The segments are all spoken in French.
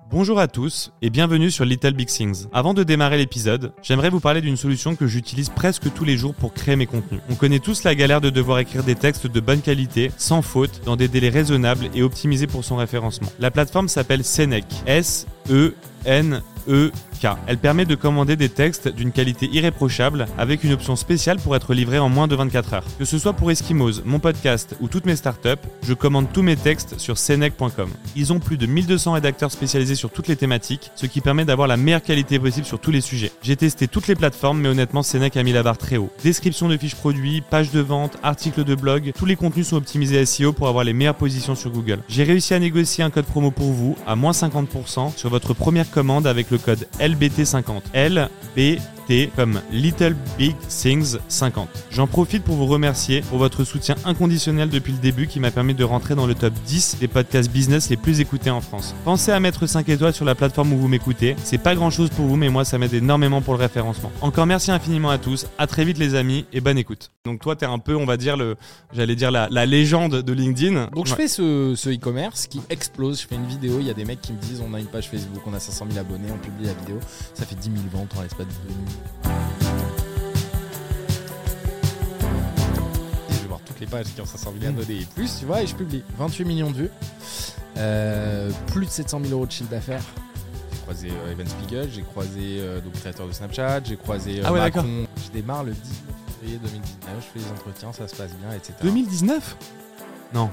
Bonjour à tous et bienvenue sur Little Big Things. Avant de démarrer l'épisode, j'aimerais vous parler d'une solution que j'utilise presque tous les jours pour créer mes contenus. On connaît tous la galère de devoir écrire des textes de bonne qualité, sans faute, dans des délais raisonnables et optimisés pour son référencement. La plateforme s'appelle Senec, S-E-N-E-K. Elle permet de commander des textes d'une qualité irréprochable avec une option spéciale pour être livré en moins de 24 heures. Que ce soit pour Eskimos, mon podcast ou toutes mes startups, je commande tous mes textes sur senec.com. Ils ont plus de 1200 rédacteurs spécialisés sur toutes les thématiques, ce qui permet d'avoir la meilleure qualité possible sur tous les sujets. J'ai testé toutes les plateformes, mais honnêtement, Senec a mis la barre très haut. Description de fiches produits, pages de vente, articles de blog, tous les contenus sont optimisés SEO pour avoir les meilleures positions sur Google. J'ai réussi à négocier un code promo pour vous à moins 50% sur votre première commande avec le code LBT50. LBT comme Little Big Things 50. J'en profite pour vous remercier pour votre soutien inconditionnel depuis le début qui m'a permis de rentrer dans le top 10 des podcasts business les plus écoutés en France. Pensez à mettre 5 étoiles sur la plateforme où vous m'écoutez. C'est pas grand chose pour vous, mais moi ça m'aide énormément pour le référencement. Encore merci infiniment à tous. À très vite les amis et bonne écoute. Donc toi t'es un peu, on va dire, la légende de LinkedIn. Donc je fais ce e-commerce qui explose. Je fais une vidéo, il y a des mecs qui me disent on a une page Facebook, on a 500 000 abonnés, on publie la vidéo. Ça fait 10 000 ventes en l'espace de 2 minutes. Je vais voir toutes les pages qui ont 500 000 abonnés et plus, tu vois, et je publie 28 millions de vues, plus de 700 000 euros de chiffre d'affaires. J'ai croisé Evan Spiegel, j'ai croisé le créateur de Snapchat, j'ai croisé Macron. D'accord. Je démarre le 19 février 2019, je fais les entretiens, ça se passe bien, etc. 2019 ? Non.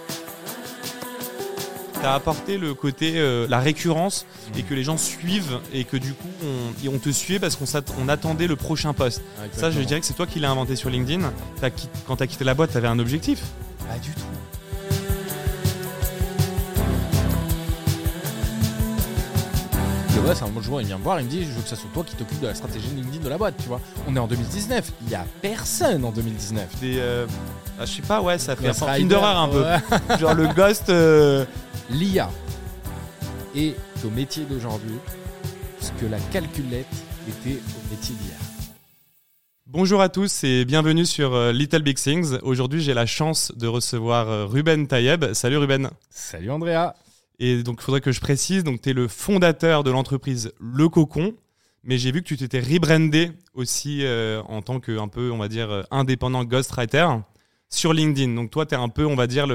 T'as apporté le côté, la récurrence et que les gens suivent et que du coup on te suivait parce qu'on attendait le prochain post. Ah, ça, je dirais que c'est toi qui l'as inventé sur LinkedIn. Quand t'as quitté la boîte, t'avais un objectif. Pas du tout. Le boss, un jour, il vient me voir, il me dit je veux que ça soit toi qui t'occupe de la stratégie LinkedIn de la boîte, tu vois. On est en 2019, il y a personne en 2019. Je sais pas, ouais, ça fait un Ghost film Rider, d'horreur un peu. ouais. Genre le ghost. L'IA est au métier d'aujourd'hui ce que la calculette était au métier d'hier. Bonjour à tous et bienvenue sur Little Big Things. Aujourd'hui, j'ai la chance de recevoir Ruben Tayeb. Salut Ruben. Salut Andrea. Et donc, il faudrait que je précise, donc tu es le fondateur de l'entreprise Le Cocon, mais j'ai vu que tu t'étais rebrandé aussi en tant que, un peu, on va dire, indépendant ghostwriter sur LinkedIn. Donc toi, tu es un peu, on va dire,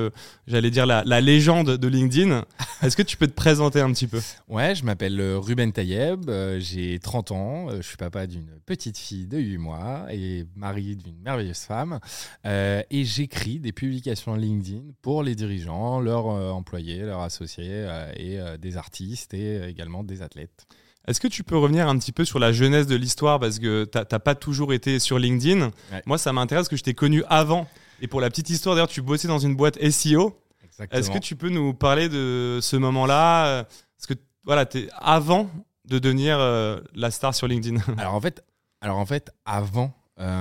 la légende de LinkedIn. Est-ce que tu peux te présenter un petit peu ? Ouais, je m'appelle Ruben Tayeb, j'ai 30 ans, je suis papa d'une petite fille de 8 mois et mari d'une merveilleuse femme. Et j'écris des publications LinkedIn pour les dirigeants, leurs employés, leurs associés et des artistes et également des athlètes. Est-ce que tu peux revenir un petit peu sur la genèse de l'histoire parce que t'as pas toujours été sur LinkedIn. Ouais. Moi, ça m'intéresse parce que je t'ai connu avant. Et pour la petite histoire, d'ailleurs, tu bossais dans une boîte SEO. Exactement. Est-ce que tu peux nous parler de ce moment-là ? Parce que voilà, t'es avant de devenir la star sur LinkedIn. Alors en fait, avant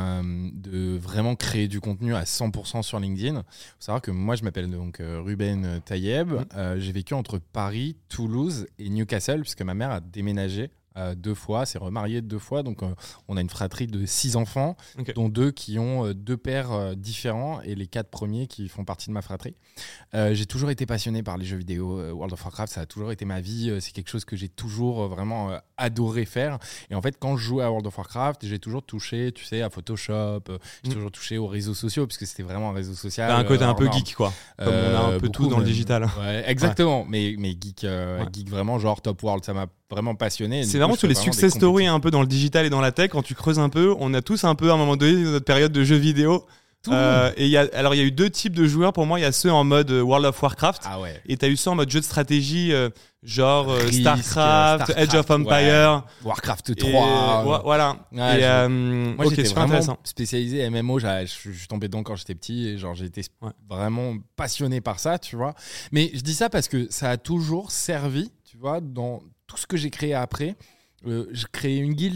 de vraiment créer du contenu à 100% sur LinkedIn, il faut savoir que moi, je m'appelle donc Ruben Tayeb. J'ai vécu entre Paris, Toulouse et Newcastle puisque ma mère a déménagé 2 fois, s'est remariée 2 fois, donc on a une fratrie de 6 enfants, okay, dont 2 qui ont 2 pères différents et les 4 premiers qui font partie de ma fratrie. J'ai toujours été passionné par les jeux vidéo, World of Warcraft, ça a toujours été ma vie, c'est quelque chose que j'ai toujours vraiment adoré faire. Et en fait, quand je jouais à World of Warcraft, j'ai toujours touché, tu sais, à Photoshop, j'ai toujours touché aux réseaux sociaux, puisque c'était vraiment un réseau social. T'as un côté un peu geek, quoi, comme on a un peu tout dans le digital. Ouais, exactement, ouais. mais geek, geek vraiment genre Top World, ça m'a vraiment passionné. C'est vraiment tous les success stories un peu dans le digital et dans la tech. Quand tu creuses un peu, on a tous un peu à un moment donné notre période de jeux vidéo. Et il y a eu 2 types de joueurs pour moi. Il y a ceux en mode World of Warcraft, et t'as eu ceux en mode jeu de stratégie, genre Starcraft, Age of Empire, ouais. Warcraft 3. Voilà. Ouais, et moi, j'étais vraiment spécialisé MMO. Je suis tombé dedans quand j'étais petit et genre j'ai été vraiment passionné par ça, tu vois. Mais je dis ça parce que ça a toujours servi, tu vois, dans tout ce que j'ai créé après. J'ai créé une guilde.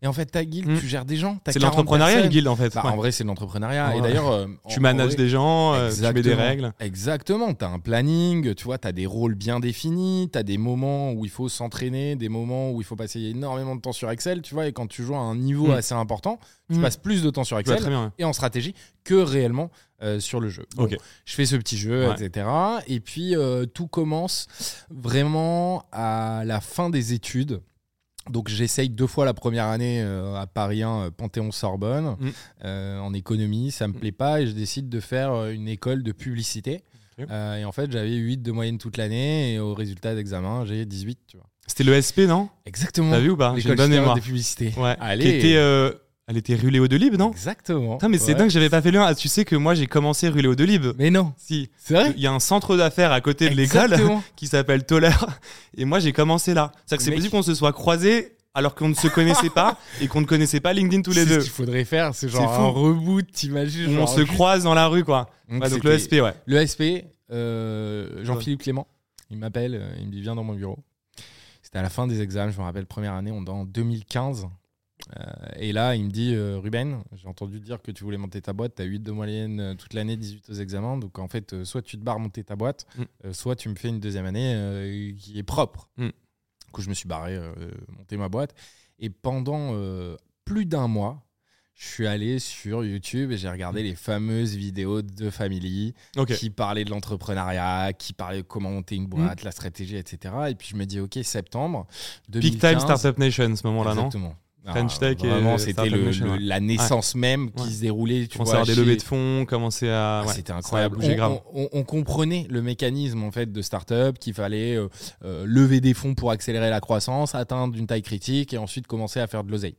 Et en fait, ta guilde, tu gères des gens. C'est l'entrepreneuriat, une guilde, en fait. Bah, en vrai, c'est de l'entrepreneuriat. Ouais. Et d'ailleurs, tu manages des gens, tu mets des règles. Exactement. Tu as un planning, tu vois, tu as des rôles bien définis, tu as des moments où il faut s'entraîner, des moments où il faut passer énormément de temps sur Excel, tu vois. Et quand tu joues à un niveau assez important, tu passes plus de temps sur Excel et en stratégie que réellement sur le jeu. Bon, je fais ce petit jeu, etc. Et puis, tout commence vraiment à la fin des études. Donc j'essaye 2 fois la première année à Paris 1, Panthéon-Sorbonne, en économie, ça me plaît pas et je décide de faire une école de publicité. Et en fait, j'avais 8 de moyenne toute l'année et au résultat d'examen, j'ai 18, tu vois. C'était l'ESP, non ? Exactement. T'as vu ou pas ? J'ai une bonne mémoire. Des publicités. Ouais. Elle était rue Léo Delibes, non ? Exactement. Putain, mais c'est dingue, j'avais pas fait le 1. Tu sais que moi, j'ai commencé rue Léo Delibes. Mais non. Si. C'est vrai ? Il y a un centre d'affaires à côté de l'école qui s'appelle Toller. Et moi, j'ai commencé là. C'est-à-dire que c'est possible qu'on se soit croisés alors qu'on ne se connaissait pas et qu'on ne connaissait pas LinkedIn tous les deux. C'est ce qu'il faudrait faire, c'est genre un reboot, t'imagines. On se croise dans la rue, quoi. Donc l'ESP, L'ESP, Jean-Philippe Clément, il m'appelle, il me dit viens dans mon bureau. C'était à la fin des examens, je me rappelle, première année, on est en 2015. Et là, il me dit Ruben, j'ai entendu dire que tu voulais monter ta boîte, tu as 8 de moyenne toute l'année, 18 aux examens. Donc en fait, soit tu te barres monter ta boîte, soit tu me fais une deuxième année qui est propre. Du coup, je me suis barré monter ma boîte. Et pendant plus d'un mois, je suis allé sur YouTube et j'ai regardé les fameuses vidéos de Family qui parlaient de l'entrepreneuriat, qui parlaient de comment monter une boîte, la stratégie, etc. Et puis je me dis, ok, septembre 2015. Peak Time Startup Nation, ce moment-là, non ? Exactement. French Tech vraiment, c'était la naissance même qui se déroulait. Tu vois, des levées de fonds, commencer à. C'était incroyable. Grave. On comprenait le mécanisme en fait de start-up, qu'il fallait lever des fonds pour accélérer la croissance, atteindre une taille critique et ensuite commencer à faire de l'oseille.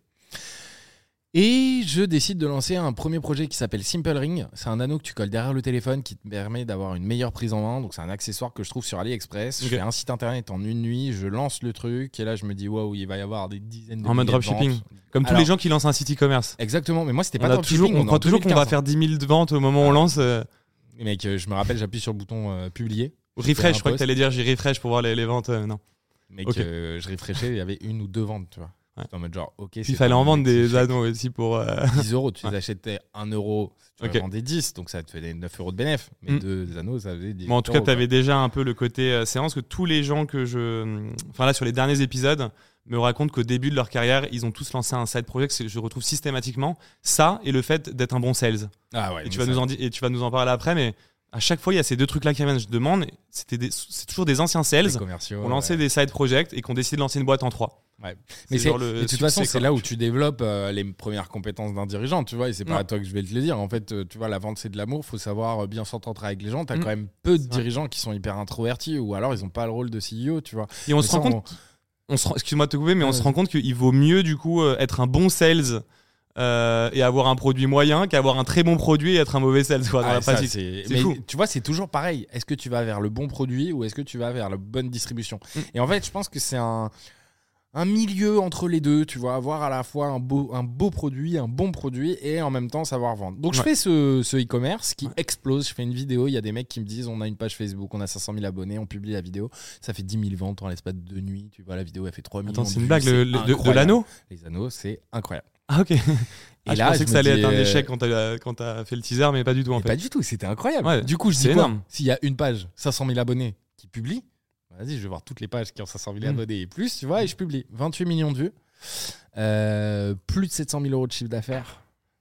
Et je décide de lancer un premier projet qui s'appelle Simple Ring. C'est un anneau que tu colles derrière le téléphone qui te permet d'avoir une meilleure prise en main. Donc, c'est un accessoire que je trouve sur AliExpress. Je fais un site internet en une nuit, je lance le truc et là, je me dis, waouh, il va y avoir des dizaines de en mode dropshipping. Comme tous les gens qui lancent un site e-commerce. Exactement, mais moi, c'était pas dropshipping. On croit toujours qu'on va faire 10 000 ventes au moment où on lance. Mec, je me rappelle, j'appuie sur le bouton publier. Refresh, je crois que tu allais dire j'ai refresh pour voir les ventes. Non. Mec, je refreshais, il y avait 1 ou 2 ventes, tu vois. En mode genre, ok. Puis il fallait en vendre des anneaux aussi pour. 10 euros, tu les achetais 1 euro, tu en vendais 10, donc ça te faisait 9 euros de bénéf. Mais 2 anneaux, ça faisait 10 En tout cas, tu avais déjà un peu le côté séance que tous les gens que je. Enfin là, sur les derniers épisodes, me racontent qu'au début de leur carrière, ils ont tous lancé un side project que je retrouve systématiquement. Ça et le fait d'être un bon sales. Ah ouais. Et tu vas nous en parler après, mais. À chaque fois, il y a ces 2 trucs-là qui reviennent. Je demande, c'est toujours des anciens sales qui ont lancé des side projects et qui ont décidé de lancer une boîte en 3. Ouais. Mais de toute façon, c'est là où tu développes les premières compétences d'un dirigeant, tu vois, et c'est pas à toi que je vais te le dire. En fait, tu vois, la vente, c'est de l'amour, faut savoir bien s'entendre avec les gens. T'as quand même peu de dirigeants qui sont hyper introvertis ou alors ils ont pas le rôle de CEO, tu vois. Et on se rend compte, excuse-moi de te couper, mais on se rend compte qu'il vaut mieux du coup être un bon sales et avoir un produit moyen qu'avoir un très bon produit et être un mauvais sales quoi, dans la pratique. C'est fou. Tu vois, c'est toujours pareil. Est-ce que tu vas vers le bon produit ou est-ce que tu vas vers la bonne distribution ? Et en fait, je pense que c'est un milieu entre les deux, tu vois, avoir à la fois un beau produit, un bon produit et en même temps savoir vendre. Donc je fais ce e-commerce qui explose. Je fais une vidéo, il y a des mecs qui me disent on a une page Facebook, on a 500 000 abonnés, on publie la vidéo, ça fait 10 000 ventes en l'espace de 2 nuits. Tu vois, la vidéo elle fait 3 millions. Attends, c'est une blague de l'anneau ? Les anneaux, c'est incroyable. Ah ok. Et là, je pensais que ça allait être un échec quand t'as fait le teaser, mais pas du tout en fait. Pas du tout, c'était incroyable. Ouais, du coup, je dis quoi ? S'il y a une page, 500 000 abonnés qui publie, vas-y, je vais voir toutes les pages qui ont 500 000 abonnés et plus, tu vois, et je publie. 28 millions de vues, plus de 700 000 euros de chiffre d'affaires,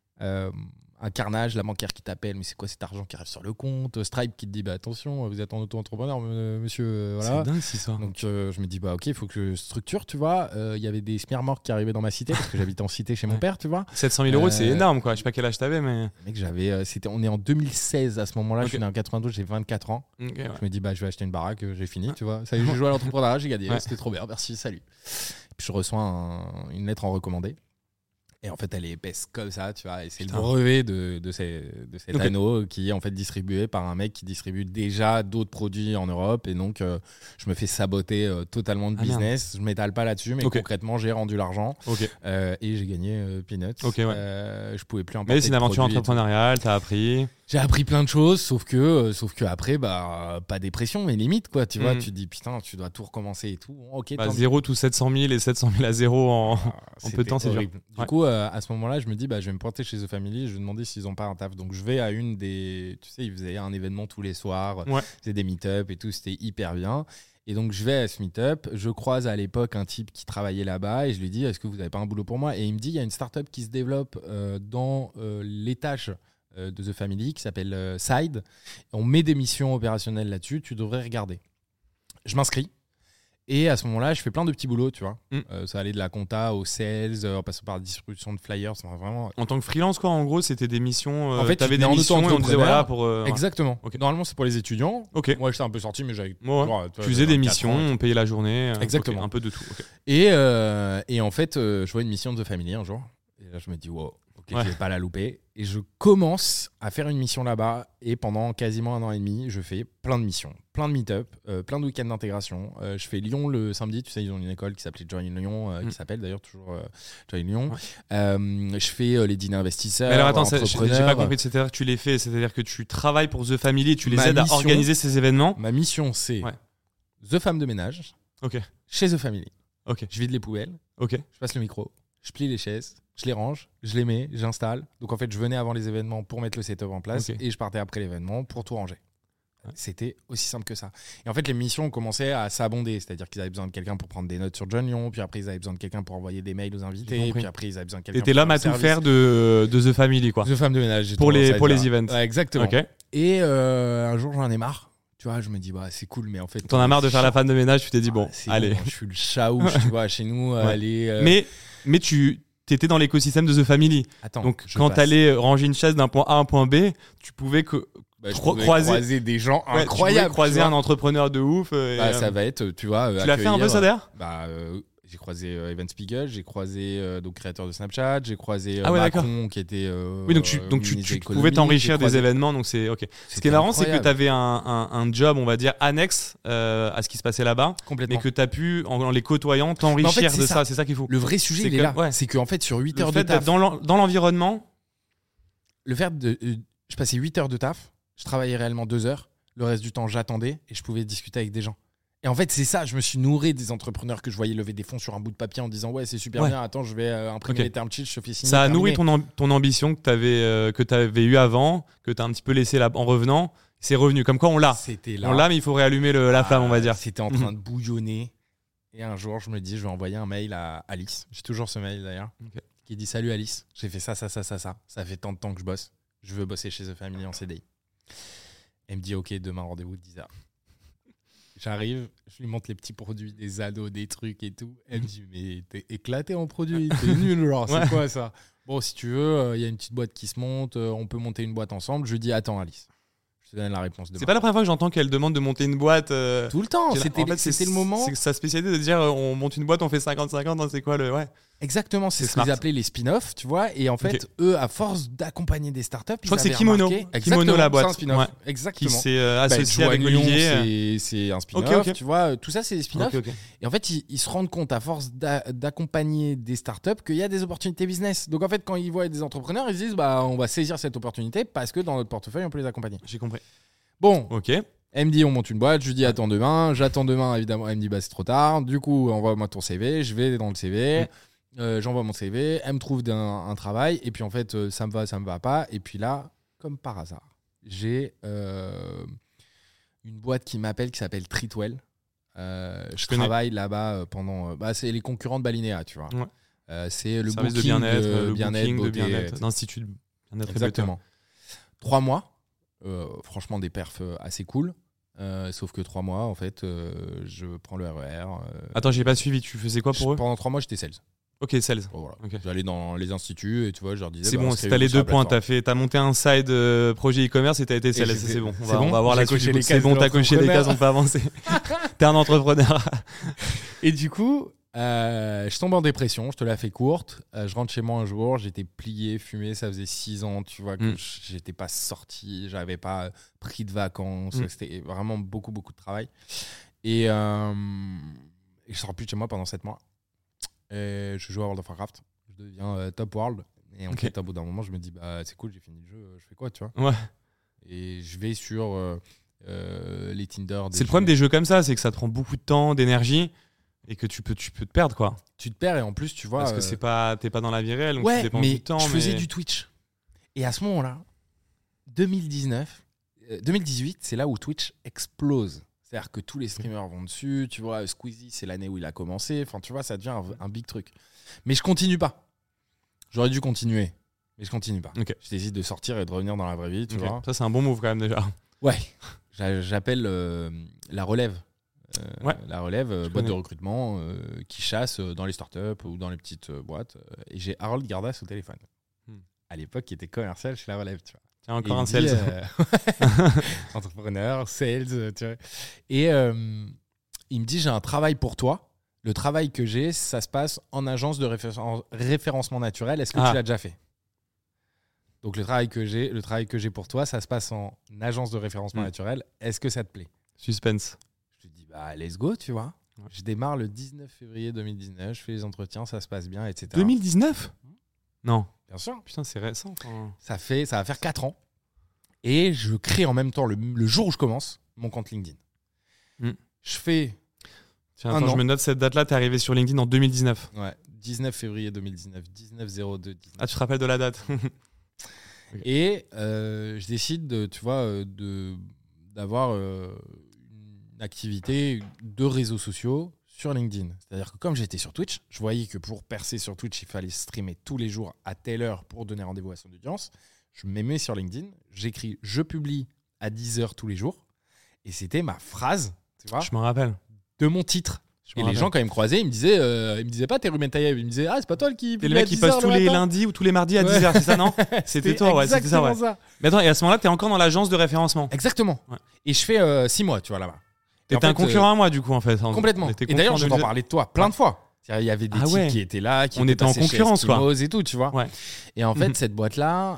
un carnage, la bancaire qui t'appelle, mais c'est quoi cet argent qui arrive sur le compte, Stripe qui te dit, bah attention, vous êtes en auto-entrepreneur, monsieur, voilà. C'est dingue, c'est ça. Donc je me dis, bah ok, il faut que je structure, tu vois. Il y avait des smearmorks qui arrivaient dans ma cité, parce que j'habitais en cité chez mon père, tu vois. 700 000 euros, c'est énorme, quoi. Je sais pas quel âge t'avais, mais. Mec, on est en 2016 à ce moment-là, je suis né en 92, j'ai 24 ans. Je me dis, bah je vais acheter une baraque, j'ai fini, tu vois. Ça y est, j'ai joué à l'entrepreneuriat, j'ai gagné, c'était trop bien, merci, salut. Puis je reçois une lettre en recommandé. Et en fait, elle est épaisse comme ça, tu vois. Et c'est le brevet de cet anneau qui est en fait distribué par un mec qui distribue déjà d'autres produits en Europe. Et donc, je me fais saboter totalement de business. Je m'étale pas là-dessus, mais concrètement, j'ai rendu l'argent et j'ai gagné Peanuts. Je pouvais plus importer. Mais c'est une aventure entrepreneuriale, t'as appris. J'ai appris plein de choses, sauf que après, pas des pressions, mais limite, quoi. Tu vois, tu te dis, putain, tu dois tout recommencer et tout. Ok, 0 tout 700 000 et 700 000 à 0 en peu de temps, c'est horrible. dur. Du coup, à ce moment-là, je me dis, je vais me pointer chez The Family, je vais demander s'ils n'ont pas un taf. Donc, je vais à une des. Tu sais, ils faisaient un événement tous les soirs, c'était des meet-up et tout, c'était hyper bien. Et donc, je vais à ce meet-up, je croise à l'époque un type qui travaillait là-bas et je lui dis, est-ce que vous n'avez pas un boulot pour moi ? Et il me dit, il y a une start-up qui se développe dans l'étage de The Family qui s'appelle Side. On met des missions opérationnelles là-dessus, tu devrais regarder. Je m'inscris. Et à ce moment-là, je fais plein de petits boulots, tu vois. Ça allait de la compta au sales, en passant par la distribution de flyers. Vraiment... En tant que freelance, quoi, en gros, c'était des missions. En fait, t'avais des missions et on disait voilà pour. Exactement. Okay. Normalement, c'est pour les étudiants. Okay. Moi, j'étais un peu sorti, mais j'avais. Tu faisais des missions, on payait la journée. Exactement. Okay, un peu de tout. Okay. Et en fait, je vois une mission de The Family un jour. Et là, je me dis, wow, je vais pas la louper. Et je commence à faire une mission là-bas. Et pendant quasiment 1 an et demi, je fais plein de missions, plein de meet-up, plein de week-ends d'intégration. Je fais Lyon le samedi. Tu sais, ils ont une école qui s'appelait Join Lyon, qui s'appelle d'ailleurs toujours Join Lyon. Je fais les dîners investisseurs. Mais alors attends, j'ai pas compris. C'est-à-dire que tu les fais, c'est-à-dire que tu travailles pour The Family et tu les aides à organiser ces événements. Ma mission, c'est The Femme de ménage chez The Family. Je vide les poubelles. Je passe le micro. Je plie les chaises, je les range, je les mets, j'installe. Donc en fait, je venais avant les événements pour mettre le setup en place et je partais après l'événement pour tout ranger. C'était aussi simple que ça. Et en fait, les missions commençaient à s'abonder. C'est-à-dire qu'ils avaient besoin de quelqu'un pour prendre des notes sur John Lyon, puis après, ils avaient besoin de quelqu'un pour envoyer des mails aux invités, puis après, ils avaient besoin de quelqu'un pour... T'étais l'homme à tout faire de The Family, quoi. The Femme de ménage. Pour les events. Ouais, exactement. Et un jour, j'en ai marre. Tu vois, je me dis, c'est cool, mais en fait... T'en as marre de faire la femme de ménage, tu t'es dit, allez. Je suis le chaouche, tu vois, chez nous. Mais tu... T'étais dans l'écosystème de The Family. Attends, donc quand t'allais ranger une chaise d'un point A à un point B, tu pouvais croiser des gens incroyables. Tu pouvais croiser un entrepreneur de ouf. Ça va être, tu vois. Tu l'as fait un peu ça d'ailleurs. J'ai croisé Evan Spiegel, j'ai croisé donc créateur de Snapchat, j'ai croisé Macron qui était. Oui, donc tu pouvais t'enrichir des événements, donc c'est ok. Ce qui est marrant, c'est que tu avais un job, on va dire, annexe à ce qui se passait là-bas, mais que tu as pu, en les côtoyant, t'enrichir de ça. C'est ça qu'il faut. Le vrai sujet, il est là. C'est qu'en fait, sur 8 heures de taf. Dans l'environnement. Je passais 8 heures de taf, je travaillais réellement 2 heures. Le reste du temps, j'attendais et je pouvais discuter avec des gens. Et en fait, c'est ça, je me suis nourri des entrepreneurs que je voyais lever des fonds sur un bout de papier en disant c'est super bien, attends, je vais imprimer les term sheets, je fais signer. Ça a nourri ton ambition que tu avais eu avant, que tu as un petit peu laissé là en revenant. C'est revenu, comme quoi on l'a. C'était là. On l'a, mais il faut réallumer la flamme, on va dire. C'était en train de bouillonner. Et un jour, je me dis, je vais envoyer un mail à Alice. J'ai toujours ce mail d'ailleurs, qui dit salut Alice, j'ai fait ça. Ça fait tant de temps que je bosse. Je veux bosser chez The Family en CDI. Elle me dit ok, demain rendez-vous de 10h. J'arrive, je lui montre les petits produits, des ados, des trucs et tout. Elle me dit mais t'es éclaté en produits, t'es nul, genre c'est quoi ça? Bon, si tu veux, y a une petite boîte qui se monte, on peut monter une boîte ensemble. Je lui dis attends Alice, je te donne la réponse demain. C'est pas la première fois que j'entends qu'elle demande de monter une boîte. Tout le temps, c'était le moment. C'est sa spécialité de dire on monte une boîte, on fait 50-50, c'est quoi le... Exactement, c'est ce qu'ils appelaient les spin-offs, tu vois. Et en fait, eux, à force d'accompagner des startups, je crois que c'est Kimono. Kimono, la boîte. C'est un spin-off. Ouais. Exactement. Qui s'est associé avec Olivier. C'est un spin-off, tu vois. Tout ça, c'est des spin-offs. Et en fait, ils se rendent compte, à force d'accompagner des startups, qu'il y a des opportunités business. Donc en fait, quand ils voient des entrepreneurs, ils se disent on va saisir cette opportunité parce que dans notre portefeuille, on peut les accompagner. J'ai compris. Bon. Elle me dit on monte une boîte, je lui dis attends demain, j'attends demain évidemment, elle me dit c'est trop tard, du coup envoie-moi ton CV, je vais dans le CV, j'envoie mon CV, elle me trouve un travail et puis en fait ça me va pas et puis là comme par hasard j'ai une boîte qui m'appelle qui s'appelle Treatwell, je travaille là-bas pendant c'est les concurrents de Balinéa tu vois, c'est le service booking de bien-être, de bien-être, d'institut de bien-être. Exactement. 3 mois. Franchement des perfs assez cool, sauf que 3 mois en fait je prends le RER. Attends, j'ai pas suivi, tu faisais quoi pour eux? Pendant 3 mois j'étais sales. Ok, sales. Voilà. J'allais dans les instituts et tu vois je leur disais c'est bon, t'as les 2 points, t'as monté un side projet e-commerce et t'as été sales, c'est bon. On va voir la suite. C'est bon, t'as coché les cases, on peut avancer. T'es un entrepreneur. Et du coup je tombe en dépression, je te la fais courte. Je rentre chez moi un jour, j'étais plié, fumé, ça faisait 6 ans, tu vois, que j'étais pas sorti, j'avais pas pris de vacances, c'était vraiment beaucoup de travail. Et je sors plus de chez moi pendant 7 mois. Et je joue à World of Warcraft, je deviens top world. Et en fait, au bout d'un moment, je me dis, c'est cool, j'ai fini le jeu, je fais quoi, tu vois? Ouais. Et je vais sur les Tinder. C'est le problème des jeux comme ça, c'est que ça te prend beaucoup de temps, d'énergie et que tu peux te perdre, quoi. Tu te perds et en plus, tu vois. Parce que t'es pas dans la vie réelle, donc tu ouais, dépenses mais du temps. je faisais du Twitch. Et à ce moment-là, 2018, c'est là où Twitch explose. C'est-à-dire que tous les streamers vont dessus. Tu vois, Squeezie, c'est l'année où il a commencé. Enfin, tu vois, ça devient un big truc. Mais je continue pas. J'aurais dû continuer, mais je continue pas. Okay. Je décide de sortir et de revenir dans la vraie vie, tu vois. Ça, c'est un bon move quand même déjà. Ouais. J'appelle la relève. La relève, boîte de recrutement qui chasse dans les startups ou dans les petites boîtes. Et j'ai Harold Gardas au téléphone. À l'époque, qui était commercial chez la relève, tu vois. Tiens, encore un sales. Entrepreneur, sales, tu vois. Et il me dit, j'ai un travail pour toi. Le travail que j'ai, ça se passe en agence de référencement naturel. Est-ce que tu l'as déjà fait ? Donc le travail que j'ai pour toi, ça se passe en agence de référencement naturel. Est-ce que ça te plaît ? Suspense. Je te dis, bah let's go, tu vois. Ouais. Je démarre le 19 février 2019, je fais les entretiens, ça se passe bien, etc. 2019 ? Non. Bien sûr. Putain, c'est récent. Ça va faire 4 ans. Et je crée en même temps, le jour où je commence, mon compte LinkedIn. Je fais... Tiens, attends, je me note cette date-là, t'es arrivé sur LinkedIn en 2019. Ouais, 19 février 2019, 19-02-19. Ah, tu te rappelles de la date. Okay. Et je décide, d'avoir une activité de réseaux sociaux sur LinkedIn. C'est-à-dire que comme j'étais sur Twitch, je voyais que pour percer sur Twitch, il fallait streamer tous les jours à telle heure pour donner rendez-vous à son audience. Je me mets sur LinkedIn, j'écris « Je publie à 10h tous les jours ». Et c'était ma phrase, tu vois. Je m'en rappelle. De mon titre. Et les gens, quand ils me croisaient, ils me disaient pas t'es Ruben Taïeb. Ils me disaient, ah, c'est pas toi qui. T'es le mec qui passe tous les lundis ou tous les mardis à 10h, c'est ça, non? C'était toi, ouais, c'était ça, ouais. Ça. Mais attends, et à ce moment-là, t'es encore dans l'agence de référencement. Exactement. Ouais. Et je fais 6 mois, tu vois, là-bas. T'étais un concurrent à moi, du coup, en fait. Complètement. Et d'ailleurs, j'entends parler de toi plein de fois. Il y avait des types qui étaient là, qui étaient en concurrence, quoi. Et tout, tu vois. Ouais. Et en fait, cette boîte-là,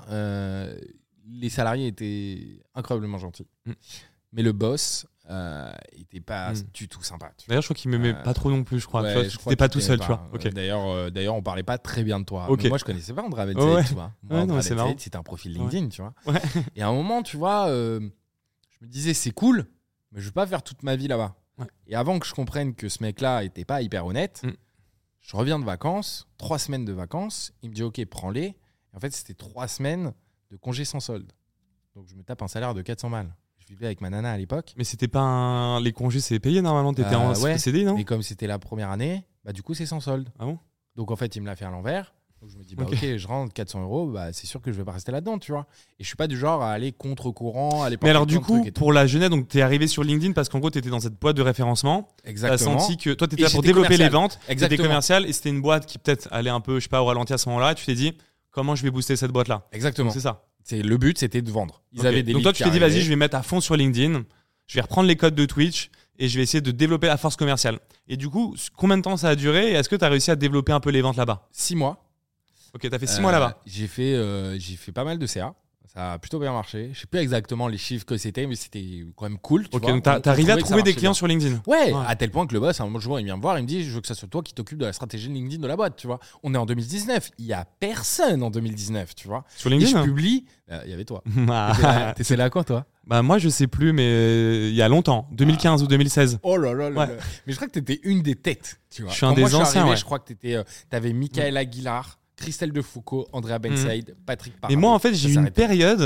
les salariés étaient incroyablement gentils. Mais le boss. était pas du tout sympa. D'ailleurs, je crois qu'il m'aimait pas trop non plus, je crois. Ouais, tu n'étais pas tout seul, tu vois. Okay. D'ailleurs, on parlait pas très bien de toi. Okay. Mais moi, je connaissais pas André Abed, tu vois. André Abed, c'était un profil LinkedIn, tu vois. Ouais. Et à un moment, tu vois, je me disais, c'est cool, mais je veux pas faire toute ma vie là-bas. Ouais. Et avant que je comprenne que ce mec-là était pas hyper honnête, je reviens de vacances, 3 semaines de vacances. Il me dit, OK, prends-les. Et en fait, c'était 3 semaines de congé sans solde. Donc, je me tape un salaire de 400 balles. Je vivais avec ma nana à l'époque. Mais c'était pas les congés, c'est payé normalement. T'étais en CDI, non? Et comme c'était la première année, bah du coup c'est sans solde. Ah bon? Donc en fait il me l'a fait à l'envers. Donc je me dis ok, je rentre 400 €, bah c'est sûr que je vais pas rester là-dedans, tu vois. Et je suis pas du genre à aller contre-courant, aller. Mais alors du coup pour la jeunesse, donc t'es arrivé sur LinkedIn parce qu'en gros t'étais dans cette boîte de référencement. Exactement. T'as senti que toi t'étais là pour développer les ventes. T'étais commercial et c'était une boîte qui peut-être allait un peu, je sais pas, au ralenti à ce moment-là. Et tu t'es dit comment je vais booster cette boîte-là. Exactement. Donc, c'est ça. Le but, c'était de vendre. Ils avaient des donc toi, tu t'es dit, vas-y, je vais mettre à fond sur LinkedIn. Je vais reprendre les codes de Twitch et je vais essayer de développer la force commerciale. Et du coup, combien de temps ça a duré? Et est-ce que tu as réussi à développer un peu les ventes là-bas? 6 mois. Ok, tu as fait 6 mois là-bas. J'ai fait pas mal de CA. Ça a plutôt bien marché. Je sais plus exactement les chiffres que c'était, mais c'était quand même cool. Ok, donc t'as arrivé à trouver des clients sur LinkedIn. Ouais, à tel point que le boss, un jour, il vient me voir, il me dit, je veux que ça soit toi qui t'occupes de la stratégie de LinkedIn de la boîte, tu vois. On est en 2019, il y a personne en 2019, tu vois. Sur LinkedIn. Et je publie, il y avait toi. T'étais là quoi, toi? Bah moi je sais plus, mais il y a longtemps, 2015 ou 2016. Oh là là là. Mais je crois que t'étais une des têtes, tu vois. Je suis un des anciens. Je crois que t'avais Michael Aguilar. Christelle Defoucault, André Abensaïd, Patrick Parra. Et moi, en fait, j'ai eu une période.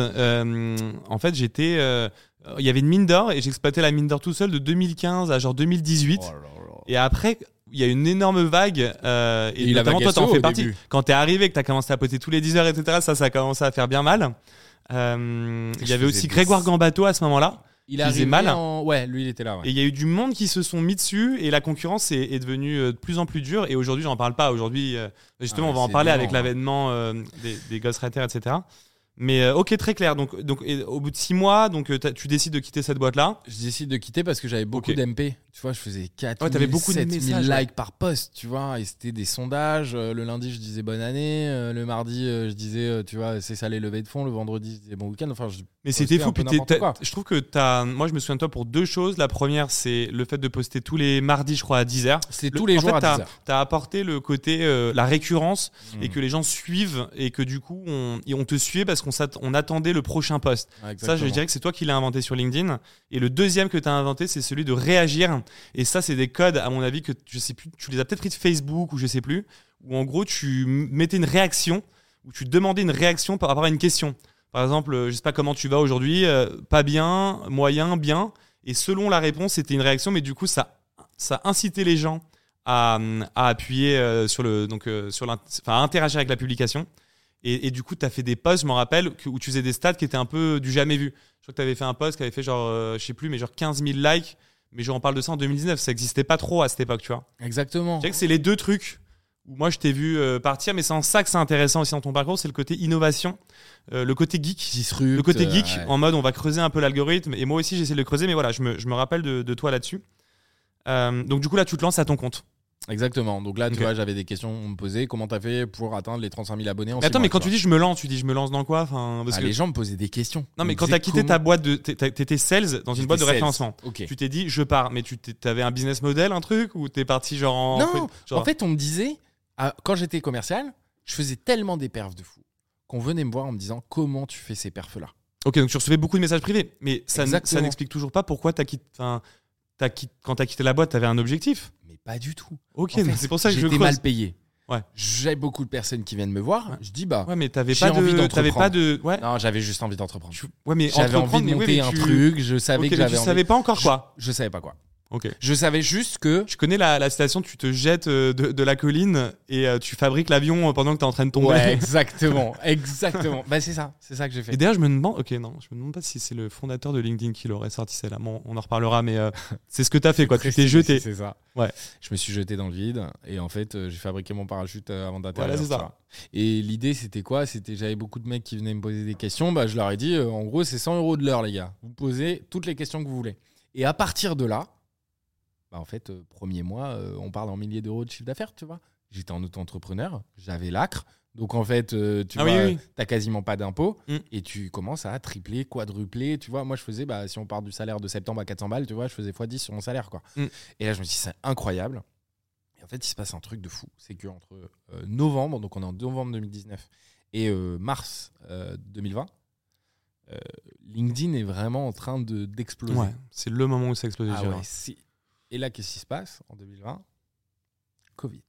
En fait, j'étais. Il y avait une mine d'or et j'exploitais la mine d'or tout seul de 2015 à genre 2018. Oh là là. Et après, il y a une énorme vague. Et notamment, toi, t'en fais partie. Début. Quand t'es arrivé, que t'as commencé à poter tous les 10 heures, etc., ça a commencé à faire bien mal. Il y avait aussi Grégoire Gambato à ce moment-là. Il a mal. Ouais, lui, il était là. Ouais. Et il y a eu du monde qui se sont mis dessus et la concurrence est devenue de plus en plus dure. Et aujourd'hui, j'en parle pas. Aujourd'hui, justement, on va en parler avec l'avènement des ghostwriters, etc. Mais ok, très clair. Donc au bout de 6 mois, donc tu décides de quitter cette boîte-là. Je décide de quitter parce que j'avais beaucoup d'MP. Tu Tu vois, je faisais 4 Ouais, t'avais beaucoup de 000 messages, likes par post, tu vois, et c'était des sondages. Le lundi, je disais bonne année. Le mardi, je disais, tu vois, c'est ça les levées de fonds. Le vendredi, je disais bon week-end. Enfin, mais c'était fou. Puis quoi. je trouve que moi, je me souviens de toi pour 2 choses. La première, c'est le fait de poster tous les mardis, je crois, à 10h. C'était tous les jours à 10h. T'as apporté le côté, la récurrence et que les gens suivent et que du coup, on te suivait parce qu'on attendait le prochain post. Ça, je dirais que c'est toi qui l'as inventé sur LinkedIn. Et le deuxième que t'as inventé, c'est celui de réagir. Et ça, c'est des codes, à mon avis, que je sais plus, tu les as peut-être pris de Facebook ou je sais plus, où en gros, tu mettais une réaction, où tu demandais une réaction par rapport à une question. Par exemple, je sais pas comment tu vas aujourd'hui, pas bien, moyen, bien. Et selon la réponse, c'était une réaction, mais du coup, ça incitait les gens à appuyer à interagir avec la publication. Et du coup, tu as fait des posts, je me rappelle, où tu faisais des stats qui étaient un peu du jamais vu. Je crois que tu avais fait un post qui avait fait genre, je sais plus, mais genre 15 000 likes. Mais genre, on parle de ça en 2019, ça n'existait pas trop à cette époque, tu vois. Exactement. Je dirais que c'est les 2 trucs où moi je t'ai vu partir, mais c'est en ça que c'est intéressant aussi dans ton parcours, c'est le côté innovation, le côté geek. Disrupt, le côté geek, en mode on va creuser un peu l'algorithme. Et moi aussi j'essaie de le creuser, mais voilà, je me rappelle de toi là-dessus. Donc du coup là, tu te lances à ton compte. Exactement. Donc là, tu vois, j'avais des questions à me poser. Comment t'as fait pour atteindre les 35 000 abonnés en 6 Attends, mois, mais quand tu dis je me lance, tu dis je me lance dans quoi? Parce que... Les gens me posaient des questions. Non, mais quand t'as quitté ta boîte t'étais sales dans une boîte de référencement. Okay. Tu t'es dit je pars, mais t'avais un business model, un truc, ou t'es parti genre en... Non, en fait, on me disait, quand j'étais commercial, je faisais tellement des perfs de fou qu'on venait me voir en me disant comment tu fais ces perfs-là. Ok, donc tu recevais beaucoup de messages privés, mais ça n'explique toujours pas pourquoi quand t'as quitté la boîte, t'avais un objectif. Mais pas du tout. Ok, en fait, c'est pour ça que j'étais mal payé. Ouais. J'ai beaucoup de personnes qui viennent me voir. Ouais. Je dis bah. Ouais, mais t'avais pas de. Ouais. Non, j'avais juste envie d'entreprendre. Ouais, mais j'avais envie de monter un truc. Je savais que j'avais. Tu savais pas encore quoi. Je savais pas quoi. Ok. Je savais juste que. Je connais la citation, tu te jettes de la colline et tu fabriques l'avion pendant que t'es en train de tomber. Ouais, exactement. Exactement. Bah, c'est ça que j'ai fait. Et d'ailleurs, je me demande pas si c'est le fondateur de LinkedIn qui l'aurait sorti celle-là. Bon, on en reparlera, mais c'est ce que t'as fait, quoi. Tu t'es jeté. C'est ça. Ouais. Je me suis jeté dans le vide et en fait, j'ai fabriqué mon parachute avant d'atterrir. Voilà, c'est ça. Et l'idée, c'était quoi? J'avais beaucoup de mecs qui venaient me poser des questions. Bah, je leur ai dit, en gros, c'est 100 € de l'heure, les gars. Vous posez toutes les questions que vous voulez. Et à partir de là, bah en fait, premier mois, on parle en milliers d'euros de chiffre d'affaires, tu vois. J'étais en auto-entrepreneur, j'avais l'acre. Donc en fait, tu vois, t'as quasiment pas d'impôts et tu commences à tripler, quadrupler. Tu vois, moi je faisais, si on part du salaire de septembre à 400 balles, tu vois, je faisais x10 sur mon salaire, quoi. Et là, je me suis dit, c'est incroyable. Et en fait, il se passe un truc de fou. C'est qu'entre novembre, donc on est en novembre 2019, et mars 2020, LinkedIn est vraiment en train d'exploser. Ouais, c'est le moment où ça explose. Ah ouais, et là, qu'est-ce qui se passe en 2020? Covid.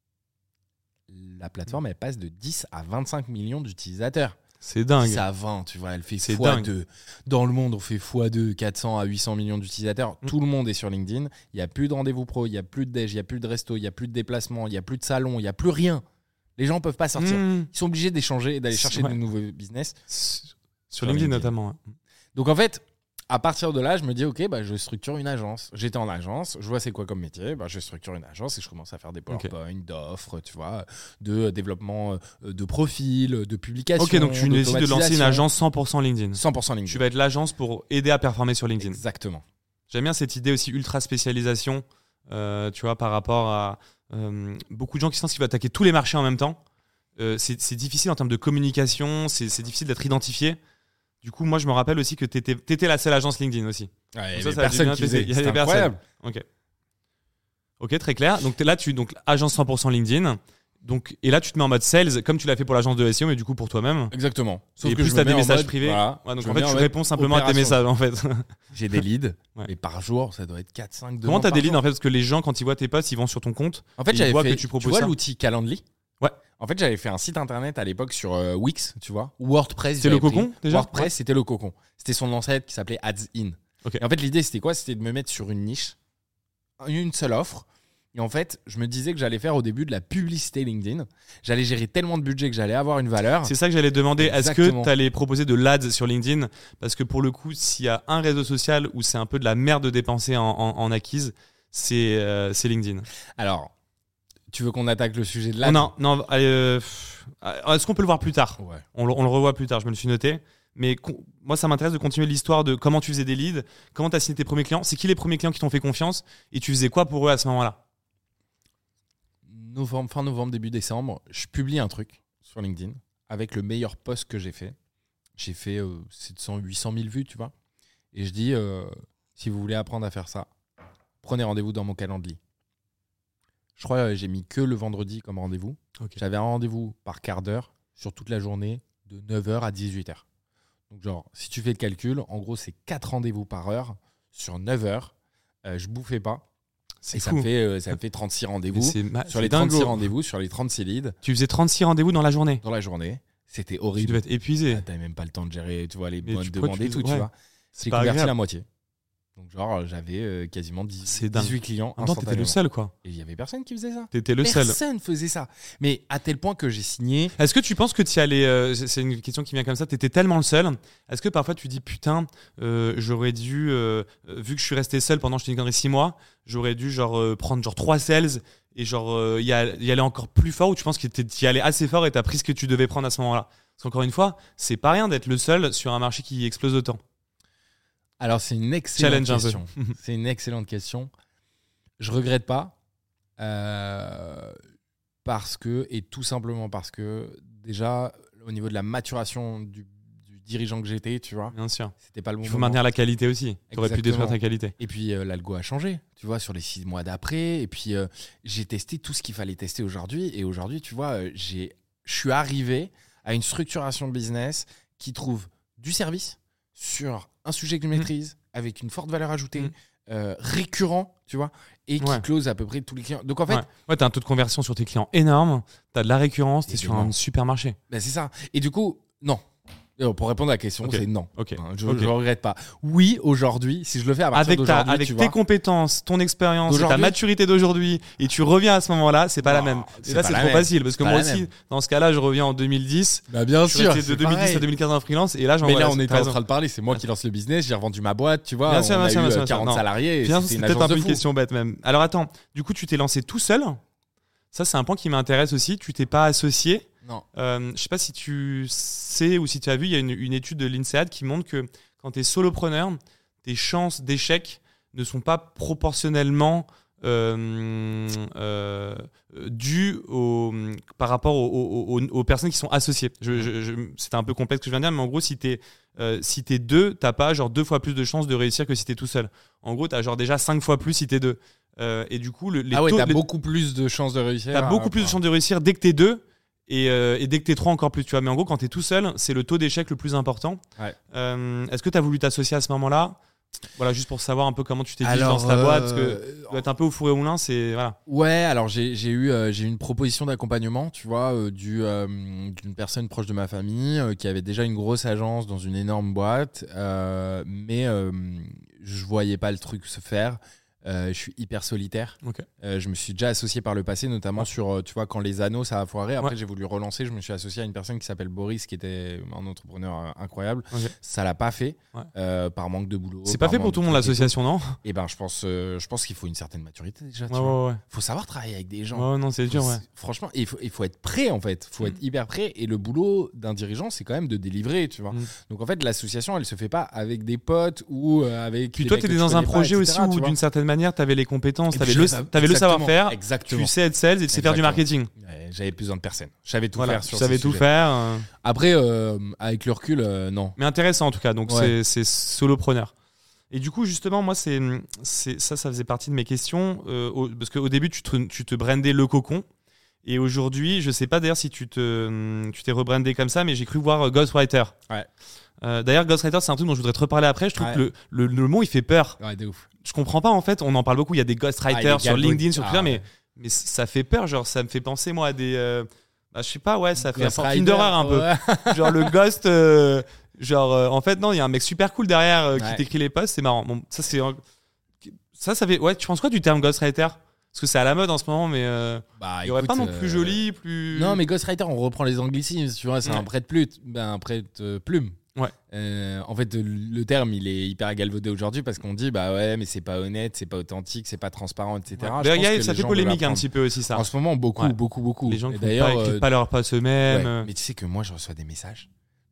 La plateforme, elle passe de 10 à 25 millions d'utilisateurs. C'est dingue. 10 à 20, tu vois, elle fait x2. Dans le monde, on fait x2, 400 à 800 millions d'utilisateurs. Tout le monde est sur LinkedIn. Il n'y a plus de rendez-vous pro, il n'y a plus de déj, il n'y a plus de resto, il n'y a plus de déplacement, il n'y a plus de salon, il n'y a plus rien. Les gens ne peuvent pas sortir. Ils sont obligés d'échanger et d'aller chercher de nouveaux business. Sur LinkedIn notamment. Ouais. Donc en fait, à partir de là, je me dis, ok, je structure une agence. J'étais en agence, je vois c'est quoi comme métier, je structure une agence et je commence à faire des PowerPoint, d'offres, tu vois, de développement de profils, de publications. Ok, donc tu décides de lancer une agence 100% LinkedIn. 100% LinkedIn. Tu vas être l'agence pour aider à performer sur LinkedIn. Exactement. J'aime bien cette idée aussi ultra spécialisation, tu vois, par rapport à beaucoup de gens qui pensent qu'ils vont attaquer tous les marchés en même temps. C'est difficile en termes de communication, c'est difficile d'être identifié. Du coup, moi, je me rappelle aussi que t'étais la seule agence LinkedIn aussi. Ouais, il y a des personnes qui faisaient. C'est incroyable. Ok, très clair. Donc là, agence 100% LinkedIn. Donc, et là, tu te mets en mode sales, comme tu l'as fait pour l'agence de SEO, mais du coup pour toi-même. Exactement. Sauf que plus tu as des messages privés. Voilà, donc en fait, tu réponds simplement à tes messages, en fait. J'ai des leads, mais par jour, ça doit être 4-5 Comment t'as des leads, en fait? Parce que les gens, quand ils voient tes posts, ils vont sur ton compte. En fait, j'avais fait. Que tu proposes l'outil Calendly? Ouais. En fait, j'avais fait un site internet à l'époque sur Wix, tu vois. WordPress. C'était le cocon déjà. WordPress, c'était le cocon. C'était son ancêtre qui s'appelait Ads-in. Okay. Et en fait, l'idée, c'était quoi? C'était de me mettre sur une niche, une seule offre. Et en fait, je me disais que j'allais faire au début de la publicité LinkedIn. J'allais gérer tellement de budget que j'allais avoir une valeur. C'est ça que j'allais demander. Exactement. Est-ce que tu allais proposer de l'ADS sur LinkedIn? Parce que pour le coup, s'il y a un réseau social où c'est un peu de la merde de dépenser en acquise, c'est LinkedIn. Alors, tu veux qu'on attaque le sujet de l'ADS? Non. Est-ce qu'on peut le voir plus tard? Ouais. On le revoit plus tard, je me le suis noté. Mais moi, ça m'intéresse de continuer l'histoire de comment tu faisais des leads, comment tu as signé tes premiers clients, c'est qui les premiers clients qui t'ont fait confiance et tu faisais quoi pour eux à ce moment-là? Fin novembre, début décembre, je publie un truc sur LinkedIn avec le meilleur post que j'ai fait. J'ai fait 800 000 vues, tu vois. Et je dis, si vous voulez apprendre à faire ça, prenez rendez-vous dans mon calendrier. Je crois que j'ai mis que le vendredi comme rendez-vous. Okay. J'avais un rendez-vous par quart d'heure sur toute la journée de 9h à 18h. Donc genre, si tu fais le calcul, en gros, c'est 4 rendez-vous par heure sur 9 heures. Je bouffais pas. Et ça me fait 36 rendez-vous. Sur les 36 rendez-vous, sur les 36 leads. Tu faisais 36 rendez-vous dans la journée? Dans la journée. C'était horrible. Tu devais être épuisé. Ah, t'avais même pas le temps de gérer, tu vois, les demandes et tout, tu vois. J'ai converti agréable. la moitié. Donc genre, j'avais quasiment 18 clients instantanément. T'étais le seul, quoi. Et il y avait personne qui faisait ça. T'étais le seul. Personne faisait ça. Mais à tel point que j'ai signé. Est-ce que tu penses que tu y allais c'est une question qui vient comme ça. T'étais tellement le seul. Est-ce que parfois tu dis putain, j'aurais dû vu que je suis resté seul pendant 6 mois, j'aurais dû prendre 3 sales et y aller encore plus fort, ou tu penses que tu y allais assez fort et t'as pris ce que tu devais prendre à ce moment-là? Parce qu'encore une fois, c'est pas rien d'être le seul sur un marché qui explose autant. Alors, c'est une excellente question. C'est une excellente question. Je regrette pas tout simplement parce que déjà, au niveau de la maturation du dirigeant que j'étais, tu vois, bien sûr, c'était pas le bon moment. Il faut maintenir la qualité aussi. Tu aurais pu détruire ta qualité. Et puis, l'algo a changé, tu vois, sur les 6 mois d'après. Et puis, j'ai testé tout ce qu'il fallait tester aujourd'hui. Et aujourd'hui, tu vois, je suis arrivé à une structuration de business qui trouve du service sur un sujet que je maîtrise, avec une forte valeur ajoutée, récurrent, tu vois, et qui close à peu près tous les clients. Donc en fait... Ouais, t'as un taux de conversion sur tes clients énorme, t'as de la récurrence, t'es sur un super marché. Ben c'est ça. Et du coup, non. Pour répondre à la question, c'est non. Je ne regrette pas. Oui, aujourd'hui, si je le fais à partir d'aujourd'hui, avec tes compétences, ton expérience, ta maturité d'aujourd'hui, et tu reviens à ce moment-là, c'est pas la même. Et là, c'est trop facile, parce que moi aussi, dans ce cas-là, je reviens en 2010. Bah bien sûr. Je suis resté de 2010 à 2015 en freelance, et là, Mais là, on était en train de parler. C'est moi qui lance le business. J'ai revendu ma boîte, tu vois. On a eu 40 salariés. C'est peut-être un peu une question bête même. Alors attends, du coup, tu t'es lancé tout seul. Ça, c'est un point qui m'intéresse aussi. Tu t'es pas associé. Non. Je sais pas si tu sais ou si tu as vu, il y a une étude de l'INSEAD qui montre que quand tu es solopreneur, tes chances d'échec ne sont pas proportionnellement dues par rapport aux personnes qui sont associées. C'était un peu complexe ce que je viens de dire, mais en gros, si t'es deux, t'as pas 2 fois plus de chances de réussir que si t'es tout seul. En gros, t'as déjà 5 fois plus si t'es deux. Et du coup, t'as beaucoup plus de chances de réussir. T'as beaucoup plus de chances de réussir dès que t'es deux. Et dès que t'es 3 encore plus, tu vois. Mais en gros, quand t'es tout seul, c'est le taux d'échec le plus important. Ouais. Est-ce que t'as voulu t'associer à ce moment-là? Voilà, juste pour savoir un peu comment tu t'es dit dans ta boîte, parce que tu dois être un peu au four et au moulin, c'est voilà. Ouais, alors j'ai eu une proposition d'accompagnement, tu vois, d'une personne proche de ma famille qui avait déjà une grosse agence dans une énorme boîte, mais je voyais pas le truc se faire. Je suis hyper solitaire. Okay. Je me suis déjà associé par le passé, notamment sur, tu vois, quand les anneaux, ça a foiré. Après, j'ai voulu relancer. Je me suis associé à une personne qui s'appelle Boris, qui était un entrepreneur incroyable. Okay. Ça l'a pas fait par manque de boulot. C'est pas fait pour tout le monde l'association, non? Et ben, je pense qu'il faut une certaine maturité déjà. Il faut savoir travailler avec des gens. Non, c'est dur. Franchement, il faut être prêt en fait. Il faut être hyper prêt. Et le boulot d'un dirigeant, c'est quand même de délivrer, tu vois. Donc en fait, l'association, elle se fait pas avec des potes ou avec. Puis toi, t'étais dans un projet aussi où d'une certaine manière, tu avais les compétences, tu avais le savoir-faire, tu sais être sales et tu sais faire du marketing. Ouais, j'avais besoin de personne. Je savais tout faire sur tu savais tout faire. Après, avec le recul, non. Mais intéressant en tout cas, donc c'est solopreneur. Et du coup, justement, moi, ça faisait partie de mes questions, parce qu'au début, tu te brandais Le Cocon. Et aujourd'hui, je sais pas d'ailleurs si tu t'es rebrandé comme ça, mais j'ai cru voir Ghostwriter. Ouais. D'ailleurs, Ghostwriter, c'est un truc dont je voudrais te reparler après. Je trouve que le mot, il fait peur. Ouais, de ouf. Je comprends pas en fait, on en parle beaucoup, il y a des ghostwriters sur LinkedIn, sur Twitter, mais ça fait peur, genre ça me fait penser moi à des je sais pas, ça fait un film d'horreur un peu. Genre le ghost en fait non, il y a un mec super cool derrière qui t'écrit les posts, c'est marrant. Bon, ça fait tu penses quoi du terme ghostwriter? Parce que c'est à la mode en ce moment, mais il y aurait pas non plus joli, plus. Non, mais ghostwriter, on reprend les anglicismes, tu vois, c'est un prête-plume. Ouais. En fait, le terme, il est hyper galvaudé aujourd'hui parce qu'on dit mais c'est pas honnête, c'est pas authentique, c'est pas transparent, etc. Ouais. Ça fait polémique un petit peu aussi ça. En ce moment, beaucoup. Les gens qui n'écrivent pas leurs posts eux-mêmes. Mais tu sais que moi, je reçois des messages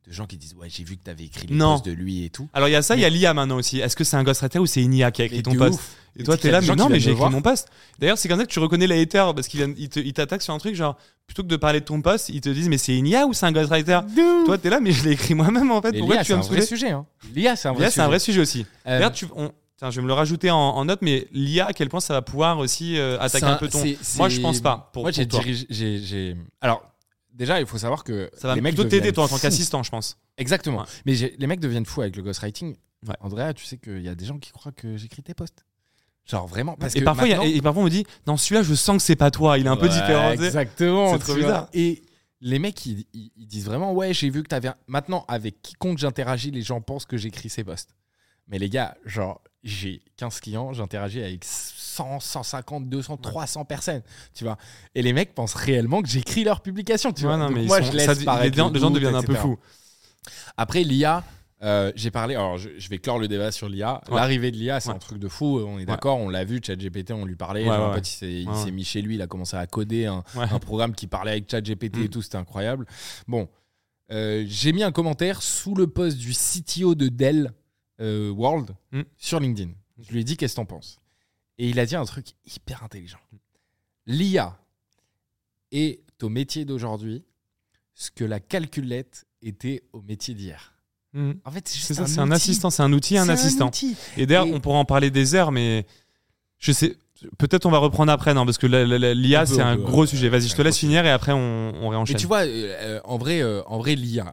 de gens qui disent ouais, j'ai vu que t'avais écrit les Non. posts de lui et tout. Alors il y a ça, il y a l'IA maintenant aussi. Est-ce que c'est un ghostwriter ou c'est une IA qui a écrit Mais ton de post ouf. Et toi, tu sais t'es là, qu'il y a mais des gens non, qui mais viennent j'ai me écrit voir. mon post. D'ailleurs, c'est comme ça que tu reconnais les haters parce qu'ils t'attaquent sur un truc genre, plutôt que de parler de ton post, ils te disent, mais c'est une IA ou c'est un ghostwriter? Toi, t'es là, mais je l'ai écrit moi-même en fait. Mais Pourquoi l'IA, tu c'est vas un me vrai saouler? sujet. Hein. L'IA, c'est un vrai L'IA, sujet. c'est un vrai sujet aussi. Euh, D'ailleurs, tiens, je vais me le rajouter en note, mais l'IA, à quel point ça va pouvoir aussi attaquer un peu ton. Moi, je pense pas. Moi, j'ai toi. dirigé. Alors, déjà, il faut savoir que Ça va les mecs plutôt t'aider, deviennent toi, en tant fous. qu'assistant, je pense. Exactement. Ouais. Mais les mecs deviennent fous avec le ghostwriting. Ouais. Andrea, tu sais qu'il y a des gens qui croient que j'écris tes posts. Genre vraiment. Parce Et que parfois, maintenant- et parfois, on me dit, non, celui-là, je sens que c'est pas toi. Il est un peu Ouais, différent. tu sais. Exactement. C'est trop tu vois. bizarre. Et les mecs, ils disent vraiment ouais, j'ai vu que t'avais. Maintenant, avec quiconque j'interagis, les gens pensent que j'écris ces posts. Mais les gars, genre, j'ai 15 clients, j'interagis avec 100, 150, 200, 300 personnes, tu vois. Et les mecs pensent réellement que j'écris leurs publications, tu vois. Ouais, non, Donc mais moi, ils sont- je laisse ça- paraître les gens le doute, deviennent un peu etc. fous. Après, l'IA, j'ai parlé, alors je vais clore le débat sur l'IA. Ouais. L'arrivée de l'IA, c'est Ouais. un truc de fou, on est d'accord, on l'a vu, ChatGPT, on lui parlait. Ouais, genre, ouais, en fait, il ouais. s'est mis chez lui, il a commencé à coder un programme qui parlait avec ChatGPT et tout, c'était incroyable. Bon, j'ai mis un commentaire sous le post du CTO de Dell World sur LinkedIn. Je lui ai dit qu'est-ce que t'en penses. Et il a dit un truc hyper intelligent. L'IA est au métier d'aujourd'hui ce que la calculette était au métier d'hier. En fait, C'est ça, c'est un assistant, c'est un outil, un assistant. outil. Et d'ailleurs, Et- on pourra en parler des heures, mais je sais. Peut-être on va reprendre après, non, parce que l'IA, c'est un gros sujet. Vas-y, je te laisse finir et après on réenchaîne. Mais tu vois, en vrai, l'IA,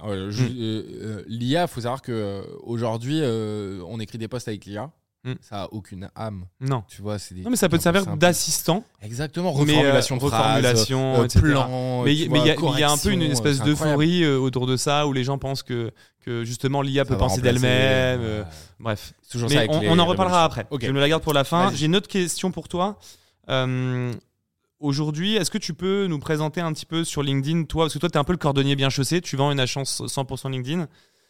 l'IA, faut savoir que aujourd'hui, on écrit des posts avec l'IA. Ça a aucune âme. Non. Tu vois, c'est des Non, mais ça peut te trucs un peu servir simples. d'assistant. Exactement. Mais, Reformulation de reformulation, phrases, etc. plan. Mais tu il vois, y a un peu une correction, espèce c'est incroyable. d'euphorie autour de ça où les gens pensent que justement l'IA peut Ça va penser remplacer, d'elle-même. Bref. C'est toujours Mais ça avec les on en reparlera révolutions. après. Ok. Je me la garde pour la fin. Vas-y. J'ai une autre question pour toi. Aujourd'hui, est-ce que tu peux nous présenter un petit peu sur LinkedIn, toi, parce que toi, tu es un peu le cordonnier bien chaussé, tu vends une agence 100% LinkedIn.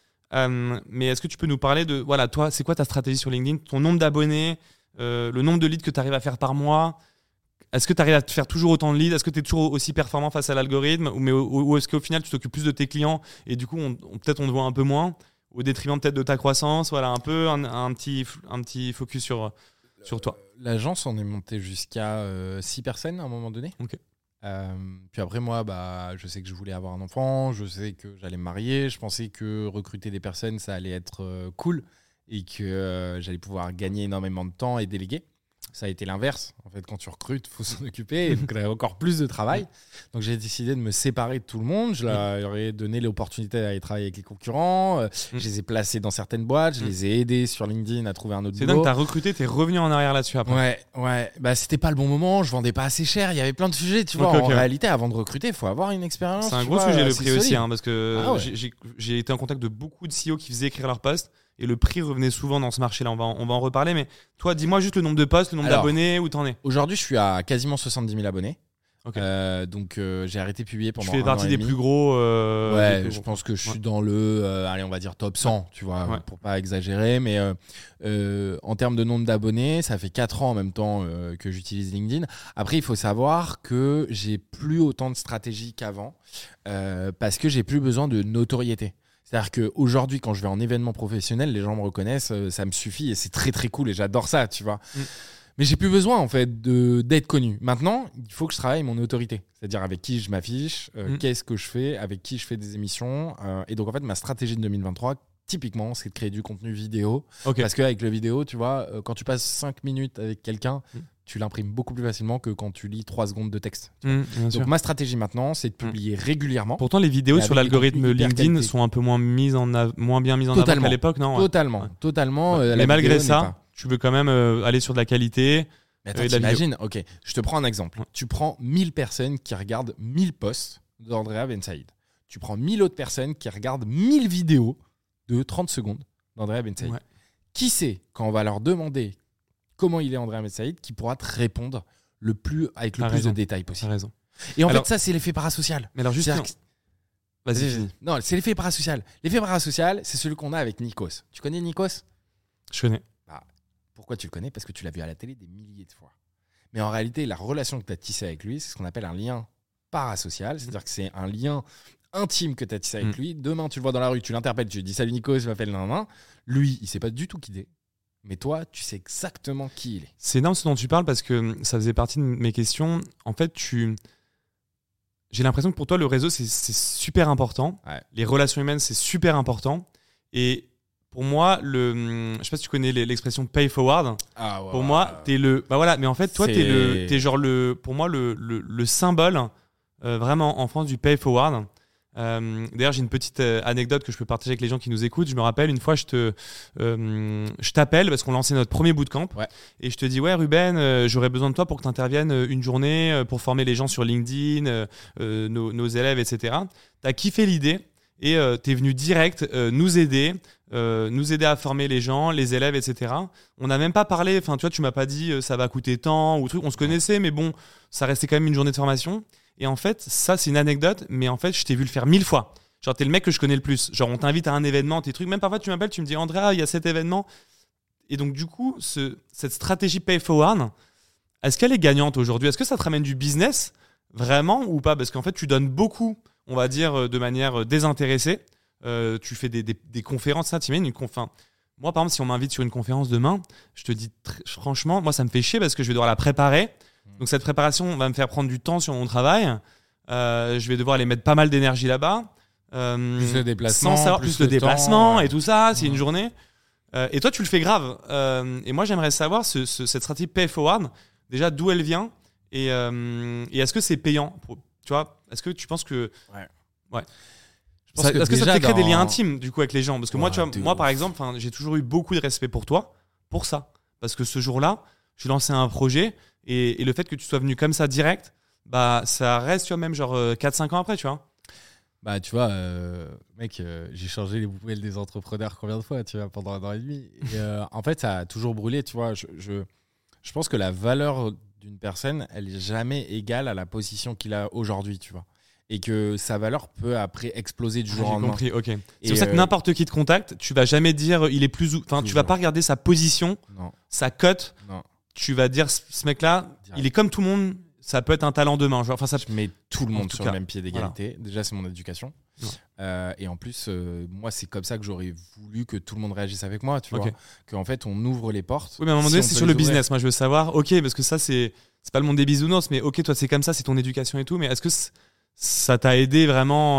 Mais est-ce que tu peux nous parler de, voilà, toi, c'est quoi ta stratégie sur LinkedIn, ton nombre d'abonnés, le nombre de leads que tu arrives à faire par mois? Est-ce que tu arrives à te faire toujours autant de leads? Est-ce que tu es toujours aussi performant face à l'algorithme? Ou est-ce qu'au final, tu t'occupes plus de tes clients et du coup, peut-être on te voit un peu moins, au détriment peut-être de ta croissance? Voilà, un peu un petit focus sur toi. L'agence, on est monté jusqu'à 6 personnes à un moment donné. Ok. Puis après, moi, je sais que je voulais avoir un enfant, je sais que j'allais me marier, je pensais que recruter des personnes, ça allait être cool et que j'allais pouvoir gagner énormément de temps et déléguer. Ça a été l'inverse. En fait, quand tu recrutes, il faut s'en occuper. Et donc, il y avait encore plus de travail. Donc, j'ai décidé de me séparer de tout le monde. Je leur ai donné l'opportunité d'aller travailler avec les concurrents. Je les ai placés dans certaines boîtes. Je les ai aidés sur LinkedIn à trouver un autre C'est boulot. dingue, t'as recruté, t'es revenu en arrière là-dessus après. Ouais. C'était pas le bon moment. Je vendais pas assez cher. Il y avait plein de sujets. Tu vois, Ok. en réalité, avant de recruter, il faut avoir une expérience. C'est un tu gros vois, sujet le assez prix aussi, solide. parce que Ah ouais. j'ai été en contact de beaucoup de CEO qui faisaient écrire leur poste et le prix revenait souvent dans ce marché-là. On va en reparler, mais toi, dis-moi juste le nombre de postes, le nombre Alors, d'abonnés, où t'en es. Aujourd'hui, je suis à quasiment 70 000 abonnés. Ok. Donc, j'ai arrêté de publier pendant Tu fais un an partie et des demi. plus gros. Ouais, des plus je gros. pense que je suis Ouais. dans le, allez, on va dire top 100, tu vois, Ouais. pour pas exagérer. Mais en termes de nombre d'abonnés, ça fait 4 ans en même temps que j'utilise LinkedIn. Après, il faut savoir que j'ai plus autant de stratégie qu'avant parce que j'ai plus besoin de notoriété. C'est-à-dire qu'aujourd'hui, quand je vais en événement professionnel, les gens me reconnaissent, ça me suffit et c'est très très cool et j'adore ça, tu vois. Mais j'ai plus besoin en fait d'être connu. Maintenant, il faut que je travaille mon autorité, c'est-à-dire avec qui je m'affiche, qu'est-ce que je fais, avec qui je fais des émissions. Et donc en fait, ma stratégie de 2023, typiquement, c'est de créer du contenu vidéo. Ok. Parce qu'avec le vidéo, tu vois, quand tu passes 5 minutes avec quelqu'un, tu l'imprimes beaucoup plus facilement que quand tu lis 3 secondes de texte. Bien sûr. Donc ma stratégie maintenant, c'est de publier régulièrement. Pourtant, les vidéos Et sur avec des l'algorithme contenus hyper LinkedIn qualité. sont un peu moins moins bien mises en avant Totalement. qu'à l'époque, non? Ouais. Totalement. Ouais. La Mais malgré vidéo n'est ça, pas- tu veux quand même aller sur de la qualité. Mais attends, Et de la t'imagines, ok, je te prends un exemple. Ouais. Tu prends 1000 personnes qui regardent 1000 posts d'Andrea Ben Saïd. Tu prends 1000 autres personnes qui regardent 1000 vidéos de 30 secondes d'Andrea Ben Saïd. Ouais. Qui sait, quand on va leur demander comment il est Andrea Ben Saïd, qui pourra te répondre avec le T'as plus raison. de détails T'as possible. raison. Et en Alors- fait, ça, c'est l'effet parasocial. Mais alors, juste. C'est-à-dire que- Vas-y, finis. Non, c'est l'effet parasocial. L'effet parasocial, c'est celui qu'on a avec Nikos. Tu connais Nikos ? Je connais. Pourquoi tu le connais ? Parce que tu l'as vu à la télé des milliers de fois. Mais en réalité, la relation que tu as tissée avec lui, c'est ce qu'on appelle un lien parasocial. C'est-à-dire que c'est un lien intime que tu as tissé avec lui. Demain, tu le vois dans la rue, tu l'interpelles, tu lui dis salut Nico, je m'appelle nan. Lui, il sait pas du tout qui t'es. Mais toi, tu sais exactement qui il est. C'est énorme ce dont tu parles parce que ça faisait partie de mes questions. En fait, j'ai l'impression que pour toi, le réseau, c'est super important. Ouais. Les relations humaines, c'est super important. Et pour moi, je sais pas si tu connais l'expression pay forward. Ah ouais. Pour moi, t'es le. Bah voilà, mais en fait, toi, t'es genre pour moi, le symbole vraiment en France du pay forward. D'ailleurs, j'ai une petite anecdote que je peux partager avec les gens qui nous écoutent. Je me rappelle, une fois, je t'appelle parce qu'on lançait notre premier bootcamp. Ouais. Et je te dis, ouais, Ruben, j'aurais besoin de toi pour que tu interviennes une journée pour former les gens sur LinkedIn, nos élèves, etc. Tu as kiffé l'idée et tu es venu direct nous aider à former les gens, les élèves, etc. On n'a même pas parlé, enfin, tu vois, tu m'as pas dit ça va coûter tant ou truc. On se connaissait, mais bon, ça restait quand même une journée de formation. Et en fait, ça, c'est une anecdote, mais en fait, je t'ai vu le faire 1000 fois. Genre, t'es le mec que je connais le plus. Genre, on t'invite à un événement, tes trucs. Même parfois, tu m'appelles, tu me dis, Andrea, il y a cet événement. Et donc, du coup, cette stratégie pay forward, est-ce qu'elle est gagnante aujourd'hui ? Est-ce que ça te ramène du business, vraiment, ou pas ? Parce qu'en fait, tu donnes beaucoup, on va dire, de manière désintéressée. Tu fais des conférences, ça, t'imagines une conférence. Moi, par exemple, si on m'invite sur une conférence demain, je te dis, franchement, moi, ça me fait chier parce que je vais devoir la préparer. Donc cette préparation va me faire prendre du temps sur mon travail. Je vais devoir aller mettre pas mal d'énergie là-bas. Plus le déplacement. Sans savoir, plus le déplacement temps, ouais. Et tout ça, c'est une journée. Et toi, tu le fais grave. Et moi, j'aimerais savoir cette stratégie pay forward, déjà d'où elle vient et est-ce que c'est payant tu vois, est-ce que tu penses que... Ouais. Est-ce que ça te fait créer des liens intimes du coup avec les gens ? Parce que moi, tu vois, moi par exemple, j'ai toujours eu beaucoup de respect pour toi, pour ça. Parce que ce jour-là, j'ai lancé un projet et le fait que tu sois venu comme ça direct, bah ça reste, tu vois, même genre 4-5 ans après, tu vois. Bah tu vois, mec, j'ai changé les poubelles des entrepreneurs combien de fois, tu vois, pendant 1 an et demi. Et en fait, ça a toujours brûlé, tu vois. Je pense que la valeur d'une personne, elle est jamais égale à la position qu'il a aujourd'hui, tu vois. Et que sa valeur peut après exploser du jour au lendemain. J'ai compris, ok. C'est pour ça que n'importe qui te contacte, tu vas jamais dire il est plus ou... Enfin, tu vas pas regarder sa position, sa cote. Non. Tu vas dire ce mec-là, il est comme tout le monde, ça peut être un talent demain. Genre, enfin, ça... Je mets tout le monde sur le même pied d'égalité. Voilà. Déjà, c'est mon éducation. Et en plus, moi, c'est comme ça que j'aurais voulu que tout le monde réagisse avec moi, tu vois. Qu'en fait, on ouvre les portes. Oui, mais à un moment donné, c'est sur le business. Moi, je veux savoir, ok, parce que ça, c'est pas le monde des bisounours, mais ok, toi, c'est comme ça, c'est ton éducation et tout, mais est-ce que ça t'a aidé vraiment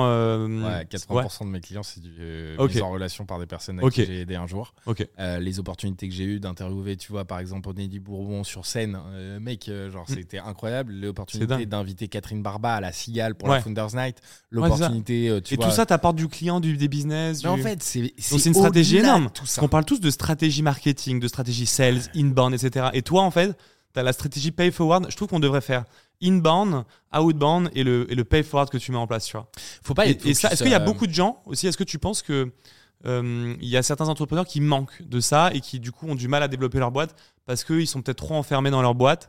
80% de mes clients, c'est mise en relation par des personnes à qui j'ai aidé un jour. Les opportunités que j'ai eues d'interviewer, tu vois, par exemple, Nelly Bourbon sur scène, mec, genre c'était incroyable. L'opportunité d'inviter Catherine Barba à la Cigale pour la Founders Night. L'opportunité, tu vois. Et tout ça, t'apporte du client, des business. Mais en fait, c'est une stratégie énorme. On parle tous de stratégie marketing, de stratégie sales, inbound, etc. Et toi, en fait, t'as la stratégie pay forward. Je trouve qu'on devrait faire inbound, outbound et le pay forward que tu mets en place, tu vois. Faut pas être ça, est-ce qu'il y a beaucoup de gens aussi, est-ce que tu penses que il y a certains entrepreneurs qui manquent de ça et qui du coup ont du mal à développer leur boîte parce qu'ils sont peut-être trop enfermés dans leur boîte?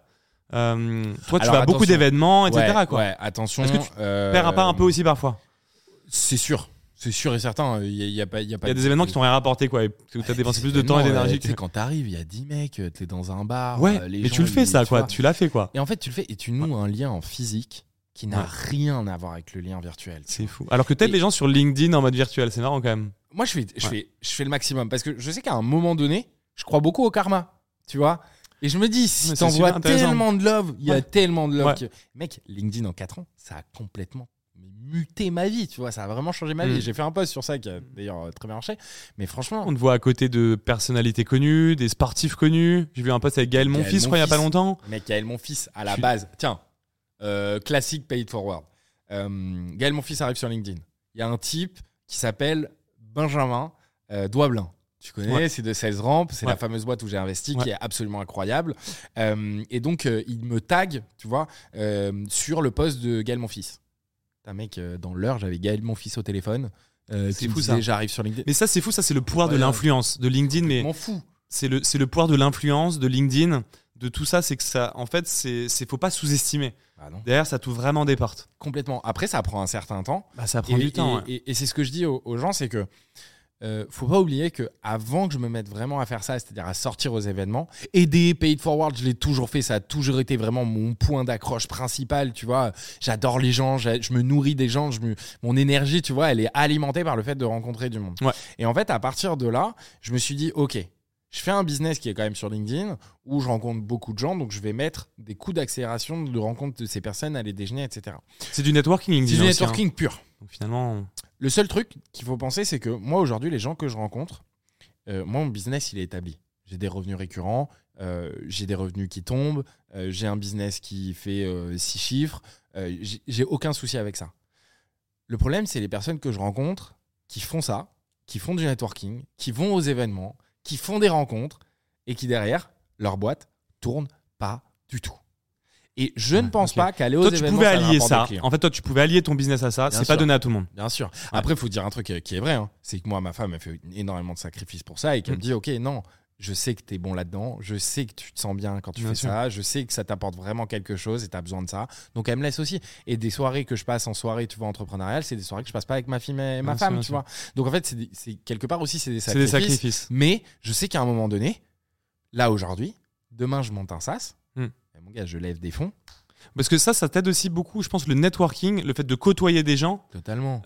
Toi, tu vas à beaucoup d'événements, etc. Ouais, attention. Est-ce que tu perds pas un peu aussi parfois? C'est sûr. C'est sûr et certain. Il y a des événements qui t'ont rien rapporté, quoi, où t'as dépensé plus de temps et d'énergie. Tu sais, quand t'arrives, il y a 10 mecs, t'es dans un bar. Mais tu le fais, ça, quoi. Tu l'as fait, quoi. Et en fait, tu le fais et tu noues un lien en physique qui n'a rien à voir avec le lien virtuel. C'est fou. Alors que peut-être les gens sur LinkedIn en mode virtuel, c'est marrant quand même. Moi, je fais le maximum parce que je sais qu'à un moment donné, je crois beaucoup au karma, tu vois. Et je me dis, si t'envoies tellement de love, il y a tellement de love. Mec, LinkedIn en 4 ans, ça a complètement muté ma vie, tu vois, ça a vraiment changé ma vie. J'ai fait un post sur ça qui a d'ailleurs très bien marché, mais franchement, on te voit à côté de personnalités connues, des sportifs connus. J'ai vu un post avec Gaël Monfils, je crois, il y a pas longtemps. Mec, Gaël Monfils à la base, tiens, classique paid forward. Gaël Monfils arrive sur LinkedIn. Il y a un type qui s'appelle Benjamin Douablin. Tu connais, c'est de 16 rampes, c'est la fameuse boîte où j'ai investi qui est absolument incroyable. Et donc, il me tag, tu vois, sur le post de Gaël Monfils. Mec, dans l'heure, j'avais Gaël Monfils au téléphone. C'est fou ça. J'arrive sur LinkedIn. Mais ça, c'est fou, ça, c'est le pouvoir de l'influence de LinkedIn. Mais m'en fous. C'est le pouvoir de l'influence de LinkedIn, de tout ça, c'est que ça, en fait, faut pas sous-estimer. Derrière, ça t'ouvre vraiment des portes. Complètement. Après, ça prend un certain temps. Ça prend du temps. Et c'est ce que je dis aux gens, c'est que faut pas oublier que avant que je me mette vraiment à faire ça, c'est-à-dire à sortir aux événements, aider, pay it forward, je l'ai toujours fait, ça a toujours été vraiment mon point d'accroche principal, tu vois. J'adore les gens, je me nourris des gens, mon énergie, tu vois, elle est alimentée par le fait de rencontrer du monde. Ouais. Et en fait, à partir de là, je me suis dit, ok, je fais un business qui est quand même sur LinkedIn où je rencontre beaucoup de gens, donc je vais mettre des coups d'accélération de rencontre de ces personnes, aller déjeuner, etc. C'est du networking LinkedIn. C'est du aussi, networking pur. Donc finalement, Le seul truc qu'il faut penser, c'est que moi, aujourd'hui, les gens que je rencontre, moi, mon business, il est établi. J'ai des revenus récurrents, j'ai des revenus qui tombent, j'ai un business qui fait 6 chiffres, j'ai aucun souci avec ça. Le problème, c'est les personnes que je rencontre qui font ça, qui font du networking, qui vont aux événements, qui font des rencontres et qui, derrière, leur boîte tourne pas du tout. Et je ne pense pas qu'aller aux événements, toi, tu pouvais allier rapporte ça. des clients. En fait, toi, tu pouvais allier ton business à ça. Bien C'est sûr. pas donné à tout le monde. Bien sûr. Après, il faut dire un truc qui est vrai. Hein. C'est que moi, ma femme, elle fait énormément de sacrifices pour ça et qu'elle me dit, OK, non, je sais que tu es bon là-dedans. Je sais que tu te sens bien quand tu Bien fais sûr. ça. Je sais que ça t'apporte vraiment quelque chose et tu as besoin de ça. Donc, elle me laisse aussi. Et des soirées que je passe en soirée, tu vois, entrepreneuriale, c'est des soirées que je passe pas avec ma fille et ma Bien femme, sûr, tu vois. Donc, en fait, c'est quelque part aussi, c'est des C'est sacrifices. des sacrifices. Mais je sais qu'à un moment donné, là, aujourd'hui, demain, je monte un SaaS. Hmm. Et mon gars, je lève des fonds. Parce que ça t'aide aussi beaucoup. Je pense le networking, le fait de côtoyer des gens, Totalement.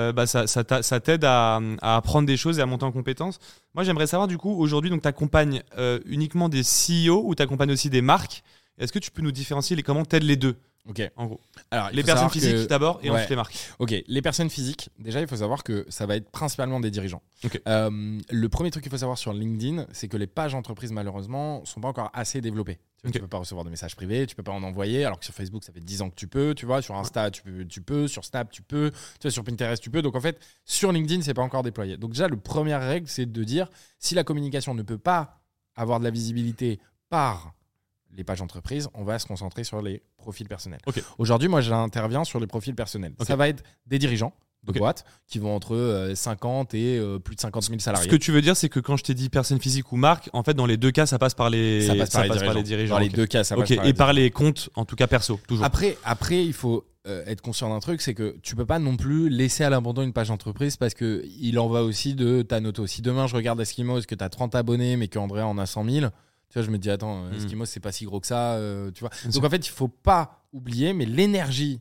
ça t'aide à apprendre des choses et à monter en compétences. Moi, j'aimerais savoir du coup, aujourd'hui, donc tu accompagnes uniquement des CEO ou tu accompagnes aussi des marques. Est-ce que tu peux nous différencier comment t'aides les deux, OK. en gros? Alors, il Les faut personnes savoir physiques d'abord et Ouais. ensuite les marques. Ok, les personnes physiques, déjà il faut savoir que ça va être principalement des dirigeants. Ok. Le premier truc qu'il faut savoir sur LinkedIn, c'est que les pages entreprises malheureusement sont pas encore assez développées. Tu Ok. peux pas recevoir de messages privés, tu peux pas en envoyer, alors que sur Facebook ça fait 10 ans que tu peux, tu vois, sur Insta tu peux, sur Snap tu peux, tu vois, sur Pinterest tu peux. Donc en fait, sur LinkedIn c'est pas encore déployé. Donc déjà, la première règle c'est de dire si la communication ne peut pas avoir de la visibilité par les pages entreprises, on va se concentrer sur les profils personnels. Ok. Aujourd'hui, moi, j'interviens sur les profils personnels. Ok. Ça va être des dirigeants de Ok. boîtes qui vont entre 50 et plus de 50 000 salariés. Ce que tu veux dire, c'est que quand je t'ai dit personne physique ou marque, en fait, dans les deux cas, ça passe par les, ça passe par les dirigeants. Dans les ok. deux cas, ça passe Ok. par Et les par les comptes, en tout cas perso, toujours. Après, il faut être conscient d'un truc, c'est que tu peux pas non plus laisser à l'abandon une page entreprise parce que il en va aussi de ta noto. Si demain je regarde Eskimos que tu as 30 abonnés mais qu'Andrea en a 100 000, tu vois, je me dis attends, Eskimos c'est pas si gros que ça, tu vois. Bien Donc sûr. en fait, il faut pas oublier, mais l'énergie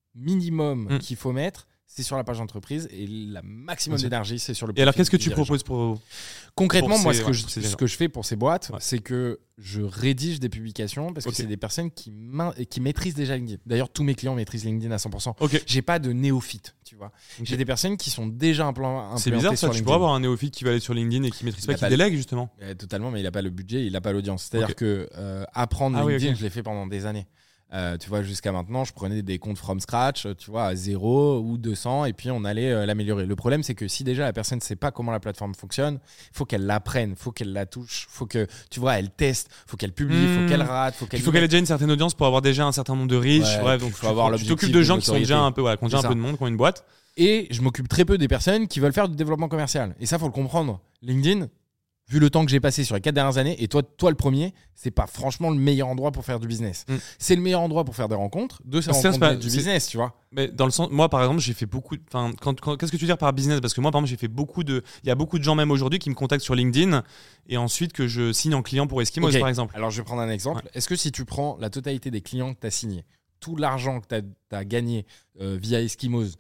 minimum qu'il faut mettre, c'est sur la page entreprise et la maximum Bien sûr. d'énergie, c'est sur le Et alors, profil qu'est-ce que du tu dirigeant. proposes pour Concrètement, pour moi, ces- ce ouais, ces que je fais pour ces boîtes, Ouais. c'est que je rédige des publications parce que Ok. c'est des personnes qui maîtrisent déjà LinkedIn. D'ailleurs, tous mes clients maîtrisent LinkedIn à 100%. Ok. J'ai pas de néophyte, tu vois. Ok. J'ai des personnes qui sont déjà implantées C'est bizarre ça, sur tu LinkedIn. pourrais avoir un néophyte qui va aller sur LinkedIn et qui maîtrise Il pas, a qui pas délègue justement. Totalement, mais il a pas le budget, il a pas l'audience. C'est-à-dire Ok. que apprendre Ah oui, LinkedIn, ok. je l'ai fait pendant des années. Tu vois, jusqu'à maintenant, je prenais des comptes from scratch, tu vois, à 0 ou 200, et puis on allait l'améliorer. Le problème, c'est que si déjà la personne ne sait pas comment la plateforme fonctionne, il faut qu'elle l'apprenne, il faut qu'elle la touche, il faut que, tu vois, elle teste, il faut qu'elle publie, il faut qu'elle rate, Il faut qu'elle ait déjà une certaine audience pour avoir déjà un certain nombre de reach. Ouais, Bref, puis donc faut avoir tu l'objectif t'occupes de gens qui sont notoriété. déjà un peu, voilà, qui ont déjà C'est un peu ça. de monde, qui ont une boîte. Et je m'occupe très peu des personnes qui veulent faire du développement commercial. Et ça, faut le comprendre. LinkedIn, vu le temps que j'ai passé sur les 4 dernières années, et toi le premier, c'est pas franchement le meilleur endroit pour faire du business. C'est le meilleur endroit pour faire des rencontres. Ces C'est rencontres pas- du c'est- business, tu vois. Mais dans le sens, moi par exemple, j'ai fait beaucoup. Enfin, qu'est-ce que tu veux dire par business? Parce que moi, par exemple, j'ai fait beaucoup de. Il y a beaucoup de gens même aujourd'hui qui me contactent sur LinkedIn et ensuite que je signe en client pour Eskimos, Ok. par exemple. Alors, je vais prendre un exemple. Est-ce que si tu prends la totalité des clients que tu as signés, tout l'argent que tu as gagné via Eskimos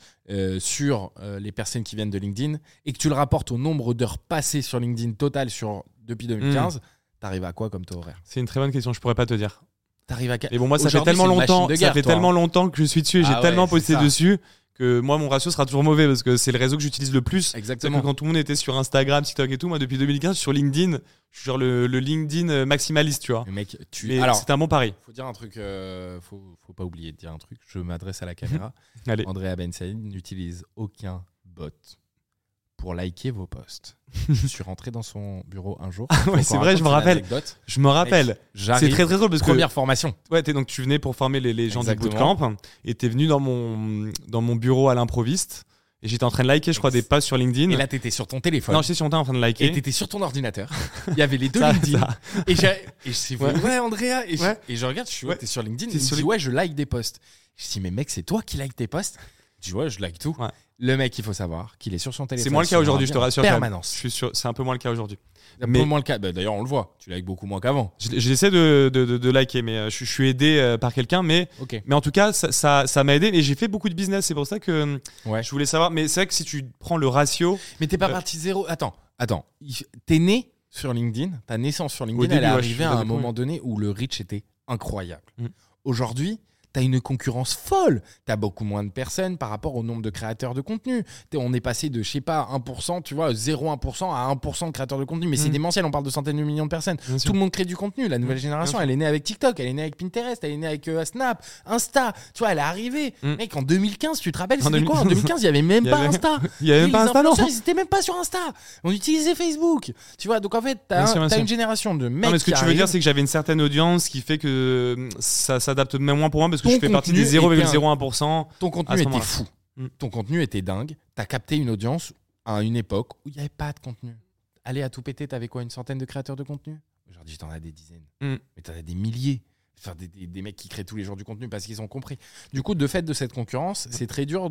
sur les personnes qui viennent de LinkedIn, et que tu le rapportes au nombre d'heures passées sur LinkedIn total depuis 2015, t'arrives à quoi comme taux horaire? C'est une très bonne question. Je pourrais pas te dire. T'arrives à... Et bon, moi, ça fait Aujourd'hui, tellement c'est une machine longtemps. de Ça guerre, fait toi, tellement hein. longtemps que je suis dessus et j'ai Ah ouais, tellement c'est posté ça. dessus que moi, mon ratio sera toujours mauvais parce que c'est le réseau que j'utilise le plus. C'est Exactement. que quand tout le monde était sur Instagram, TikTok et tout, moi depuis 2015 sur LinkedIn, je suis genre le LinkedIn maximaliste, tu vois. Le mec, Mais alors, c'est un bon pari. faut dire un truc, faut pas oublier de dire un truc. Je m'adresse à la caméra. Allez. Andrea Ben Saïd n'utilise aucun bot pour liker vos posts. Je suis rentré dans son bureau un jour. Ouais, c'est vrai, je me rappelle. Je me rappelle. Mec, C'est j'arrive. très très drôle parce que Première formation. ouais, donc tu venais pour former les gens Exactement. du bootcamp et t'es venu dans mon bureau à l'improviste et j'étais en train de liker, je crois, des posts sur LinkedIn. Et là, t'étais sur ton téléphone. Non, j'étais sur ton en train de Et liker. t'étais sur ton ordinateur. Il y avait les deux Ça, LinkedIn. ça. Et je suis ouais, Andrea. Et je regarde, je suis Ouais. t'es sur LinkedIn. T'es Il me sur dit, ouais, je like des posts. Je dis, mais mec, c'est toi qui like tes posts? Tu vois, je like tout. Ouais. Le mec, il faut savoir qu'il est sur son téléphone. C'est moins le cas aujourd'hui, je te rassure. Permanence. Je suis sûr, c'est un peu moins le cas aujourd'hui. C'est un Mais- peu moins le cas. Bah, d'ailleurs, on le voit. Tu likes beaucoup moins qu'avant. J'essaie de liker, mais je suis aidé par quelqu'un. Mais en tout cas, ça m'a aidé et j'ai fait beaucoup de business. C'est pour ça que Ouais. je voulais savoir. Mais c'est vrai que si tu prends le ratio, Mais t'es pas parti zéro. Attends. T'es né sur LinkedIn. Ta naissance sur LinkedIn, début, elle est ouais, je arrivée suis à au un début, moment donné où le reach était incroyable. Mm. Aujourd'hui, t'as une concurrence folle. T'as beaucoup moins de personnes par rapport au nombre de créateurs de contenu. On est passé de, je sais pas, 1%, tu vois, 0,1% à 1% de créateurs de contenu. Mais c'est démentiel, on parle de centaines de millions de personnes. bien sûr. Tout le monde crée du contenu. La nouvelle génération, elle est née avec TikTok, elle est née avec Pinterest, elle est née avec Snap, Insta. Tu vois, elle est arrivée. Mec, en 2015, tu te rappelles, c'était quoi ? En 2015, il y avait même Il y pas avait- Insta. il y avait même pas Insta, non. Les influenceurs, ils étaient même pas sur Insta. On utilisait Facebook. Tu vois, donc en fait, Bien sûr, bien t'as sûr. une génération de mecs non, mais ce que qui tu veux arrivent. dire, c'est que j'avais une certaine audience qui fait que ça s'adapte même moins pour moi parce que Ton je fais partie contenu des 0,01%. Ton à contenu ce était moment-là. fou. Mm. Ton contenu était dingue. T'as capté une audience à une époque où il n'y avait pas de contenu. Allez, à tout péter, t'avais quoi, une centaine de créateurs de contenu ? Aujourd'hui, t'en as des dizaines. Mm. Mais t'en as des milliers. Enfin, des mecs qui créent tous les jours du contenu parce qu'ils ont compris. Du coup, de fait de cette concurrence, c'est très dur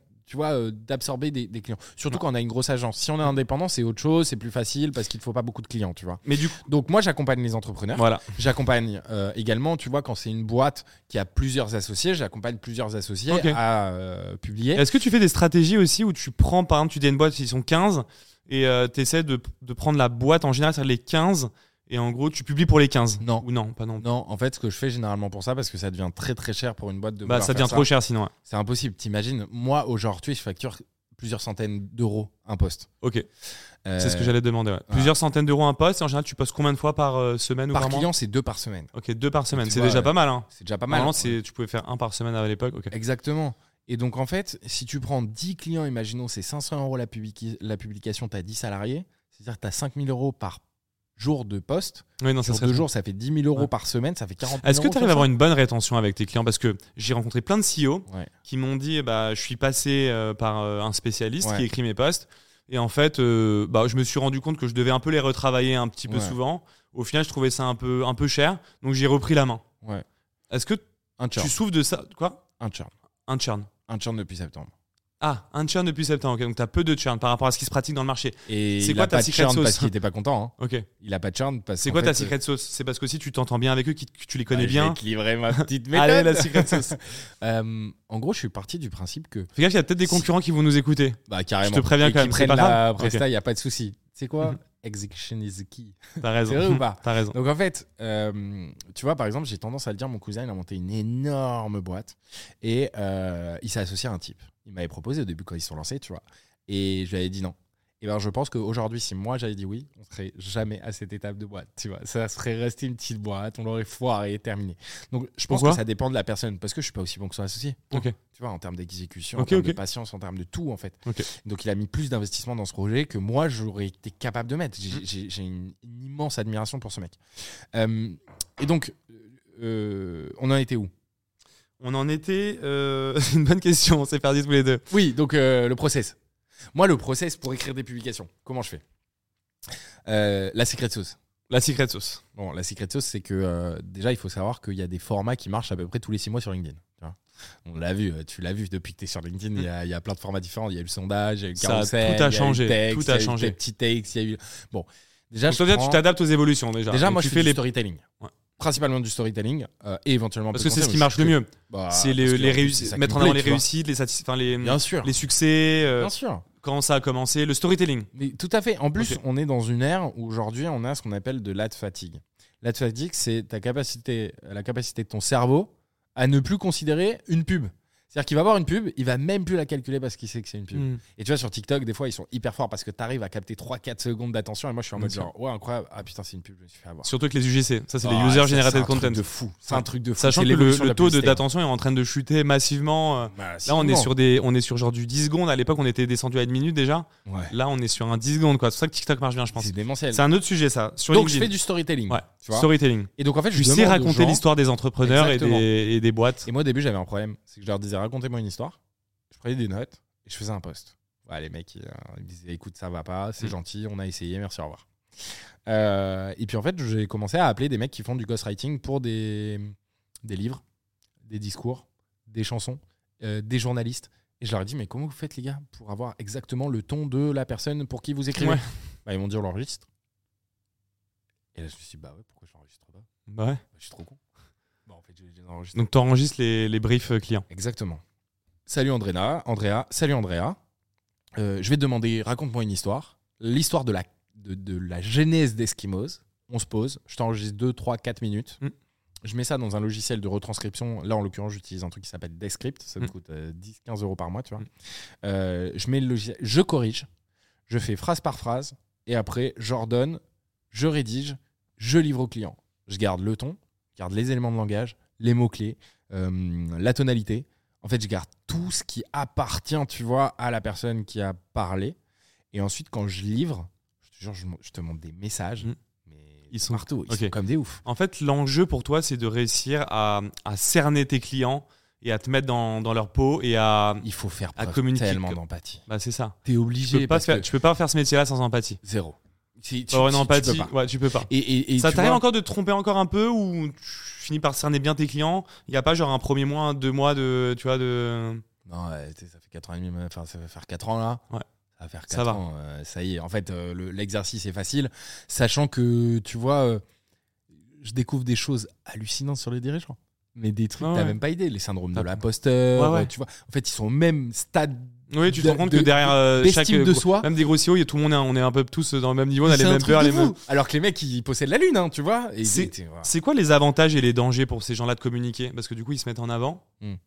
d'absorber des clients. Surtout quand on a une grosse agence. Si on est indépendant, c'est autre chose, c'est plus facile parce qu'il ne faut pas beaucoup de clients, tu vois. Mais du coup, Donc moi, j'accompagne les entrepreneurs. voilà. J'accompagne également, tu vois, quand c'est une boîte qui a plusieurs associés, j'accompagne plusieurs associés Ok. à publier. Est-ce que tu fais des stratégies aussi où tu prends, par exemple, tu dis à une boîte, ils sont 15 et tu essaies de prendre la boîte en général, c'est-à-dire les 15 et en gros, tu publies pour les 15 Non. Ou non, pas non. Non, en fait, ce que je fais généralement pour ça, parce que ça devient très très cher pour une boîte de Bah, vouloir ça faire devient trop cher sinon. Ouais. C'est impossible. T'imagines, moi aujourd'hui, je facture plusieurs centaines d'euros un poste. Ok, c'est ce que j'allais te demander. Ouais. Plusieurs centaines d'euros un poste et en général, tu postes combien de fois par semaine ou Par par mois client, c'est 2 par semaine. Ok, 2 par semaine. Tu C'est vois, déjà pas mal. Hein. C'est déjà pas mal. Normalement, tu pouvais faire 1 par semaine à l'époque. Ok. Exactement. Et donc, en fait, si tu prends 10 clients, imaginons, c'est 500 euros la publication, tu as 10 salariés, c'est-à-dire que tu as 5 000 euros par jour de poste. Oui, non, ça Sur serait 2 jours, ça fait 10 000 euros Ouais. par semaine, ça fait 40 000 Est-ce que euros tu arrives sur à avoir ça. une bonne rétention avec tes clients? Parce que j'ai rencontré plein de CEO Ouais. qui m'ont dit bah, je suis passé par un spécialiste Ouais. qui écrit mes posts. Et en fait, je me suis rendu compte que je devais un peu les retravailler un petit peu Ouais. souvent. Au final, je trouvais ça un peu cher. Donc, j'ai repris la main. Ouais. Est-ce que Un churn. tu souffres de ça? Quoi? Un churn. Un churn. Un churn depuis septembre. Ah, un churn depuis septembre. Ok, donc, tu as peu de churn par rapport à ce qui se pratique dans le marché. Et C'est il quoi a ta pas de secret churn sauce parce qu'il était pas content. Hein. Ok. Il a pas de churn parce C'est qu'en quoi ta fait, secret sauce? C'est parce que si tu t'entends bien avec eux, que tu les connais je bien. vais te livrer ma petite méthode. Allez, la secret sauce. En gros, je suis parti du principe que Fais gaffe, il y a peut-être des concurrents qui vont nous écouter. bah carrément. Je te préviens et quand qui même, c'est prennent pas la grave. presta, Ok. il y a pas de souci. C'est quoi Mhm. Execution is the key. T'as raison. C'est vrai ou pas? T'as raison. Donc en fait, tu vois, par exemple, j'ai tendance à le dire, mon cousin, il a monté une énorme boîte et il s'est associé à un type. Il m'avait proposé au début quand ils se sont lancés, tu vois. Et je lui avais dit non. Et ben je pense qu'aujourd'hui, si moi j'avais dit oui, on serait jamais à cette étape de boîte, tu vois. Ça serait resté une petite boîte, on l'aurait foiré et terminé. Donc je pense Pourquoi que ça dépend de la personne, parce que je suis pas aussi bon que son associé. Ok. Tu vois, en termes d'exécution, Ok, en termes ok. de patience, en termes de tout, en fait. Ok. Donc il a mis plus d'investissement dans ce projet que moi j'aurais été capable de mettre. J'ai une immense admiration pour ce mec. Et donc, on en était où? On en était. C'est une bonne question, on s'est perdu tous les deux. Oui, donc le process. Moi, le process pour écrire des publications, comment je fais? La secret sauce. La secret sauce. Bon, la secret sauce, c'est que déjà, il faut savoir qu'il y a des formats qui marchent à peu près tous les 6 mois sur LinkedIn. Tu vois. On l'a vu, tu l'as vu depuis que tu es sur LinkedIn, il y a plein de formats différents. Il y a eu le sondage, il y a eu le Ça, carousel, tout a il y changé, eu le texte, tout a il y eu changé. les petits takes, il y a eu... Bon, déjà, Donc, tu t'adaptes aux évolutions déjà. Déjà, Donc, moi, tu je fais fais du storytelling. Ouais. Principalement du storytelling et éventuellement... Parce un peu que c'est de ce qui contenu, marche le mais mieux. bah, C'est parce que, les en plus, c'est réussites, ça qui mettre en me avant plaît, les tu vois. réussites, Bien sûr. les succès, Bien sûr. comment ça a commencé, le storytelling. Mais tout à fait. En plus, Ok. on est dans une ère où aujourd'hui, on a ce qu'on appelle de l'ad fatigue. L'ad fatigue, c'est la capacité de ton cerveau à ne plus considérer une pub. C'est-à-dire qu'il va voir une pub, il va même plus la calculer parce qu'il sait que c'est une pub. Mm. Et tu vois, sur TikTok, des fois, ils sont hyper forts parce que tu arrives à capter 3-4 secondes d'attention. Et moi, je suis en Bien mode sûr. genre, ouais, incroyable. Ah putain, c'est une pub, je me suis fait avoir. Surtout avec les UGC. Ça, c'est les Ah, User ça, Generated c'est un truc Content. de fou. C'est Ouais. un truc de fou. Sachant C'est que l'évolution de le la taux publicité. d'attention est en train de chuter massivement. Là, on est sur genre du 10 secondes. À l'époque, on était descendu à 1 minute déjà. Ouais. Là, on est sur un 10 secondes. C'est pour ça que TikTok marche bien, je pense. C'est démentiel. C'est un autre sujet, ça. Sur Donc, je LinkedIn. fais du storytelling. Ouais. Tu vois. Storytelling. Et donc, en fait, Tu je sais demande aux raconter gens- l'histoire des entrepreneurs Exactement. et des boîtes. Et moi, au début, j'avais un problème. C'est que je leur disais, racontez-moi une histoire. Je prenais des notes et je faisais un post. Ouais, les mecs, ils me disaient, écoute, ça va pas, c'est gentil, on a essayé, merci, au revoir. Et puis, en fait, j'ai commencé à appeler des mecs qui font du ghostwriting pour des livres, des discours, des chansons, des journalistes, Et je leur ai dit, mais comment vous faites, les gars, pour avoir exactement le ton de la personne pour qui vous écrivez? Ouais. Bah, ils m'ont dit, on l'enregistre. Et là, je me suis dit, bah ouais, pourquoi je l'enregistre pas? Bah ouais. Bah, je suis trop con. Bah, en fait, je les enregistre. Donc, tu enregistres les briefs clients. Exactement. Salut Andrea. Salut Andrea. Je vais te demander, raconte-moi une histoire. L'histoire de la genèse d'Eskimos. On se pose. Je t'enregistre 2, 3, 4 minutes. Je mets ça dans un logiciel de retranscription. Là, en l'occurrence, j'utilise un truc qui s'appelle Descript. Ça me coûte 10-15 euros par mois, tu vois. Je mets le logiciel, je corrige, je fais phrase par phrase, et après, j'ordonne, je rédige, je livre au client. Je garde le ton, je garde les éléments de langage, les mots-clés, la tonalité. En fait, je garde tout ce qui appartient, tu vois, à la personne qui a parlé. Et ensuite, quand je livre, je te jure, je te montre des messages. Ils sont partout, ils sont comme des oufs. En fait, l'enjeu pour toi, c'est de réussir à cerner tes clients et à te mettre dans leur peau et à il faut faire preuve communiquer tellement d'empathie. Bah, c'est ça. T'es obligé. Tu peux pas faire ce métier-là sans empathie. Zéro. Tu peux pas. Et ça t'arrive encore de te tromper encore un peu ou tu finis par cerner bien tes clients? Il n'y a pas genre un premier mois, 2 mois de. Tu vois, de. Non, ça fait 4 ans et demi, enfin, ça va faire 4 ans là. Ouais. Ça va faire 4 ans, ça y est. En fait, l'exercice est facile, sachant que, tu vois, je découvre des choses hallucinantes sur les dirigeants. Mais des trucs, t'as même pas idée. Les syndromes de l'imposteur, tu vois. En fait, ils sont au même stade. Oui, tu te rends compte que derrière chaque de soi, même des gros CEO, tout le monde on est un peu tous dans le même niveau, on a les mêmes peurs, les mêmes. Alors que les mecs, ils possèdent la lune, hein, tu vois. Et c'est quoi les avantages et les dangers pour ces gens-là de communiquer? Parce que du coup, ils se mettent en avant.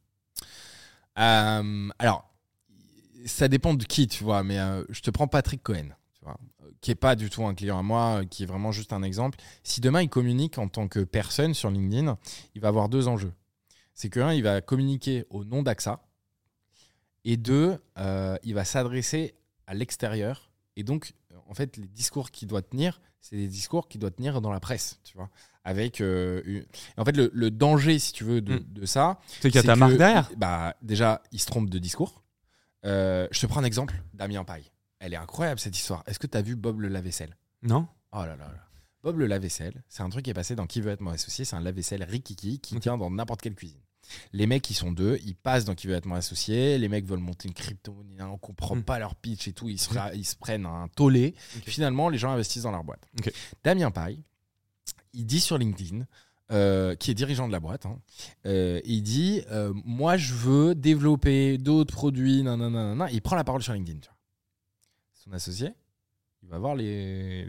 Alors, ça dépend de qui, tu vois. Mais je te prends Patrick Cohen, tu vois, qui est pas du tout un client à moi, qui est vraiment juste un exemple. Si demain il communique en tant que personne sur LinkedIn, il va avoir 2 enjeux. C'est que 1, il va communiquer au nom d'AXA. Et 2, il va s'adresser à l'extérieur. Et donc, en fait, les discours qu'il doit tenir, c'est des discours qu'il doit tenir dans la presse, tu vois. Avec, en fait, le danger, si tu veux, de ça, c'est qu'il y a ta marque derrière. Bah, déjà, il se trompe de discours. Je te prends un exemple, Damien Paille. Elle est incroyable, cette histoire. Est-ce que tu as vu Bob le lave-vaisselle? Non. Oh là là là. Bob le lave-vaisselle, c'est un truc qui est passé dans Qui veut être mon associé. C'est un lave-vaisselle rikiki qui tient dans n'importe quelle cuisine. Les mecs, ils sont 2, ils passent dans Qui veut être mon associé. Les mecs veulent monter une crypto-monnaie, on comprend pas leur pitch et tout. Ils se prennent un tollé. Finalement, les gens investissent dans leur boîte. Damien Paille, il dit sur LinkedIn, qui est dirigeant de la boîte, il dit moi, je veux développer d'autres produits. Il prend la parole sur LinkedIn. Tu vois. Son associé, il va voir les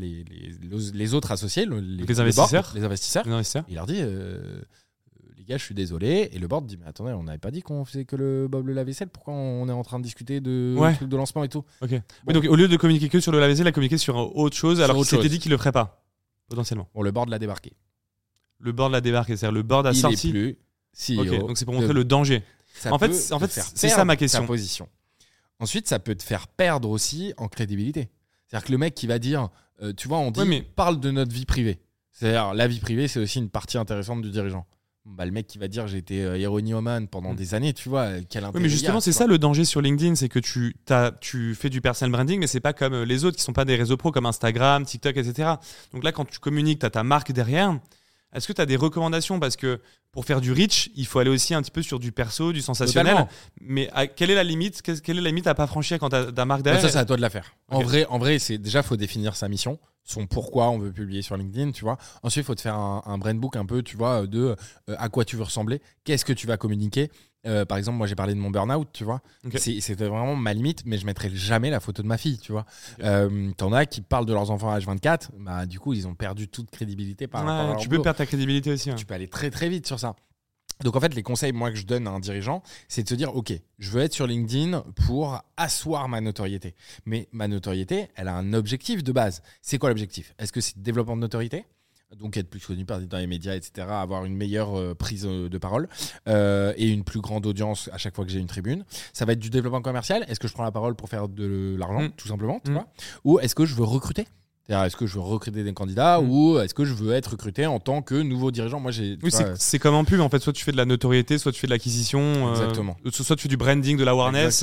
autres associés, les investisseurs. Il leur dit les gars, je suis désolé. Et le board dit mais attendez, on n'avait pas dit qu'on faisait que le Bob le lave-vaisselle. Pourquoi on est en train de discuter de trucs de lancement et tout? Bon. Oui, donc au lieu de communiquer que sur le lave-vaisselle, il a communiqué sur autre chose, alors qu'il s'était dit qu'il le ferait pas potentiellement. Bon, le board l'a débarqué. Le board l'a débarqué, c'est-à-dire le board a sorti. Il est plus CEO. Donc c'est pour montrer le danger. En fait, c'est ça ma question. Position. Ensuite, ça peut te faire perdre aussi en crédibilité. C'est-à-dire que le mec qui va dire, tu vois, on dit, parle de notre vie privée. C'est-à-dire, la vie privée, c'est aussi une partie intéressante du dirigeant. Bah, le mec qui va dire, j'ai été héroïnomane pendant des années, tu vois, quel intérêt. Oui, mais justement, c'est ça le danger sur LinkedIn, c'est que tu fais du personal branding, mais c'est pas comme les autres qui sont pas des réseaux pro comme Instagram, TikTok, etc. Donc là, quand tu communiques, tu as ta marque derrière. Est-ce que tu as des recommandations? Parce que pour faire du reach, il faut aller aussi un petit peu sur du perso, du sensationnel. Totalement. Mais quelle est la limite? Quelle est la limite à pas franchir quand tu as ta marque derrière? Ça, c'est à toi de la faire. Okay. En vrai, c'est déjà, faut définir sa mission, son pourquoi on veut publier sur LinkedIn, tu vois. Ensuite, il faut te faire un brand book un peu, tu vois, de à quoi tu veux ressembler, qu'est-ce que tu vas communiquer. Par exemple, moi, j'ai parlé de mon burn-out, tu vois. C'était vraiment ma limite, mais je mettrai jamais la photo de ma fille, tu vois. T'en as qui parlent de leurs enfants à H24, bah, du coup, ils ont perdu toute crédibilité par rapport à leur tu peux perdre ta crédibilité aussi. Tu peux aller très, très vite sur ça. Donc, en fait, les conseils, moi, que je donne à un dirigeant, c'est de se dire, OK, je veux être sur LinkedIn pour asseoir ma notoriété. Mais ma notoriété, elle a un objectif de base. C'est quoi l'objectif? Est-ce que c'est le développement de notoriété? Donc être plus connu dans les médias, etc., avoir une meilleure prise de parole et une plus grande audience à chaque fois que j'ai une tribune. Ça va être du développement commercial. Est-ce que je prends la parole pour faire de l'argent, tout simplement, tu vois? Ou est-ce que je veux recruter? C'est-à-dire, est-ce que je veux recruter des candidats ou est-ce que je veux être recruté en tant que nouveau dirigeant? Moi, c'est comme en pub, en fait. Soit tu fais de la notoriété, soit tu fais de l'acquisition. Exactement. Soit tu fais du branding, de l'awareness. Exactement.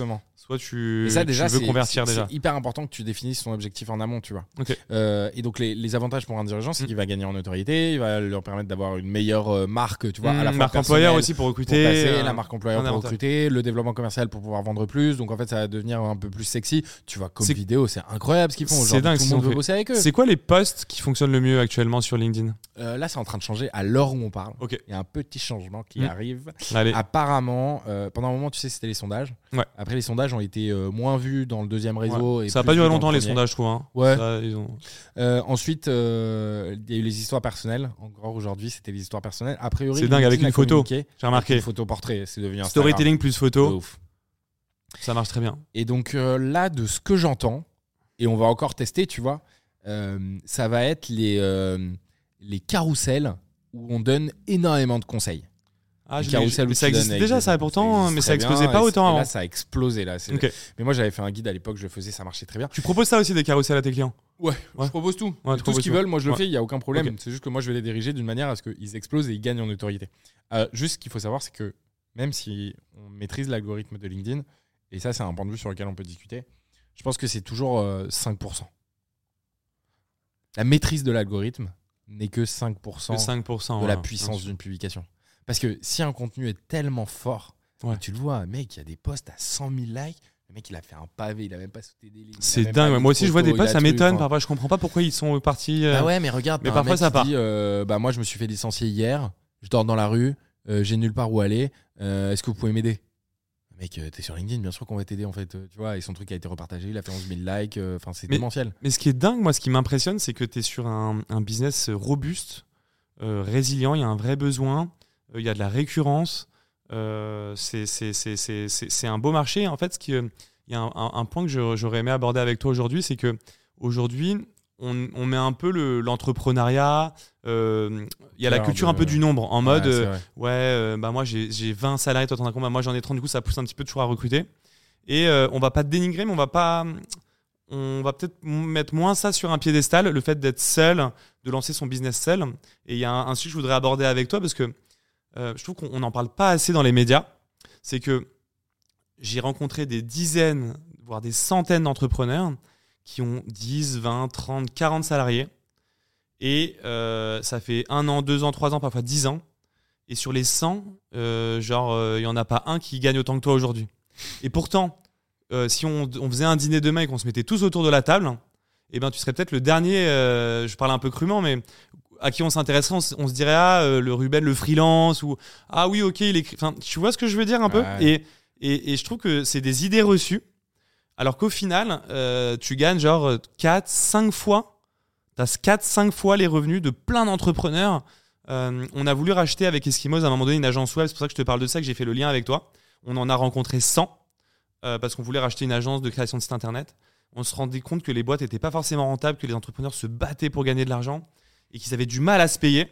soit tu, Et ça, déjà, tu veux convertir déjà. C'est hyper important que tu définisses ton objectif en amont, tu vois. Ok. Et donc, les avantages pour un dirigeant, c'est qu'il va gagner en notoriété, il va leur permettre d'avoir une meilleure marque, tu vois, à la fois marque employeur personnelle aussi pour pour recruter. passer, la marque employeur pour avantage. recruter, le développement commercial pour pouvoir vendre plus. Donc, en fait, ça va devenir un peu plus sexy. Tu vois, comme C'est- vidéo, c'est incroyable ce qu'ils font. C'est Aujourd'hui, dingue tout ce le monde qu'ils ont veut fait. bosser avec eux. C'est quoi les posts qui fonctionnent le mieux actuellement sur LinkedIn? Là, c'est en train de changer à l'heure où on parle. Ok. Il y a un petit changement qui arrive. Allez. Apparemment, pendant un moment, tu sais, c'était les sondages. Ouais. Après, les sondages ont été moins vus dans le deuxième réseau. Et Ça n'a plus pas duré vus dans longtemps le les premier. sondages, je trouve. Hein. Ouais. Ça, ils ont... Ensuite, il y a eu les histoires personnelles. Encore aujourd'hui, c'était les histoires personnelles. A priori, C'est dingue, avec LinkedIn une a photo. communiqué J'ai avec remarqué. une photo portrait. C'est devenu Instagram. Storytelling plus De photo, ouf. ça marche très bien. Et donc là, de ce que j'entends, et on va encore tester, tu vois, ça va être les carousels où on donne énormément de conseils. Ah, Les carousels où mais ça tu donnes existe avec déjà des- ça pourtant, existe mais très ça explosait bien, pas autant et avant. là, ça a explosé. Là. Ok. Mais moi, j'avais fait un guide à l'époque, je le faisais, ça marchait très bien. Tu proposes ça aussi des carousels à tes clients? Ouais, Ouais. je propose tout. Ouais, tu Tout proposes ce qu'ils tout. veulent, moi je le Ouais. fais, il n'y a aucun problème. Ok. C'est juste que moi je vais les diriger d'une manière à ce qu'ils explosent et ils gagnent en notoriété. Juste ce qu'il faut savoir, c'est que même si on maîtrise l'algorithme de LinkedIn, et ça c'est un point de vue sur lequel on peut discuter, je pense que c'est toujours 5%. La maîtrise de l'algorithme n'est que 5%, Que 5%. de la ouais, puissance bien sûr. d'une publication. Parce que si un contenu est tellement fort, Ouais. tu le vois, mec, il y a des posts à 100 000 likes, le mec il a fait un pavé, il a même pas sauté des lignes. il a C'est même dingue. pas ouais. mis Moi de aussi, je vois des photos, posts, il ça a truc, m'étonne. enfin. Parfois, je comprends pas pourquoi ils sont partis. Bah ouais, mais regarde, mais t'as un parfois, mec ça qui part. dit, bah moi je me suis fait licencier hier, je dors dans la rue, j'ai nulle part où aller, est-ce que vous pouvez m'aider? Mec, t'es sur LinkedIn, bien sûr qu'on va t'aider en fait, tu vois, et son truc a été repartagé, il a fait 11 000 likes, enfin c'est démentiel. Mais ce qui est dingue, moi, ce qui m'impressionne, c'est que tu es sur un business robuste, résilient, il y a un vrai besoin, il y a de la récurrence, c'est un beau marché. En fait, il y a un point que j'aurais aimé aborder avec toi aujourd'hui, c'est que aujourd'hui, on met un peu l'entrepreneuriat, il y a la culture un peu du nombre, en mode, Ouais, c'est vrai. bah moi j'ai 20 salariés, toi t'en as combien? Moi j'en ai 30, du coup ça pousse un petit peu toujours à recruter. Et on va pas te dénigrer, mais on va peut-être mettre moins ça sur un piédestal, le fait d'être seul, de lancer son business seul. Et il y a un sujet que je voudrais aborder avec toi parce que je trouve qu'on n'en parle pas assez dans les médias. C'est que j'ai rencontré des dizaines, voire des centaines d'entrepreneurs qui ont 10, 20, 30, 40 salariés. Et ça fait 1 an, 2 ans, 3 ans, parfois 10 ans. Et sur les 100, il n'y en a pas un qui gagne autant que toi aujourd'hui. Et pourtant, si on faisait un dîner demain et qu'on se mettait tous autour de la table, eh ben, tu serais peut-être le dernier, je parle un peu crûment, mais à qui on s'intéresserait, on se dirait, le Ruben, le freelance, ou ah oui, ok, il écrit. Enfin, tu vois ce que je veux dire un peu? Ouais. Et je trouve que c'est des idées reçues, alors qu'au final, tu gagnes genre 4, 5 fois, tu as 4, 5 fois les revenus de plein d'entrepreneurs. On a voulu racheter avec Eskimos à un moment donné une agence web, c'est pour ça que je te parle de ça, que j'ai fait le lien avec toi. On en a rencontré 100 parce qu'on voulait racheter une agence de création de site internet. On se rendait compte que les boîtes n'étaient pas forcément rentables, que les entrepreneurs se battaient pour gagner de l'argent et qu'ils avaient du mal à se payer.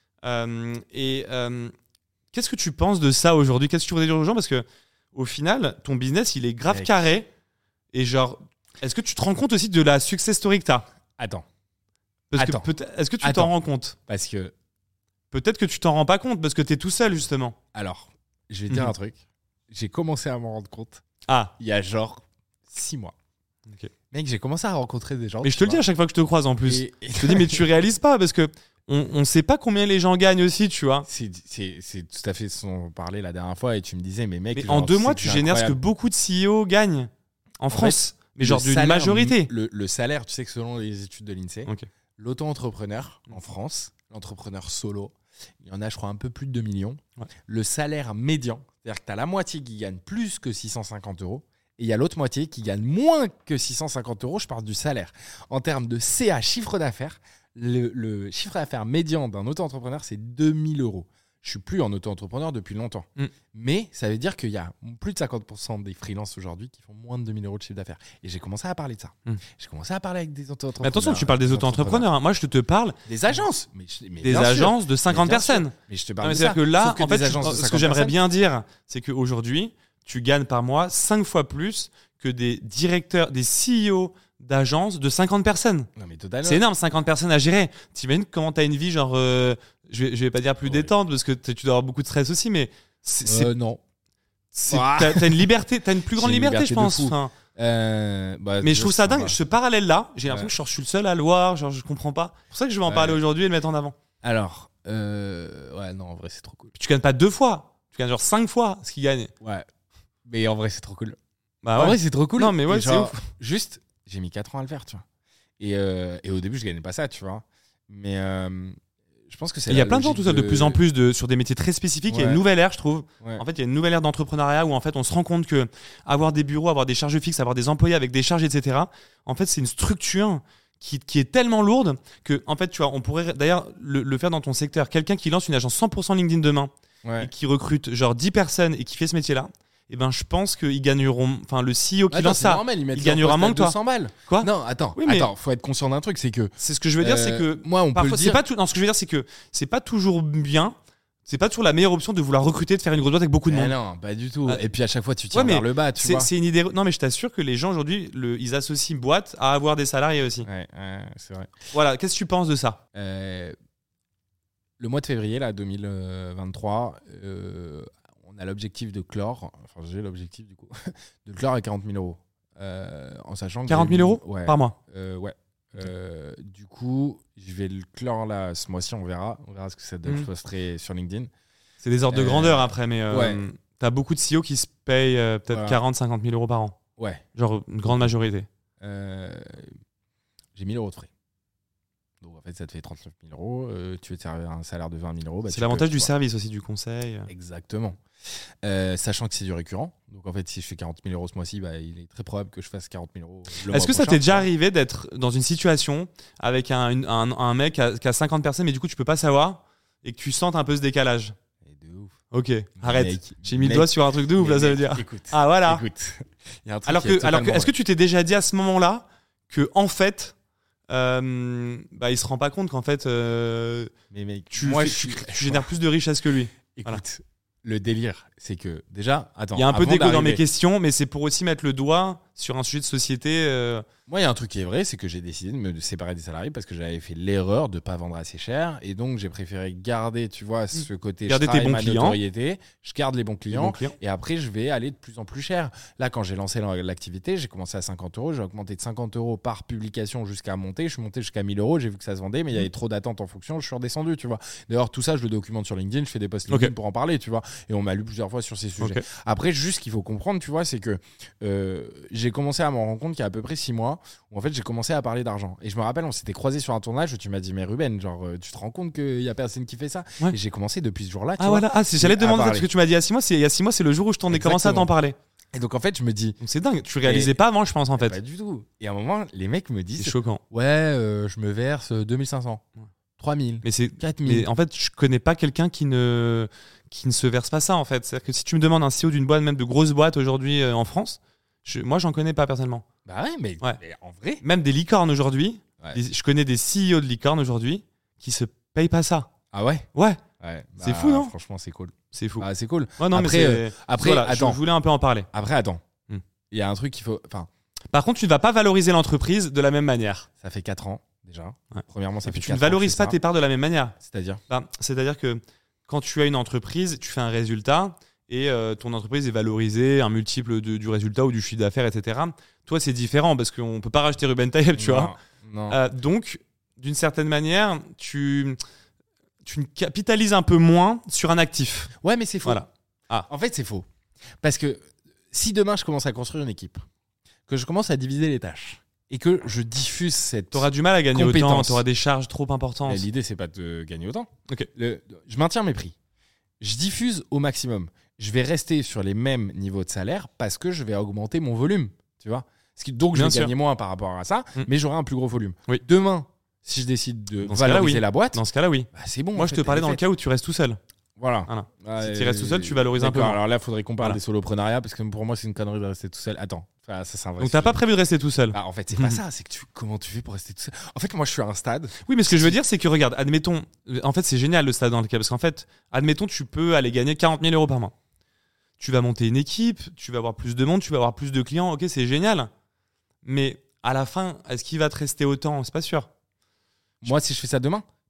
Qu'est-ce que tu penses de ça aujourd'hui? Qu'est-ce que tu voudrais dire aux gens? Parce que au final, ton business, il est grave Mec. carré. Et genre, est-ce que tu te rends compte aussi de la success story que tu as? Attends, Parce que Attends. est-ce que tu Attends. t'en rends compte? parce que, Peut-être que tu t'en rends pas compte parce que tu es tout seul, justement. alors, je vais te dire Mhm. un truc. J'ai commencé à m'en rendre compte Ah, il y a genre 6 mois. ok. Mec, j'ai commencé à rencontrer des gens. Mais je te le dis à chaque fois que je te croise en plus. Et- Je te dis, mais tu réalises pas parce que on sait pas combien les gens gagnent aussi, tu vois. C'est tout à fait ce dont on parlait la dernière fois et tu me disais, mais mec, Mais genre, en 2 mois, c'est tu génères ce que incroyable. beaucoup de CEO gagnent en France. Mais genre Le d'une salaire, majorité. Le salaire, tu sais que selon les études de l'INSEE, Ok. l'auto-entrepreneur en France, l'entrepreneur solo, il y en a, je crois, un peu plus de 2 millions. Ouais. Le salaire médian, c'est-à-dire que tu as la moitié qui gagne plus que 650 euros et il y a l'autre moitié qui gagne moins que 650 euros. Je parle du salaire. En termes de CA, chiffre d'affaires, le chiffre d'affaires médian d'un auto-entrepreneur, c'est 2000 euros. Je suis plus en auto-entrepreneur depuis longtemps. Mm. Mais ça veut dire qu'il y a plus de 50% des freelances aujourd'hui qui font moins de 2000 euros de chiffre d'affaires. Et j'ai commencé à parler de ça. Mm. J'ai commencé à parler avec des auto-entrepreneurs. Mais attention, tu parles des auto-entrepreneurs. Hein. Moi, je te parle Des agences. Mais des bien sûr. agences de 50 Mais bien sûr. personnes. Mais je te Non, parle mais de c'est-à-dire ça. que là, Sauf que en fait, des agences de ce 50 que j'aimerais personnes, bien dire, c'est qu'aujourd'hui, tu gagnes par mois 5 fois plus que des directeurs, des CEO d'agences de 50 personnes. Non, mais totalement. C'est énorme, 50 personnes à gérer. T'imagines comment t'as une vie, genre, je vais pas dire plus Ouais. détente parce que tu dois avoir beaucoup de stress aussi, mais c'est Non. T'as une liberté, t'as une plus grande J'ai une liberté, liberté je pense. de fou. Enfin, Mais je trouve ça dingue. Ce parallèle-là, j'ai l'impression Ouais. que je suis le seul à le voir. Genre, je comprends pas. C'est pour ça que je vais en parler aujourd'hui et le mettre en avant. Alors, ouais, non, en vrai, c'est trop cool. Tu gagnes pas 2 fois. Tu gagnes genre 5 fois ce qu'il gagne. Ouais. Mais en vrai, c'est trop cool. Bah En ouais. vrai, c'est trop cool. Non, mais ouais, Et c'est genre, ouf. Juste, j'ai mis 4 ans à le faire, tu vois. Et au début, je gagnais pas ça, tu vois. Mais je pense que c'est. Il y a plein de gens, tout ça, de plus en plus, sur des métiers très spécifiques. Il y a une Ouais. nouvelle ère, je trouve. Ouais. En fait, il y a une nouvelle ère d'entrepreneuriat où en fait, on se rend compte que avoir des bureaux, avoir des charges fixes, avoir des employés avec des charges, etc. En fait, c'est une structure qui est tellement lourde que, en fait, tu vois, on pourrait d'ailleurs le faire dans ton secteur. Quelqu'un qui lance une agence 100% LinkedIn demain Ouais. et qui recrute genre 10 personnes et qui fait ce métier-là, eh ben, je pense qu'ils gagneront. Enfin, le CEO qui Attends, lance c'est ça, normal, ils mettent il leur gagnera poste à moins que toi. 200 balles. Quoi Non, attends, Oui, mais- faut être conscient d'un truc, c'est que. C'est ce que je veux dire, c'est que Moi, on peut parfois, le c'est dire. pas tout. Non, ce que je veux dire, c'est que c'est pas toujours bien. C'est pas toujours la meilleure option de vouloir recruter, de faire une grosse boîte avec beaucoup de Mais monde. non, pas du tout. Ah. Et puis à chaque fois, tu tires Ouais, mais vers le bas, tu vois. C'est une idée. Non, mais je t'assure que les gens aujourd'hui, ils associent boîte à avoir des salariés aussi. Ouais, c'est vrai. Voilà. Qu'est-ce que tu penses de ça? Le mois de février, là, 2023, on a l'objectif de clore. Enfin, j'ai l'objectif, du coup, de clore à 40 000 euros. En sachant que 40 000 euros Ouais. par mois. Ouais. Du coup, je vais le clore là ce mois-ci, on verra. On verra ce que ça donne. Mhm. Je posterai sur LinkedIn. C'est des ordres de grandeur après, mais ouais. t'as beaucoup de CEO qui se payent peut-être Voilà. 40-50 000 euros par an. Ouais. Genre une grande majorité. J'ai 1 000 euros de frais. Donc en fait, ça te fait 39 000 euros. Tu veux te servir un salaire de 20 000 euros. Bah, C'est tu l'avantage peux, du tu vois. service aussi, du conseil. Exactement. Sachant que c'est du récurrent. Donc en fait, si je fais 40 000 euros ce mois-ci, bah, il est très probable que je fasse 40 000 euros. Est-ce que ça t'est déjà arrivé d'être dans une situation avec un mec qui a 50 personnes, mais du coup tu peux pas savoir et que tu sentes un peu ce décalage? De ouf. Ok, arrête. Mec, J'ai mis le mec, doigt sur un truc de ouf mais là, ça veut mec, dire. Écoute. Ah voilà. Écoute. Il y a un truc Alors qui est que, totalement est-ce que vrai. tu t'es déjà dit à ce moment-là que en fait, il se rend pas compte qu'en fait, Mais mec, tu moi, génères plus de richesse que lui. Écoute, Voilà. le délire, c'est que déjà, attends. Il y a un peu avant d'égo dans d'arriver- mes questions, mais c'est pour aussi mettre le doigt sur un sujet de société. Moi, il y a un truc qui est vrai, c'est que j'ai décidé de me séparer des salariés parce que j'avais fait l'erreur de ne pas vendre assez cher. Et donc, j'ai préféré garder, tu vois, ce côté. Garder je tes travaille bons ma clients. notoriété, je garde les bons clients. bons clients. Et après, je vais aller de plus en plus cher. Là, quand j'ai lancé l'activité, j'ai commencé à 50 euros. J'ai augmenté de 50 euros par publication jusqu'à monter. Je suis monté jusqu'à 1 000 euros. J'ai vu que ça se vendait, mais il y avait trop d'attentes en fonction. Je suis redescendu, tu vois. D'ailleurs, tout ça, je le documente sur LinkedIn. Je fais des posts LinkedIn Ok. pour en parler, tu vois. Et on m'a lu plusieurs fois sur ces sujets. Ok. Après, juste ce qu'il faut comprendre, tu vois, c'est que j'ai commencé à m'en rendre compte qu'il y a à peu près 6 mois où en fait j'ai commencé à parler d'argent. Et je me rappelle, on s'était croisés sur un tournage où tu m'as dit, mais Ruben, genre, tu te rends compte qu'il y a personne qui fait ça? Ouais. Et j'ai commencé depuis ce jour-là. Tu Ah vois. voilà. Ah, j'allais te À demander ça, parler. parce que tu m'as dit il y a 6 mois. Il y a 6 mois, c'est le jour où je t'en ai commencé à t'en Exactement. parler. Et donc en fait, je me dis, Donc c'est dingue. Tu réalisais pas avant, je pense en fait. pas du tout. Et à un moment, les mecs me C'est disent, choquant. ouais, je me verse 2500, Ouais. 3000, Mais c'est 4000. Mais en fait, je connais pas quelqu'un qui ne se verse pas ça en fait. C'est-à-dire que si tu me demandes un CEO d'une boîte, même de grosses boîtes aujourd'hui en France, moi j'en connais pas personnellement. Bah ouais, mais en vrai. Même des licornes aujourd'hui, Ouais. je connais des CEO de licornes aujourd'hui qui se payent pas ça. Ah ouais? Ouais, Ouais. C'est Bah, fou, non? Franchement, c'est cool. c'est fou. Ah, c'est cool. Ouais, non, après, mais après, voilà, attends. je voulais un peu en parler. Après, attends. Hmm. Il y a un truc qu'il faut. Enfin, Par contre, tu ne vas pas valoriser l'entreprise de la même manière. ça fait 4 ans déjà. Ouais. Premièrement, ça Et fait puis tu 4 ne ans que valorises je fais pas ça. tes parts de la même manière. C'est-à-dire? C'est-à-dire que quand tu as une entreprise, tu fais un résultat et ton entreprise est valorisée, un multiple du résultat ou du chiffre d'affaires, etc. Toi, c'est différent parce qu'on ne peut pas racheter Ruben Tayeb, tu vois. Non. Donc, d'une certaine manière, tu capitalises un peu moins sur un actif. Ouais, mais c'est faux. Voilà. Ah. En fait, c'est faux. Parce que si demain je commence à construire une équipe, que je commence à diviser les tâches et que je diffuse cette. Tu auras du mal à gagner autant, Compétence. tu auras des charges trop importantes. Mais l'idée, c'est pas de gagner autant. Ok. Je maintiens mes prix. Je diffuse au maximum. Je vais rester sur les mêmes niveaux de salaire parce que je vais augmenter mon volume. Tu vois? Donc, je Bien vais sûr. gagner moins par rapport à ça, Mm. mais j'aurai un plus gros volume. Oui. Demain, si je décide de Dans ce cas-là, valoriser oui. la boîte, Dans ce cas-là, oui. bah, c'est bon. Moi, en je fait, te parlais elle est dans le faite. cas où tu restes tout seul. Voilà. Voilà. Si tu restes tout seul, tu valorises un peu D'accord, moins. Alors là, il faudrait qu'on parle Voilà. des soloprenariats parce que pour moi, c'est une connerie de rester tout seul. Attends, ça, c'est un vrai Donc, t'as sujet. pas prévu de rester tout seul. Bah, en fait, c'est pas ça. C'est que comment tu fais pour rester tout seul? En fait, moi, je suis à un stade. Oui, mais ce que je veux dire, c'est que regarde, admettons, en fait, c'est génial le stade dans le cas, parce qu'en fait, admettons, tu peux aller gagner 40 000 euros par mois. Tu vas monter une équipe, tu vas avoir plus de monde, tu vas avoir plus de clients, ok, c'est génial. Mais à la fin, est-ce qu'il va te rester autant? C'est pas sûr. Moi, si je fais ça demain,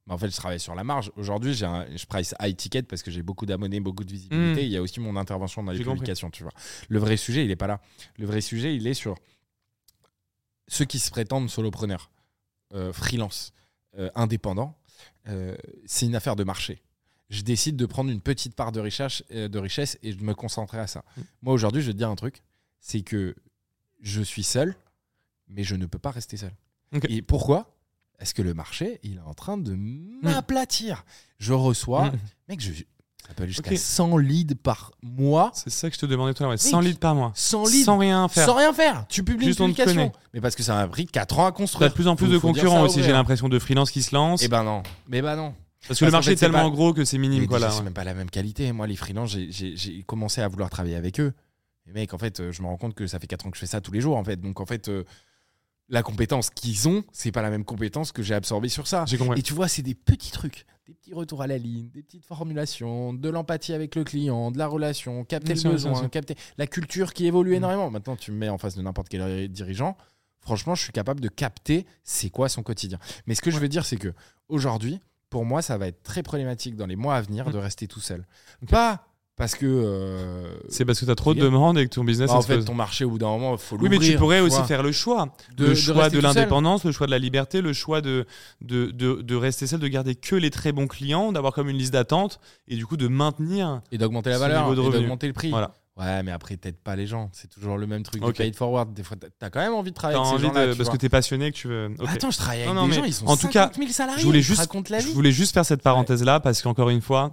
Mais en fait, je travaille sur la marge. Aujourd'hui, je price high ticket parce que j'ai beaucoup d'abonnés, beaucoup de visibilité. Il y a aussi mon intervention dans les publications, tu vois. Le vrai sujet, il est pas là. Le vrai sujet, il est sur ceux qui se prétendent solopreneurs, freelance, indépendants. C'est une affaire de marché. Je décide de prendre une petite part de richesse et de me concentrer à ça. Moi, aujourd'hui, je vais te dire un truc, c'est que je suis seul, mais je ne peux pas rester seul. Okay. Et pourquoi ? Est-ce que le marché, il est en train de m'aplatir ? Je reçois, mec, ça peut aller jusqu'à 100 leads par mois. C'est ça que je te demandais tout à l'heure. 100 leads par mois. 100 leads. Sans rien faire. Sans rien faire. Tu publies juste une publication. Mais parce que ça m'a pris 4 ans à construire. T'as de plus en plus de concurrents aussi, j'ai l'impression, de freelance qui se lancent. Eh ben non. Mais bah non. Parce que le marché est tellement gros que c'est minime. C'est même pas la même qualité. Moi, les freelances, j'ai commencé à vouloir travailler avec eux. Et mec, en fait, je me rends compte que ça fait 4 ans que je fais ça tous les jours, en fait. Donc, en fait, la compétence qu'ils ont, c'est pas la même compétence que j'ai absorbée sur ça. Et tu vois, c'est des petits trucs, des petits retours à la ligne, des petites formulations, de l'empathie avec le client, de la relation, capter le besoin, capter la culture qui évolue énormément. Maintenant, tu me mets en face de n'importe quel dirigeant, franchement, je suis capable de capter c'est quoi son quotidien. Mais ce que je veux dire, c'est que aujourd'hui, pour moi, ça va être très problématique dans les mois à venir de rester tout seul. Pas parce que... c'est parce que tu as trop de demandes et que ton business explose. En fait, ton marché, au bout d'un moment, il faut l'ouvrir. Oui, mais tu pourrais aussi faire le choix. Le choix de l'indépendance, le choix de la liberté, le choix de rester seul, de garder que les très bons clients, d'avoir comme une liste d'attente et du coup de maintenir... Et d'augmenter la valeur, et d'augmenter le prix. Voilà. Ouais, mais après, t'aides pas les gens. C'est toujours le même truc du paid forward. Des fois, t'as quand même envie de travailler avec ces gens-là. Parce que t'es passionné, que tu veux... Attends, je travaille avec des gens, ils sont 50 000 salariés. Je voulais juste faire cette parenthèse-là parce qu'encore une fois...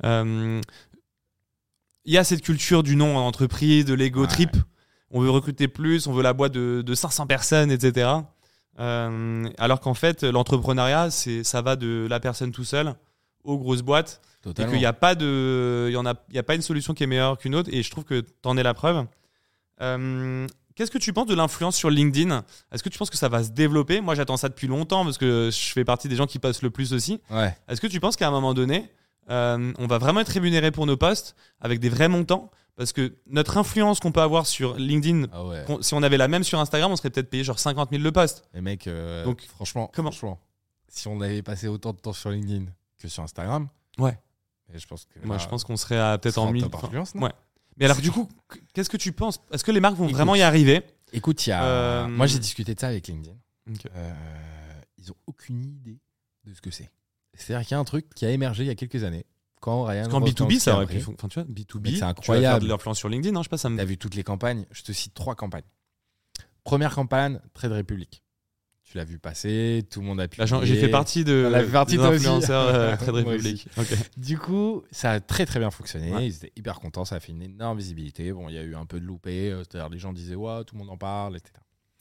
il y a cette culture du nom en entreprise, de l'ego trip. On veut recruter plus, on veut la boîte de 500 personnes, etc. Alors qu'en fait, l'entrepreneuriat, ça va de la personne tout seul aux grosses boîtes. Totalement. Et qu'il n'y a pas il y a pas une solution qui est meilleure qu'une autre. Et je trouve que t'en es la preuve. Qu'est-ce que tu penses de l'influence sur LinkedIn ? Est-ce que tu penses que ça va se développer ? Moi, j'attends ça depuis longtemps parce que je fais partie des gens qui postent le plus aussi. Ouais. Est-ce que tu penses qu'à un moment donné, on va vraiment être rémunéré pour nos posts avec des vrais montants, parce que notre influence qu'on peut avoir sur LinkedIn, si on avait la même sur Instagram, on serait peut-être payé genre 50 000 le post. Et mec, donc franchement, si on avait passé autant de temps sur LinkedIn que sur Instagram, je pense qu'on serait peut-être en 1000. Ouais. Mais alors du coup, qu'est-ce que tu penses ? Est-ce que les marques vont vraiment y arriver ? Écoute, moi j'ai discuté de ça avec LinkedIn. Okay. Ils ont aucune idée de ce que c'est. C'est-à-dire qu'il y a un truc qui a émergé il y a quelques années. Quand B2B, ça aurait pu. Enfin, tu vois, B2B, c'est incroyable. Tu vas faire de l'influence sur LinkedIn, non ? Je sais pas, ça me... T'as vu toutes les campagnes ? Je te cite 3 campagnes. Première campagne, Trade Republic. Tu l'as vu passer, tout le monde a pu. J'ai fait partie des influenceurs Trade Republic. Okay. Du coup, ça a très très bien fonctionné. Ils étaient hyper contents, ça a fait une énorme visibilité. Bon, il y a eu un peu de loupé, c'est-à-dire les gens disaient ouais, tout le monde en parle, etc.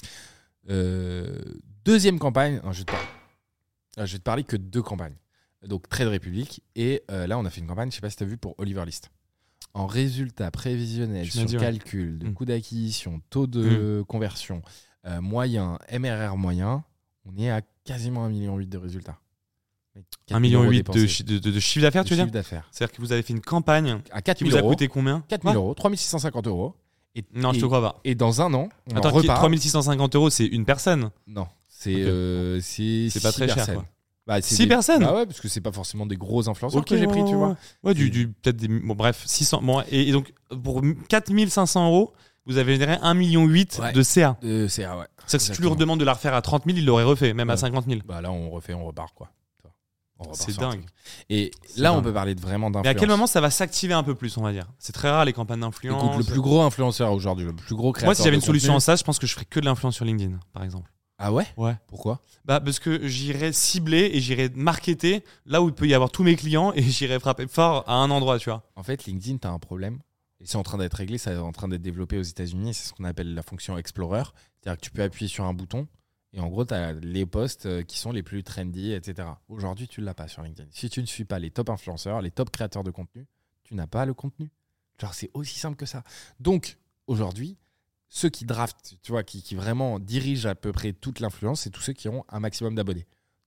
Deuxième campagne, je vais te parler que de 2 campagnes. Donc Trade Republic et là on a fait une campagne, je sais pas si tu as vu, pour Oliver List. En résultat prévisionnel sur calcul de coût d'acquisition, taux de conversion moyen, MRR moyen, on est à quasiment 1,8 million de résultats. 1,8 million de chiffre d'affaires, tu veux dire ? Chiffre d'affaires. C'est-à-dire que vous avez fait une campagne à 4 qui vous a coûté combien ? 4 000 euros, 3 650 euros. Non, je te crois pas. Et dans un an, on Attends, en repart. 3 650 euros, c'est une personne ? Non, c'est pas très personnes. cher, quoi. 6 personnes. Bah ouais, parce que c'est pas forcément des gros influenceurs que j'ai pris, tu vois. Ouais, peut-être des. Bon, bref, 600. Bon, et donc, pour 4 500 euros, vous avez généré 1,8 million de CA. De CA, ouais. C'est que si tu lui redemandes de la refaire à 30 000, il l'aurait refait, même à 50 000. Bah là, on refait, on repart, quoi. C'est dingue. Et là, on peut parler de vraiment d'influence. Mais à quel moment ça va s'activer un peu plus, on va dire ? C'est très rare les campagnes d'influence. Écoute, le plus gros influenceur aujourd'hui, le plus gros créateur. Moi, si j'avais une solution en ça, je pense que je ferais que de l'influence sur LinkedIn, par exemple. Ah ouais ? Ouais. Pourquoi ? Parce que j'irais cibler et j'irais marketer là où il peut y avoir tous mes clients et j'irais frapper fort à un endroit, tu vois. En fait, LinkedIn, t'as un problème. Et c'est en train d'être réglé, c'est en train d'être développé aux États-Unis. C'est ce qu'on appelle la fonction Explorer. C'est-à-dire que tu peux appuyer sur un bouton et en gros, tu as les posts qui sont les plus trendy, etc. Aujourd'hui, tu ne l'as pas sur LinkedIn. Si tu ne suis pas les top influenceurs, les top créateurs de contenu, tu n'as pas le contenu. Genre, c'est aussi simple que ça. Donc, aujourd'hui, ceux qui draftent, tu vois, qui vraiment dirigent à peu près toute l'influence, c'est tous ceux qui ont un maximum d'abonnés.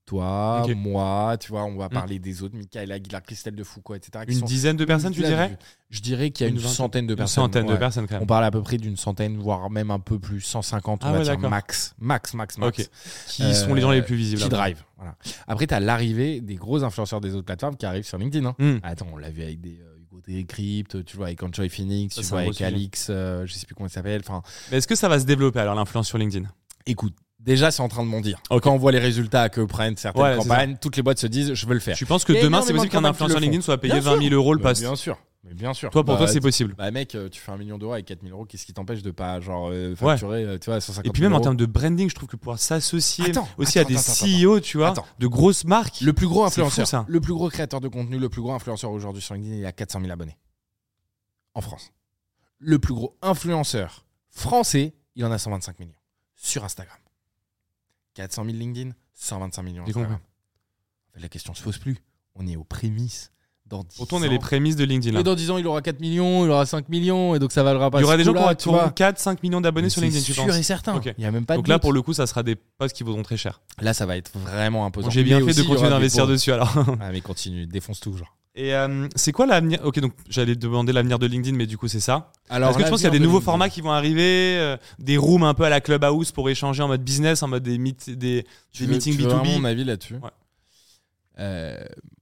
Toi, Ok. moi, tu vois, on va parler des autres, Michael Aguilar, Christelle de Foucault, etc. qui Une sont dizaine de personnes, tu là, dirais? Je dirais qu'il y a une vingtaine. centaine de Une personnes. centaine de Ouais. personnes quand On même. parle à peu près d'une centaine, voire même un peu plus, 150, on Ah va ouais, dire d'accord. max. Ok. Qui sont les gens les plus visibles? Qui là-bas drive. Voilà. Après, tu as l'arrivée des gros influenceurs des autres plateformes qui arrivent sur LinkedIn. Hein. Hmm. Attends, on l'a vu avec des Hugo Decrypt, tu vois, avec Enjoy Phoenix, Ça, tu c'est vois, un gros avec sujet. Alix, je sais plus comment il s'appelle. Enfin, Mais est-ce que ça va se développer alors l'influence sur LinkedIn? écoute, déjà, c'est en train de mondir. Ok. Quand on voit les résultats que prennent certaines Ouais, c'est campagnes, toutes les boîtes se disent, je veux le faire. Tu penses que Et demain, c'est énormément possible de qu'un campagnes influenceur qui le LinkedIn font. soit payé Bien 20 000 euros le Bah, post? Bien sûr. Mais bien sûr. Toi, pour toi, Bah, c'est possible. Bah mec, tu fais 1 million d'euros avec 4 000 euros, qu'est-ce qui t'empêche de pas facturer tu vois, 150 Et puis même 000 en euros. termes de branding, je trouve que pouvoir s'associer aussi à Attends, des attends. CEO, tu vois, Attends. de grosses marques. Le plus gros C'est fou, influenceur, ça. le plus gros créateur de contenu, le plus gros influenceur aujourd'hui sur LinkedIn, il a 400 000 abonnés. En France. Le plus gros influenceur français, il en a 125 millions. Sur Instagram. 400 000 LinkedIn, 125 millions J'ai Instagram. compris. En fait, la question se pose plus. On est aux prémices. Dans 10 Pourtant, on ans, est les prémices de LinkedIn. et Là. dans 10 ans, il aura 4 millions, il aura 5 millions, et donc ça valera pas. Il y aura ce des gens coup-là, qui auront 4-5 millions d'abonnés sur LinkedIn, tu C'est penses? sûr et certain. Ok. Il n'y a même pas Donc de là, doute. pour le coup, ça sera des posts qui vaudront très cher. Là, ça va être vraiment imposant. Bon, j'ai bien Mais fait aussi, de il y continuer aura des d'investir pauvres. dessus alors. Ah, mais continue, défonce tout, genre. Et c'est quoi l'avenir? Ok, donc j'allais te demander l'avenir de LinkedIn, mais du coup, c'est ça. Alors, Est-ce que tu penses qu'il y a des l'avenir de nouveaux LinkedIn. formats qui vont arriver, des rooms un peu à la Clubhouse pour échanger en mode business, en mode des meetings Tu veux B2B? avoir mon avis là-dessus? Ouais.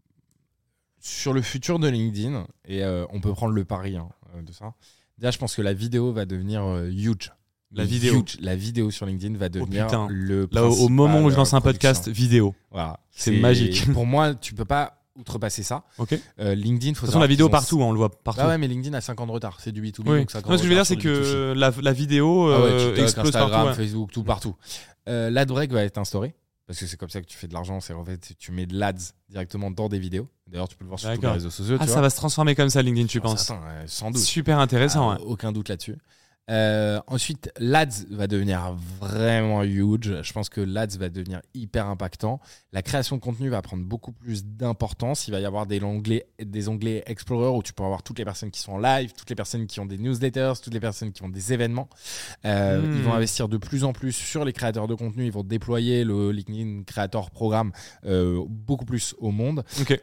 Sur le futur de LinkedIn, et on peut prendre le pari de ça. Déjà, je pense que la vidéo va devenir huge. La vidéo. Huge. La vidéo sur LinkedIn va devenir putain. le Là, au moment où je lance un principal, podcast vidéo. voilà. C'est magique. Pour moi, tu peux pas outrepasser ça. Ok. De LinkedIn, faut toute façon, savoir la vidéo qu'ils ont- partout, on le voit partout. Bah ouais, mais LinkedIn a 5 ans de retard. C'est du B2B. Oui. Donc 5 ans Non, ce que je veux dire, de c'est retard sur du que B2C. la vidéo Ah ouais, TikTok, explose Instagram, partout. Ouais. Facebook, tout partout. L'ad break va être instauré parce que c'est comme ça que tu fais de l'argent. C'est en fait tu mets de l'ads directement dans des vidéos. D'ailleurs, tu peux le voir sur tous les D'accord. réseaux sociaux. Ah, tu ça vois. va se transformer comme ça, LinkedIn, tu Sur penses? certains, sans doute. Super intéressant. Ah, Ouais. aucun doute là-dessus. Ensuite, l'Ads va devenir vraiment huge. Je pense que l'Ads va devenir hyper impactant. La création de contenu va prendre beaucoup plus d'importance. Il va y avoir des onglets Explorer où tu peux avoir toutes les personnes qui sont en live, toutes les personnes qui ont des newsletters, toutes les personnes qui ont des événements. Ils vont investir de plus en plus sur les créateurs de contenu. Ils vont déployer le LinkedIn Creator Programme beaucoup plus au monde. Ok.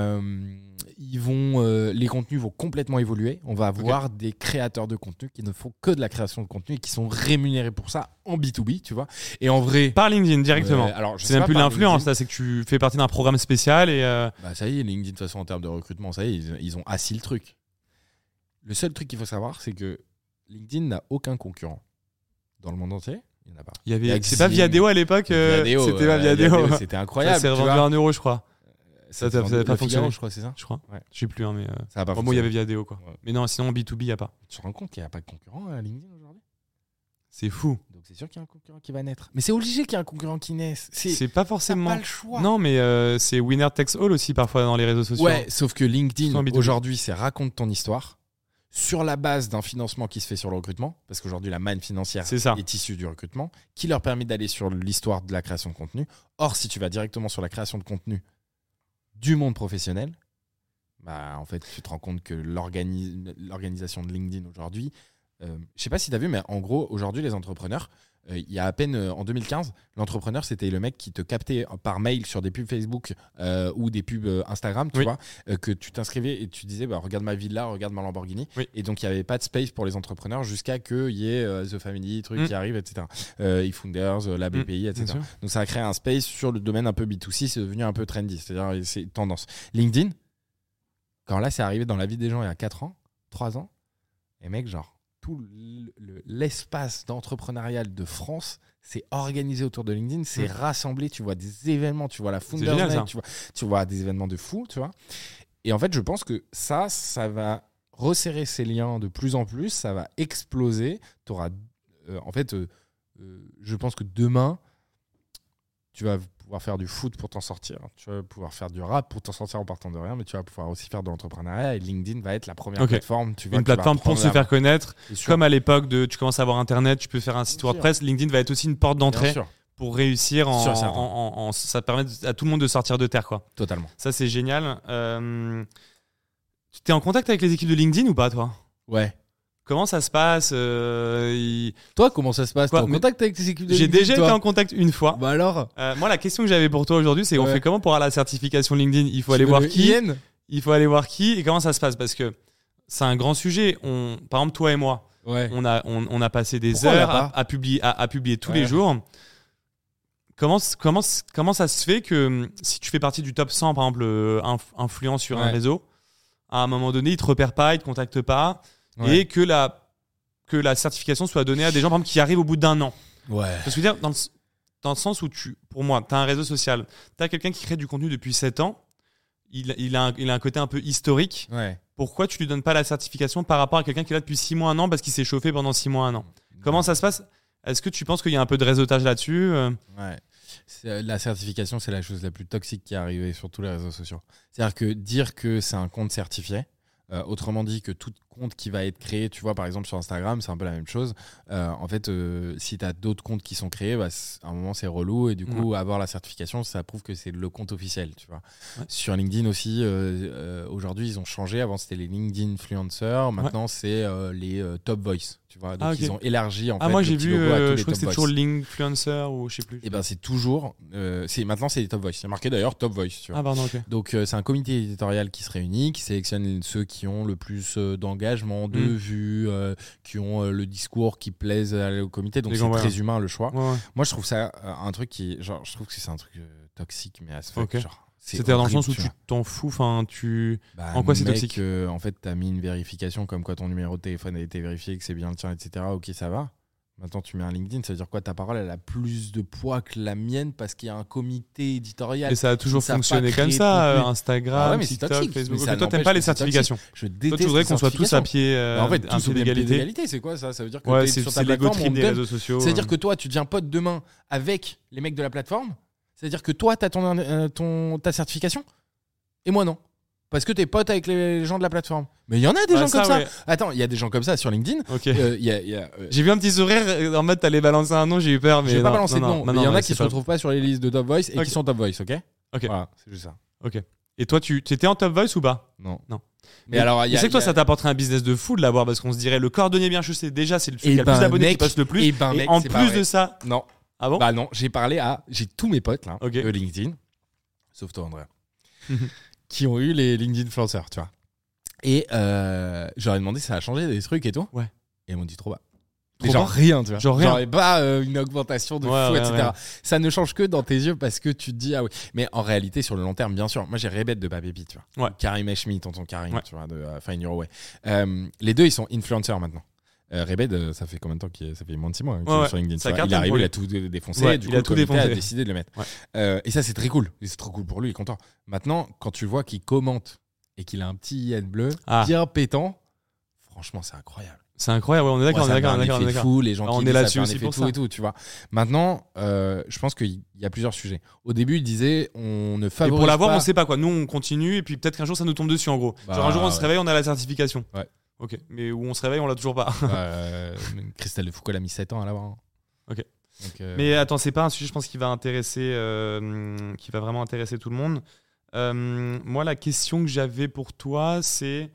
Les contenus vont complètement évoluer. On va avoir des créateurs de contenu qui ne font que de la création de contenu et qui sont rémunérés pour ça en B2B, tu vois. Et en vrai, Par LinkedIn directement. alors, je C'est sais même pas plus par l'influence, LinkedIn. là, c'est que tu fais partie d'un programme spécial et. Bah, ça y est, LinkedIn, de toute façon, en termes de recrutement, ça y est, ils ont assis le truc. Le seul truc qu'il faut savoir, c'est que LinkedIn n'a aucun concurrent. Dans le monde entier, il n'y en a pas. Il y avait. Avec C'est pas Zing, Viadeo à l'époque. Viadeo, C'était pas Viadeo. c'était incroyable. Ça s'est tu revendu vois. à 1 euro, je crois. Ça ça a pas Le Figaro, fonctionné. je crois, c'est ça. Je crois. Ouais. Je sais plus, hein, mais. Ça a pas Bon, il y fonctionné. avait Viadeo, quoi. Ouais. Mais non, sinon, B2B, il n'y a pas. Tu te rends compte qu'il n'y a pas de concurrent à LinkedIn aujourd'hui? C'est fou. Donc c'est sûr qu'il y a un concurrent qui va naître. Mais c'est obligé qu'il y ait un concurrent qui naisse. C'est pas T'as forcément. pas le choix. Non, mais c'est winner takes all aussi parfois dans les réseaux sociaux. Ouais, sauf que LinkedIn, Sans B2B. aujourd'hui, c'est raconte ton histoire sur la base d'un financement qui se fait sur le recrutement, parce qu'aujourd'hui, la manne financière C'est ça. est issue du recrutement, qui leur permet d'aller sur l'histoire de la création de contenu. Or, si tu vas directement sur la création de contenu du monde professionnel, bah, en fait, tu te rends compte que l'organisation de LinkedIn aujourd'hui, je sais pas si tu as vu, mais en gros, aujourd'hui, les entrepreneurs, il y a à peine en 2015, l'entrepreneur, c'était le mec qui te captait par mail sur des pubs Facebook ou des pubs Instagram, tu Oui. vois, que tu t'inscrivais et tu disais, bah, regarde ma villa, regarde ma Lamborghini. Oui. Et donc, il n'y avait pas de space pour les entrepreneurs jusqu'à qu'il y ait The Family, trucs qui arrivent, etc. eFounders, la BPI, Bien etc. sûr. Donc, ça a créé un space sur le domaine un peu B2C, c'est devenu un peu trendy, c'est-à-dire c'est tendance. LinkedIn, quand là, c'est arrivé dans la vie des gens il y a 4 ans, 3 ans, et mec, genre, tout l'espace d'entrepreneurial de France s'est organisé autour de LinkedIn, c'est rassemblé, tu vois des événements, tu vois la Founders génial, Night, ça. tu vois des événements de fou, tu vois. Et en fait, je pense que ça va resserrer ces liens de plus en plus, ça va exploser. T'auras, je pense que demain, tu vas pouvoir faire du foot pour t'en sortir, tu vas pouvoir faire du rap pour t'en sortir en partant de rien, mais tu vas pouvoir aussi faire de l'entrepreneuriat et LinkedIn va être la première Ok. plateforme. Tu vois, Une qui va plateforme pour prendre se la- faire connaître. C'est sûr. Comme à l'époque de tu commences à avoir internet, tu peux faire un site Bien WordPress. LinkedIn va être aussi une porte Bien d'entrée sûr, pour réussir Sûr, certain. ça permet à tout le monde de sortir de terre, quoi. totalement. Ça, c'est génial. Tu es en contact avec les équipes de LinkedIn ou pas, toi? Ouais. Comment ça se passe Toi, comment ça se passe? T'es en Mais- contact avec tes équipes de J'ai LinkedIn, déjà toi été en contact une fois. Bah alors? Moi, la question que j'avais pour toi aujourd'hui, c'est on Ouais. fait comment pour avoir la certification LinkedIn? Il faut Tu aller veux voir le qui? IN? Il faut aller voir qui et comment ça se passe? Parce que c'est un grand sujet. Par exemple, toi et moi, Ouais. on a passé des Pourquoi on l'a heures pas à publier tous Ouais. les jours. Comment ça se fait que si tu fais partie du top 100, par exemple, influent sur un Ouais. réseau, à un moment donné, ils te repèrent pas, ils te contactent pas, Ouais. et que la certification soit donnée à des gens, par exemple, qui arrivent au bout d'un an. Ouais. Parce que je veux dire, dans le sens où pour moi, tu as un réseau social, tu as quelqu'un qui crée du contenu depuis 7 ans, il a un côté un peu historique. Ouais. Pourquoi tu lui donnes pas la certification par rapport à quelqu'un qui est là depuis 6 mois, 1 an, parce qu'il s'est chauffé pendant 6 mois, 1 an? Comment ça se passe? Est-ce que tu penses qu'il y a un peu de réseautage là-dessus? Ouais. La certification, c'est la chose la plus toxique qui est arrivée sur tous les réseaux sociaux. C'est-à-dire que dire que c'est un compte certifié, autrement dit que tout compte qui va être créé, tu vois, par exemple sur Instagram, c'est un peu la même chose. En fait, si tu as d'autres comptes qui sont créés, à un moment, c'est relou. Et du coup, avoir la certification, ça prouve que c'est le compte officiel, tu vois. Ouais. Sur LinkedIn aussi, aujourd'hui, ils ont changé. Avant, c'était les LinkedIn Influencers. Maintenant, c'est les Top Voice, tu vois. Donc, Ok. ils ont élargi, en fait, Moi le j'ai petit vu, logo à tous je les crois que Top c'était Voice. toujours l'influencer ou je sais plus. Et ben c'est toujours maintenant c'est les Top Voice. C'est marqué d'ailleurs Top Voice, tu vois. Ah pardon, ok. Donc c'est un comité éditorial qui se réunit, qui sélectionne ceux qui ont le plus d'engagement, de vues, qui ont le discours qui plaise au comité. Donc Les c'est gens, très ouais. humain le choix. Ouais. Moi je trouve ça un truc qui genre je trouve que c'est un truc toxique mais à ce Ok. genre. C'était dans le horrible, sens où tu tu vois. t'en fous, enfin tu. Bah, En quoi c'est mec, toxique en fait, t'as mis une vérification comme quoi ton numéro de téléphone a été vérifié, que c'est bien le tien, etc. Ok, ça va. Maintenant, tu mets un LinkedIn, ça veut dire quoi? Ta parole, elle a plus de poids que la mienne parce qu'il y a un comité éditorial. Et ça a toujours qui savent fonctionné pas comme créer ça, de contenu. Instagram, Ah ouais, mais c'est TikTok, toxique. Facebook. Mais ça Ok, toi, t'aimes n'empêche pas les que c'est toxique. certifications. Je Toi, déteste tu voudrais les qu'on soit tous à certifications. pied, Bah, en fait, un tous pied au d'égalité. d'égalité, c'est quoi ça? Ça veut dire que Ouais, t'es c'est sur ta l'ego plateforme, trip on te des donne. réseaux sociaux. C'est-à-dire que toi, tu deviens pote demain avec les mecs de la plateforme. C'est-à-dire que toi, t'as ta certification et moi non. Parce que t'es pote avec les gens de la plateforme. Mais il y en a des gens comme ça. ouais. Attends, il y a des gens comme ça sur LinkedIn. Ok. Il y a, J'ai vu un petit sourire en mode t'allais balancer un nom, j'ai eu peur, mais je vais pas non, balancer de nom, mais il y en a qui c'est se pas- retrouvent pas sur les listes de Top Voice et Ok. qui sont Top Voice, ok? Ok. Voilà, c'est juste ça. Ok. Et toi, tu étais en Top Voice ou pas? Non. Non. Mais alors, il y Je a. sais que toi, il y a- ça t'apporterait un business de fou de l'avoir parce qu'on se dirait le cordonnier bien chaussé, déjà, c'est le truc Eh qui a le ben, plus d'abonnés qui mec, passe le plus. eh ben, Et mec, en c'est pas plus vrai. de ça. Non. Ah bon? Bah non, j'ai tous mes potes là, Ok. de LinkedIn, sauf toi, Andrea, Mhm. qui ont eu les LinkedIn influencers, tu vois. Et j'aurais demandé si ça a changé des trucs et tout. Ouais. Et ils m'ont dit trop bas. Trop Mais genre bas rien, tu vois. Genre rien. Pas une augmentation de Ouais, fou, ouais, etc. ouais. Ça ne change que dans tes yeux parce que tu te dis, ah oui. Mais en réalité, sur le long terme, bien sûr, moi j'ai Rebed de Papépi, tu vois. Ouais. Karim Eshmi, tonton Karim, Ouais. tu vois, de Find Your Way. Les deux, ils sont influenceurs maintenant. Rebed, ça fait combien de temps ça fait moins de 6 mois qu'il est Ouais, sur LinkedIn. ça tu vois. Il cartonne est arrivé, pour il lui. a tout défoncé. Ouais, du il coup, a le tout comité a défoncé. décidé de le mettre. Ouais. Et ça, c'est très cool. Et c'est trop cool pour lui, il est content. Maintenant, quand tu vois qu'il commente et qu'il a un petit IN bleu bien pétant, franchement, c'est incroyable. C'est incroyable, ouais, on est d'accord, Ouais, on est ça d'accord, fait on un est d'accord, on est effet d'accord. fou, les gens Alors, qui on disent est ça là-dessus fait un aussi effet pour fou ça. et tout, tu vois. Maintenant, je pense qu'il y a plusieurs sujets. Au début, il disait on ne Et favorise pour l'avoir, pas... on sait pas quoi. Nous, on continue et puis peut-être qu'un jour, ça nous tombe dessus en gros. Bah, Genre un jour, on se ouais. réveille, on a la certification. Ouais. Ok. Mais où on se réveille, on l'a toujours pas. Christelle de Foucault, elle a mis 7 ans à l'avoir. hein. Ok. Donc, Mais attends, c'est pas un sujet, je pense, qui va vraiment intéresser tout le monde. Moi, la question que j'avais pour toi, c'est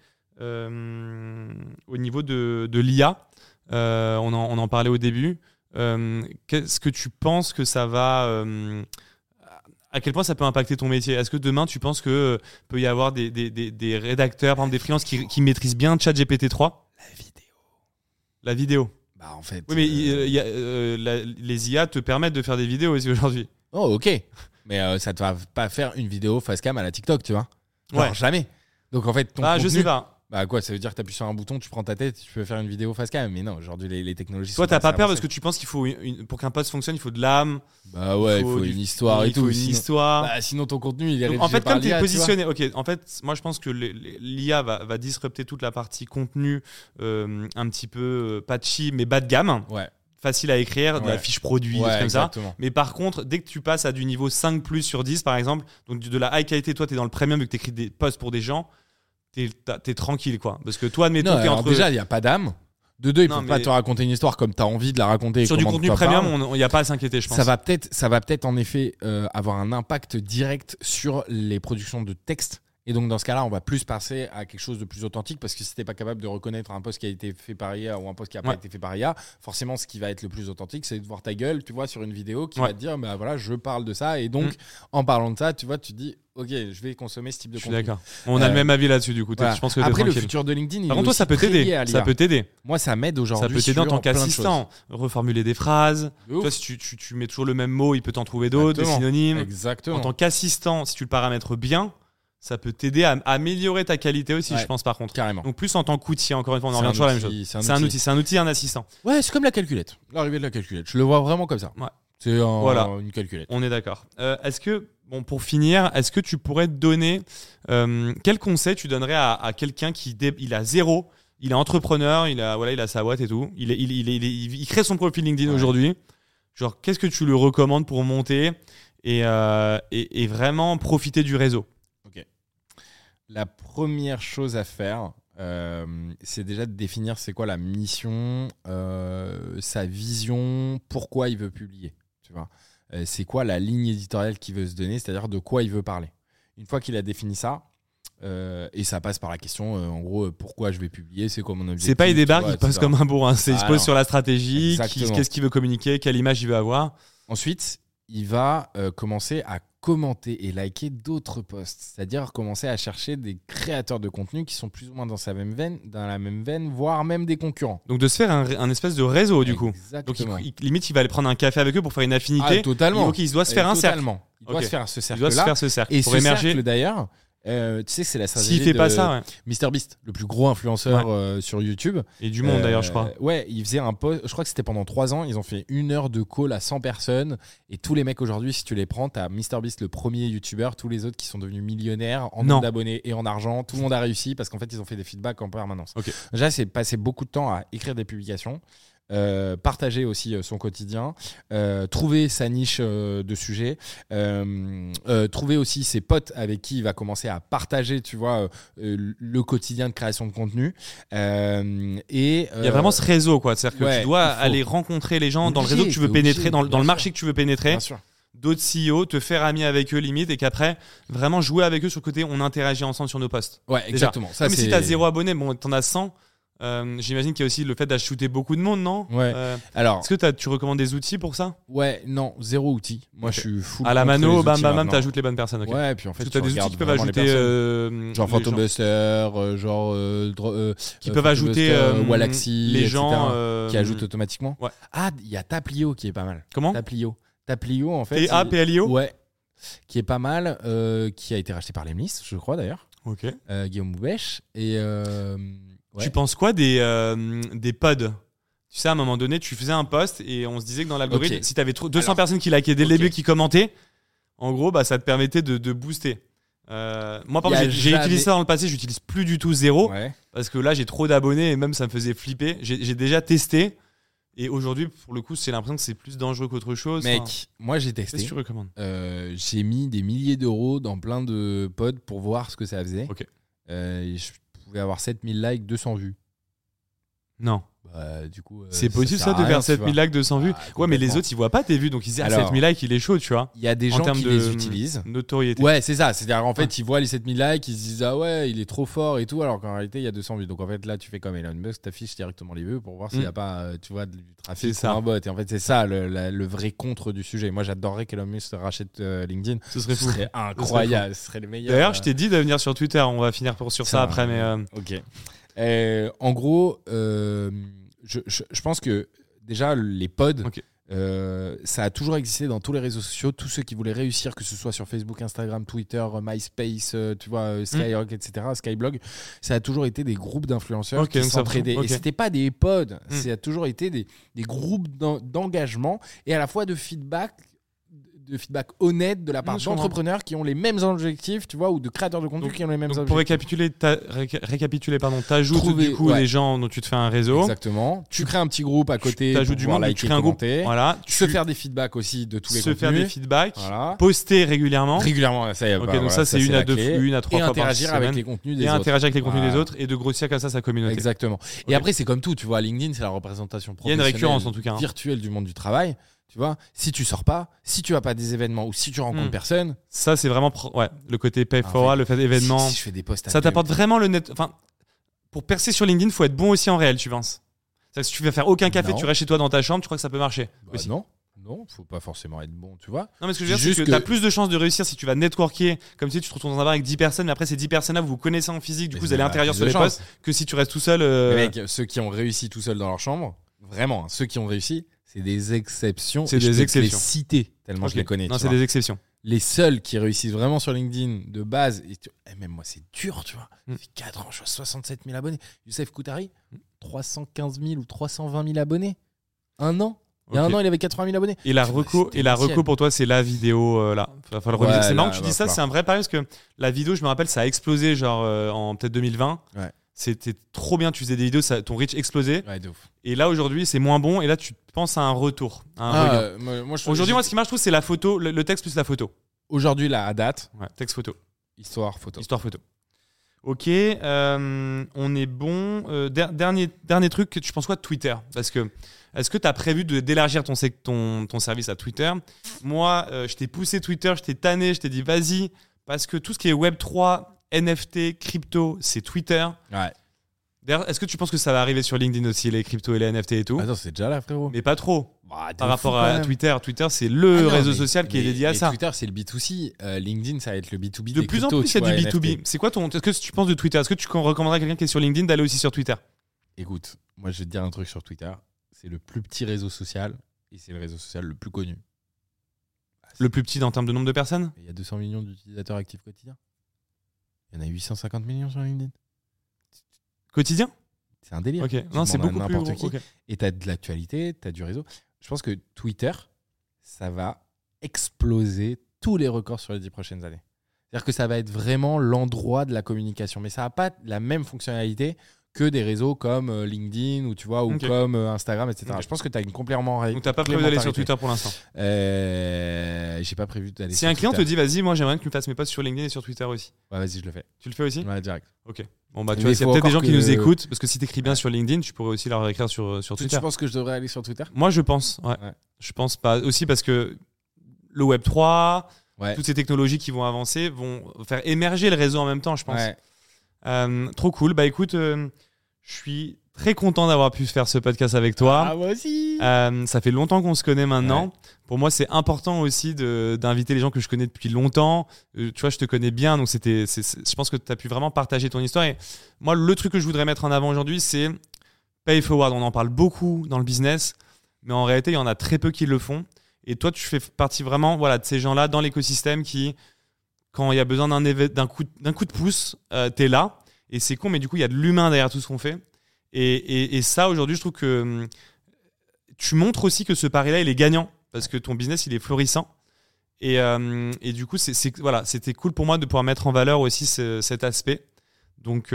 au niveau de l'IA. On en parlait au début. Qu'est-ce que tu penses que ça va... à quel point ça peut impacter ton métier? Est-ce que demain, tu penses que peut y avoir des rédacteurs, par exemple des freelances qui maîtrisent bien ChatGPT-3? La vidéo. Bah, en fait. Oui, mais les IA te permettent de faire des vidéos aussi aujourd'hui. Oh, ok. Mais ça te va pas faire une vidéo face cam à la TikTok, tu vois. Genre, Ouais. jamais. Donc, en fait, ton Ah, je contenu- sais pas. Bah, quoi, ça veut dire que t'appuies sur un bouton, tu prends ta tête, tu peux faire une vidéo face cam. Mais non, aujourd'hui, les technologies Toi, sont t'as pas assez peur parce avancées. que tu penses qu'il faut pour qu'un post fonctionne, il faut de l'âme. Bah, ouais, il faut une histoire et il tout. faut une sinon- histoire. Bah, sinon, ton contenu, il est Donc, rédigé en fait, par comme tu es l'IA, tu vois. positionné, ok. En fait, moi, je pense que l'IA va disrupter toute la partie contenu, un petit peu patchy, mais bas de gamme, Ouais. facile à écrire, de la Ouais. fiche produit, des Ouais, trucs comme ça. exactement. Mais par contre, dès que tu passes à du niveau 5+ sur 10, par exemple, donc de la high qualité, toi, tu es dans le premium vu que tu écris des posts pour des gens, t'es tranquille, quoi. Parce que toi, admettons, Non, t'es alors entre. déjà, il n'y a pas d'âme. De deux, il Non, faut pas mais- te raconter une histoire comme tu as envie de la raconter. et sur du comment contenu toi premium, parles. il n'y a pas à s'inquiéter, je pense. Ça va peut-être en effet avoir un impact direct sur les productions de texte Et donc, dans ce cas-là, on va plus passer à quelque chose de plus authentique parce que si t'es pas capable de reconnaître un post qui a été fait par IA ou un post qui a pas été fait par IA, forcément, ce qui va être le plus authentique, c'est de voir ta gueule, tu vois, sur une vidéo qui va te dire, bah voilà, je parle de ça. Et donc, en parlant de ça, tu vois, tu te dis, ok, je vais consommer ce type de contenu. Je suis d'accord. On a le même avis là-dessus, du coup. Voilà. Je pense que après, le futur de LinkedIn, par contre, toi, ça peut t'aider. Ça peut t'aider. Moi, ça m'aide aujourd'hui. Ça peut t'aider en tant qu'assistant. Reformuler des phrases. Toi, si tu mets toujours le même mot, il peut t'en trouver d'autres, des synonymes. Exactement. En tant qu'assistant, si tu le paramètres bien, ça peut t'aider à améliorer ta qualité aussi, je pense, par contre. Carrément. Donc, plus en tant qu'outil, encore une fois, on en revient toujours à la même chose. C'est un outil, un assistant. Ouais, c'est comme la calculette. L'arrivée de la calculette. Je le vois vraiment comme ça. Ouais. C'est une calculette. On est d'accord. Est-ce que, pour finir, est-ce que tu pourrais te donner quel conseil tu donnerais à quelqu'un il a zéro, il est entrepreneur, il a sa boîte et tout, il crée son profil LinkedIn aujourd'hui. Genre, qu'est-ce que tu lui recommandes pour monter et vraiment profiter du réseau? Ok. La première chose à faire, c'est déjà de définir c'est quoi la mission, sa vision, pourquoi il veut publier. Tu vois, c'est quoi la ligne éditoriale qu'il veut se donner, c'est-à-dire de quoi il veut parler. Une fois qu'il a défini ça, et ça passe par la question, en gros, pourquoi je vais publier, c'est quoi mon objectif. C'est pas il débarque, il passe comme un bourrin. Il se pose sur la stratégie, exactement. Qu'est-ce qu'il veut communiquer, quelle image il veut avoir. Ensuite, il va commencer à commenter et liker d'autres posts, c'est-à-dire commencer à chercher des créateurs de contenu qui sont plus ou moins dans la même veine, voire même des concurrents. Donc de se faire un espèce de réseau du coup. Exactement. Donc limite il va aller prendre un café avec eux pour faire une affinité. Ah, totalement. Il doit se faire un cercle. Il doit se faire ce cercle. Il doit se faire ce cercle et pour ce émerger. Cercle d'ailleurs. Tu sais, c'est la stratégie S'il fait de pas ça, MrBeast, le plus gros influenceur sur YouTube. Et du monde d'ailleurs, je crois. Ouais, il faisait un post, je crois que c'était pendant 3 ans, ils ont fait 1 heure de call à 100 personnes. Et tous les mecs aujourd'hui, si tu les prends, t'as MrBeast, le premier YouTuber, tous les autres qui sont devenus millionnaires en nombre d'abonnés et en argent. Tout le monde a réussi parce qu'en fait, ils ont fait des feedbacks en permanence. Déjà, c'est passé beaucoup de temps à écrire des publications. Partager aussi son quotidien, trouver sa niche de sujet, trouver aussi ses potes avec qui il va commencer à partager, tu vois, le quotidien de création de contenu. Et il y a vraiment ce réseau, quoi. C'est-à-dire que tu dois aller rencontrer les gens dans le réseau que tu veux pénétrer, dans le marché que tu veux pénétrer. Bien sûr. D'autres CEO, te faire ami avec eux limite, et qu'après vraiment jouer avec eux sur le côté, on interagit ensemble sur nos posts. Ouais, exactement. Ça, mais si t'as 0 abonnés, bon, t'en as 100. J'imagine qu'il y a aussi le fait d'ajouter beaucoup de monde, non? Ouais. Alors, est-ce que tu recommandes des outils pour ça? Ouais, non, 0 outils. Moi, je suis full. À la mano, bam, t'ajoutes les bonnes personnes. Okay. Ouais, puis en fait, tu as des outils qui peuvent ajouter. Genre Photobuster, qui peuvent ajouter Wallaxy, les gens. Qui ajoutent automatiquement. Ouais. Ah, il y a Taplio qui est pas mal. Comment? Taplio, en fait. T-A-P-L-I-O? Ouais. Qui est pas mal, qui a été racheté par Lemlist, je crois d'ailleurs. Ok. Guillaume Boubèche. Et. Ouais. Tu penses quoi des pods? Tu sais, à un moment donné, tu faisais un post et on se disait que dans l'algorithme, si tu avais 200 personnes qui likaient dès le début, qui commentaient, en gros, bah, ça te permettait de booster. Moi, par exemple, j'ai utilisé ça dans le passé, j'utilise plus du tout 0 parce que là, j'ai trop d'abonnés et même ça me faisait flipper. J'ai déjà testé et aujourd'hui, pour le coup, j'ai l'impression que c'est plus dangereux qu'autre chose. Mec, moi j'ai testé. Qu'est-ce que tu recommandes? J'ai mis des milliers d'euros dans plein de pods pour voir ce que ça faisait. Ok. Je pouvais avoir 7000 likes, 200 vues. Non. Bah, du coup, c'est possible ça de faire 7000 likes, 200 vues? Ouais, mais les autres ils voient pas tes vues donc ils disent 7000 likes, il est chaud, tu vois. Il y a des gens qui les utilisent. Notoriété. Ouais, c'est ça. C'est-à-dire en fait, ils voient les 7000 likes, ils se disent ah ouais, il est trop fort et tout, alors qu'en réalité, il y a 200 vues. Donc en fait, là, tu fais comme Elon Musk, t'affiches directement les vues pour voir s'il n'y a pas, tu vois, du trafic ou un bot. Et en fait, c'est ça le vrai contre du sujet. Moi, j'adorerais qu'Elon Musk rachète LinkedIn. Ce serait fou. Ce serait incroyable. Ce serait le meilleur. D'ailleurs, je t'ai dit de venir sur Twitter. On va finir sur ça après, mais. Ok. En gros. Je pense que déjà les pods, ça a toujours existé dans tous les réseaux sociaux. Tous ceux qui voulaient réussir, que ce soit sur Facebook, Instagram, Twitter, MySpace, tu vois, Skyrock, etc., Skyblog, ça a toujours été des groupes d'influenceurs qui s'entraidaient. Et c'était pas des pods, ça a toujours été des groupes d'engagement et à la fois de feedback honnête de la part d'entrepreneurs qui ont les mêmes objectifs, tu vois, ou de créateurs de contenu qui ont les mêmes objectifs. Pour récapituler, t'ajoutes du coup les gens dont tu te fais un réseau. Exactement. Tu crées un petit groupe à côté. T'ajoutes du monde, tu crées un groupe. Voilà. Se faire des feedbacks aussi de tous les contenus. Se faire des feedbacks. Voilà. Poster régulièrement. Ça y est. Ok, donc ça c'est une à 3 fois par semaine. Et interagir avec les contenus des autres. Et interagir avec les contenus des autres et de grossir comme ça sa communauté. Exactement. Et après c'est comme tout, tu vois, LinkedIn c'est la représentation professionnelle. Il y a une récurrence en tout cas. Virtuelle du monde du travail. Tu vois, si tu sors pas, si tu vas pas à des événements ou si tu rencontres personne. Ça, c'est vraiment le côté pay forward, le fait événement. Si je fais des posts ça t'apporte vraiment le net. Enfin, pour percer sur LinkedIn, faut être bon aussi en réel, tu penses. C'est-à-dire que si tu vas faire aucun café, tu restes chez toi dans ta chambre, tu crois que ça peut marcher aussi. Non, faut pas forcément être bon, tu vois. Non, mais ce que je veux dire, c'est que t'as plus de chances de réussir si tu vas networker, comme si tu te retrouves dans un bar avec 10 personnes, mais après ces 10 personnes-là, vous vous connaissez en physique, du coup, vous allez intérieur sur les postes, que si tu restes tout seul. Mais mec, ceux qui ont réussi tout seuls dans leur chambre, vraiment, ceux qui ont réussi, c'est des exceptions. C'est des exceptions. Je les citer tellement je les connais. Non, c'est des exceptions. Les seuls qui réussissent vraiment sur LinkedIn de base, même moi, c'est dur, tu vois. Ça fait 4 ans, je suis à 67 000 abonnés. Youssef Koutari, 315 000 ou 320 000 abonnés. Un an. Il y a un an, il avait 80 000 abonnés. Et la reco pour toi, c'est la vidéo là. C'est marrant que tu dis ça, c'est un vrai pari parce que la vidéo, je me rappelle, ça a explosé genre en peut-être 2020. Ouais. C'était trop bien, tu faisais des vidéos, ton reach explosait. Ouais, de ouf. Et là aujourd'hui, c'est moins bon. Et là, tu penses à un retour. Aujourd'hui, moi, ce qui marche, je trouve, c'est la photo, le texte plus la photo. Aujourd'hui, là, à date. Ouais, texte photo. Histoire photo. Ok, on est bon. Dernier truc, tu penses quoi de Twitter ? Parce que est-ce que tu as prévu d'élargir ton service à Twitter ? Moi, je t'ai poussé Twitter, je t'ai tanné, je t'ai dit vas-y, parce que tout ce qui est Web3, NFT, crypto, c'est Twitter. Ouais. D'ailleurs, est-ce que tu penses que ça va arriver sur LinkedIn aussi, les cryptos et les NFT et tout ? Attends, c'est déjà là, frérot. Mais pas trop. Par rapport à Twitter. Twitter, c'est réseau social qui est dédié à ça. Twitter, c'est le B2C. LinkedIn, ça va être le B2B. De plus en plus, il y a du B2B. C'est quoi est-ce que tu penses de Twitter ? Est-ce que tu recommanderais à quelqu'un qui est sur LinkedIn d'aller aussi sur Twitter ? Écoute, moi, je vais te dire un truc sur Twitter. C'est le plus petit réseau social et c'est le réseau social le plus connu. Le plus petit en termes de nombre de personnes ? Il y a 200 millions d'utilisateurs actifs quotidiens. Il y en a 850 millions sur LinkedIn. Quotidien ? C'est un délire. Ok. Non, c'est beaucoup plus gros. Okay. Et tu as de l'actualité, tu as du réseau. Je pense que Twitter, ça va exploser tous les records sur les 10 prochaines années. C'est-à-dire que ça va être vraiment l'endroit de la communication. Mais ça n'a pas la même fonctionnalité que des réseaux comme LinkedIn ou, tu vois, ou comme Instagram, etc. Okay. Je pense que tu as une complémentarité. Donc, tu n'as pas prévu d'aller sur Twitter pour l'instant ? J'ai pas prévu d'aller sur Twitter. Si un client te dit, vas-y, moi j'aimerais que tu me fasses mes posts sur LinkedIn et sur Twitter aussi. Ouais, vas-y, je le fais. Tu le fais aussi ? Ouais, direct. Ok. Bon, bah, tu vois, il y a peut-être des gens qui nous écoutent parce que si tu écris bien sur LinkedIn, tu pourrais aussi leur écrire sur Twitter. Tu penses que je devrais aller sur Twitter ? Moi, je pense. Ouais. Je pense pas. Aussi parce que le Web3, toutes ces technologies qui vont avancer vont faire émerger le réseau en même temps, je pense. Ouais. Trop cool. Bah, écoute. Je suis très content d'avoir pu faire ce podcast avec toi. Ah, moi aussi. Ça fait longtemps qu'on se connaît maintenant. Ouais. Pour moi, c'est important aussi d'inviter les gens que je connais depuis longtemps. Tu vois, je te connais bien, donc je pense que tu as pu vraiment partager ton histoire. Et moi, le truc que je voudrais mettre en avant aujourd'hui, c'est Pay Forward. On en parle beaucoup dans le business, mais en réalité, il y en a très peu qui le font. Et toi, tu fais partie vraiment de ces gens-là dans l'écosystème qui, quand il y a besoin d'un coup de pouce, tu es là. Et c'est con, mais du coup, il y a de l'humain derrière tout ce qu'on fait. Et ça, aujourd'hui, je trouve que tu montres aussi que ce pari-là, il est gagnant parce que ton business, il est florissant. Et du coup, c'était cool pour moi de pouvoir mettre en valeur aussi cet aspect. Donc,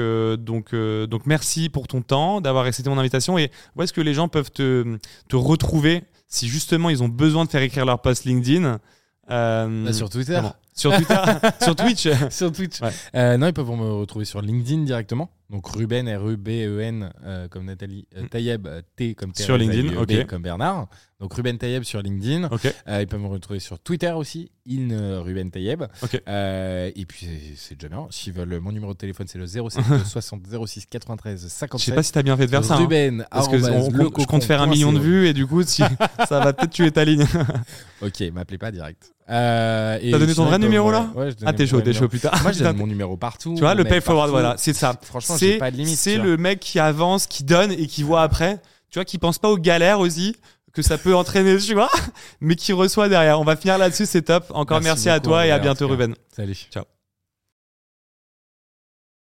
merci pour ton temps, d'avoir accepté mon invitation. Et où est-ce que les gens peuvent te retrouver si justement ils ont besoin de faire écrire leur post LinkedIn sur Twitter. Sur Twitter, sur Twitch. Sur Twitch. Ouais. Non, ils peuvent me retrouver sur LinkedIn directement. Donc Ruben, R-U-B-E-N, comme Nathalie, Tayeb, T comme Thérèse, sur LinkedIn, B comme Bernard. Donc Ruben Tayeb sur LinkedIn. Okay. Ils peuvent me retrouver sur Twitter aussi, Ruben Tayeb. Okay. Et puis c'est déjà bien. S'ils veulent, mon numéro de téléphone, c'est le 07 60 06 93 57. Je sais pas si t'as bien fait de faire ça. Ruben, parce que je compte faire 1 million de vues et du coup, ça va peut-être tuer ta ligne. Ok, m'appelez pas direct. T'as donné ton vrai numéro là ? Ouais, t'es chaud plus tard. Moi, je donne mon numéro partout. Tu vois, le pay forward, voilà, c'est ça. Franchement, j'ai pas de limite. C'est le mec qui avance, qui donne et qui voit après. Tu vois, qui pense pas aux galères aussi que ça peut entraîner, tu vois, mais qui reçoit derrière. On va finir là-dessus, c'est top. Encore merci à toi et à bientôt, Ruben. Salut. Ciao.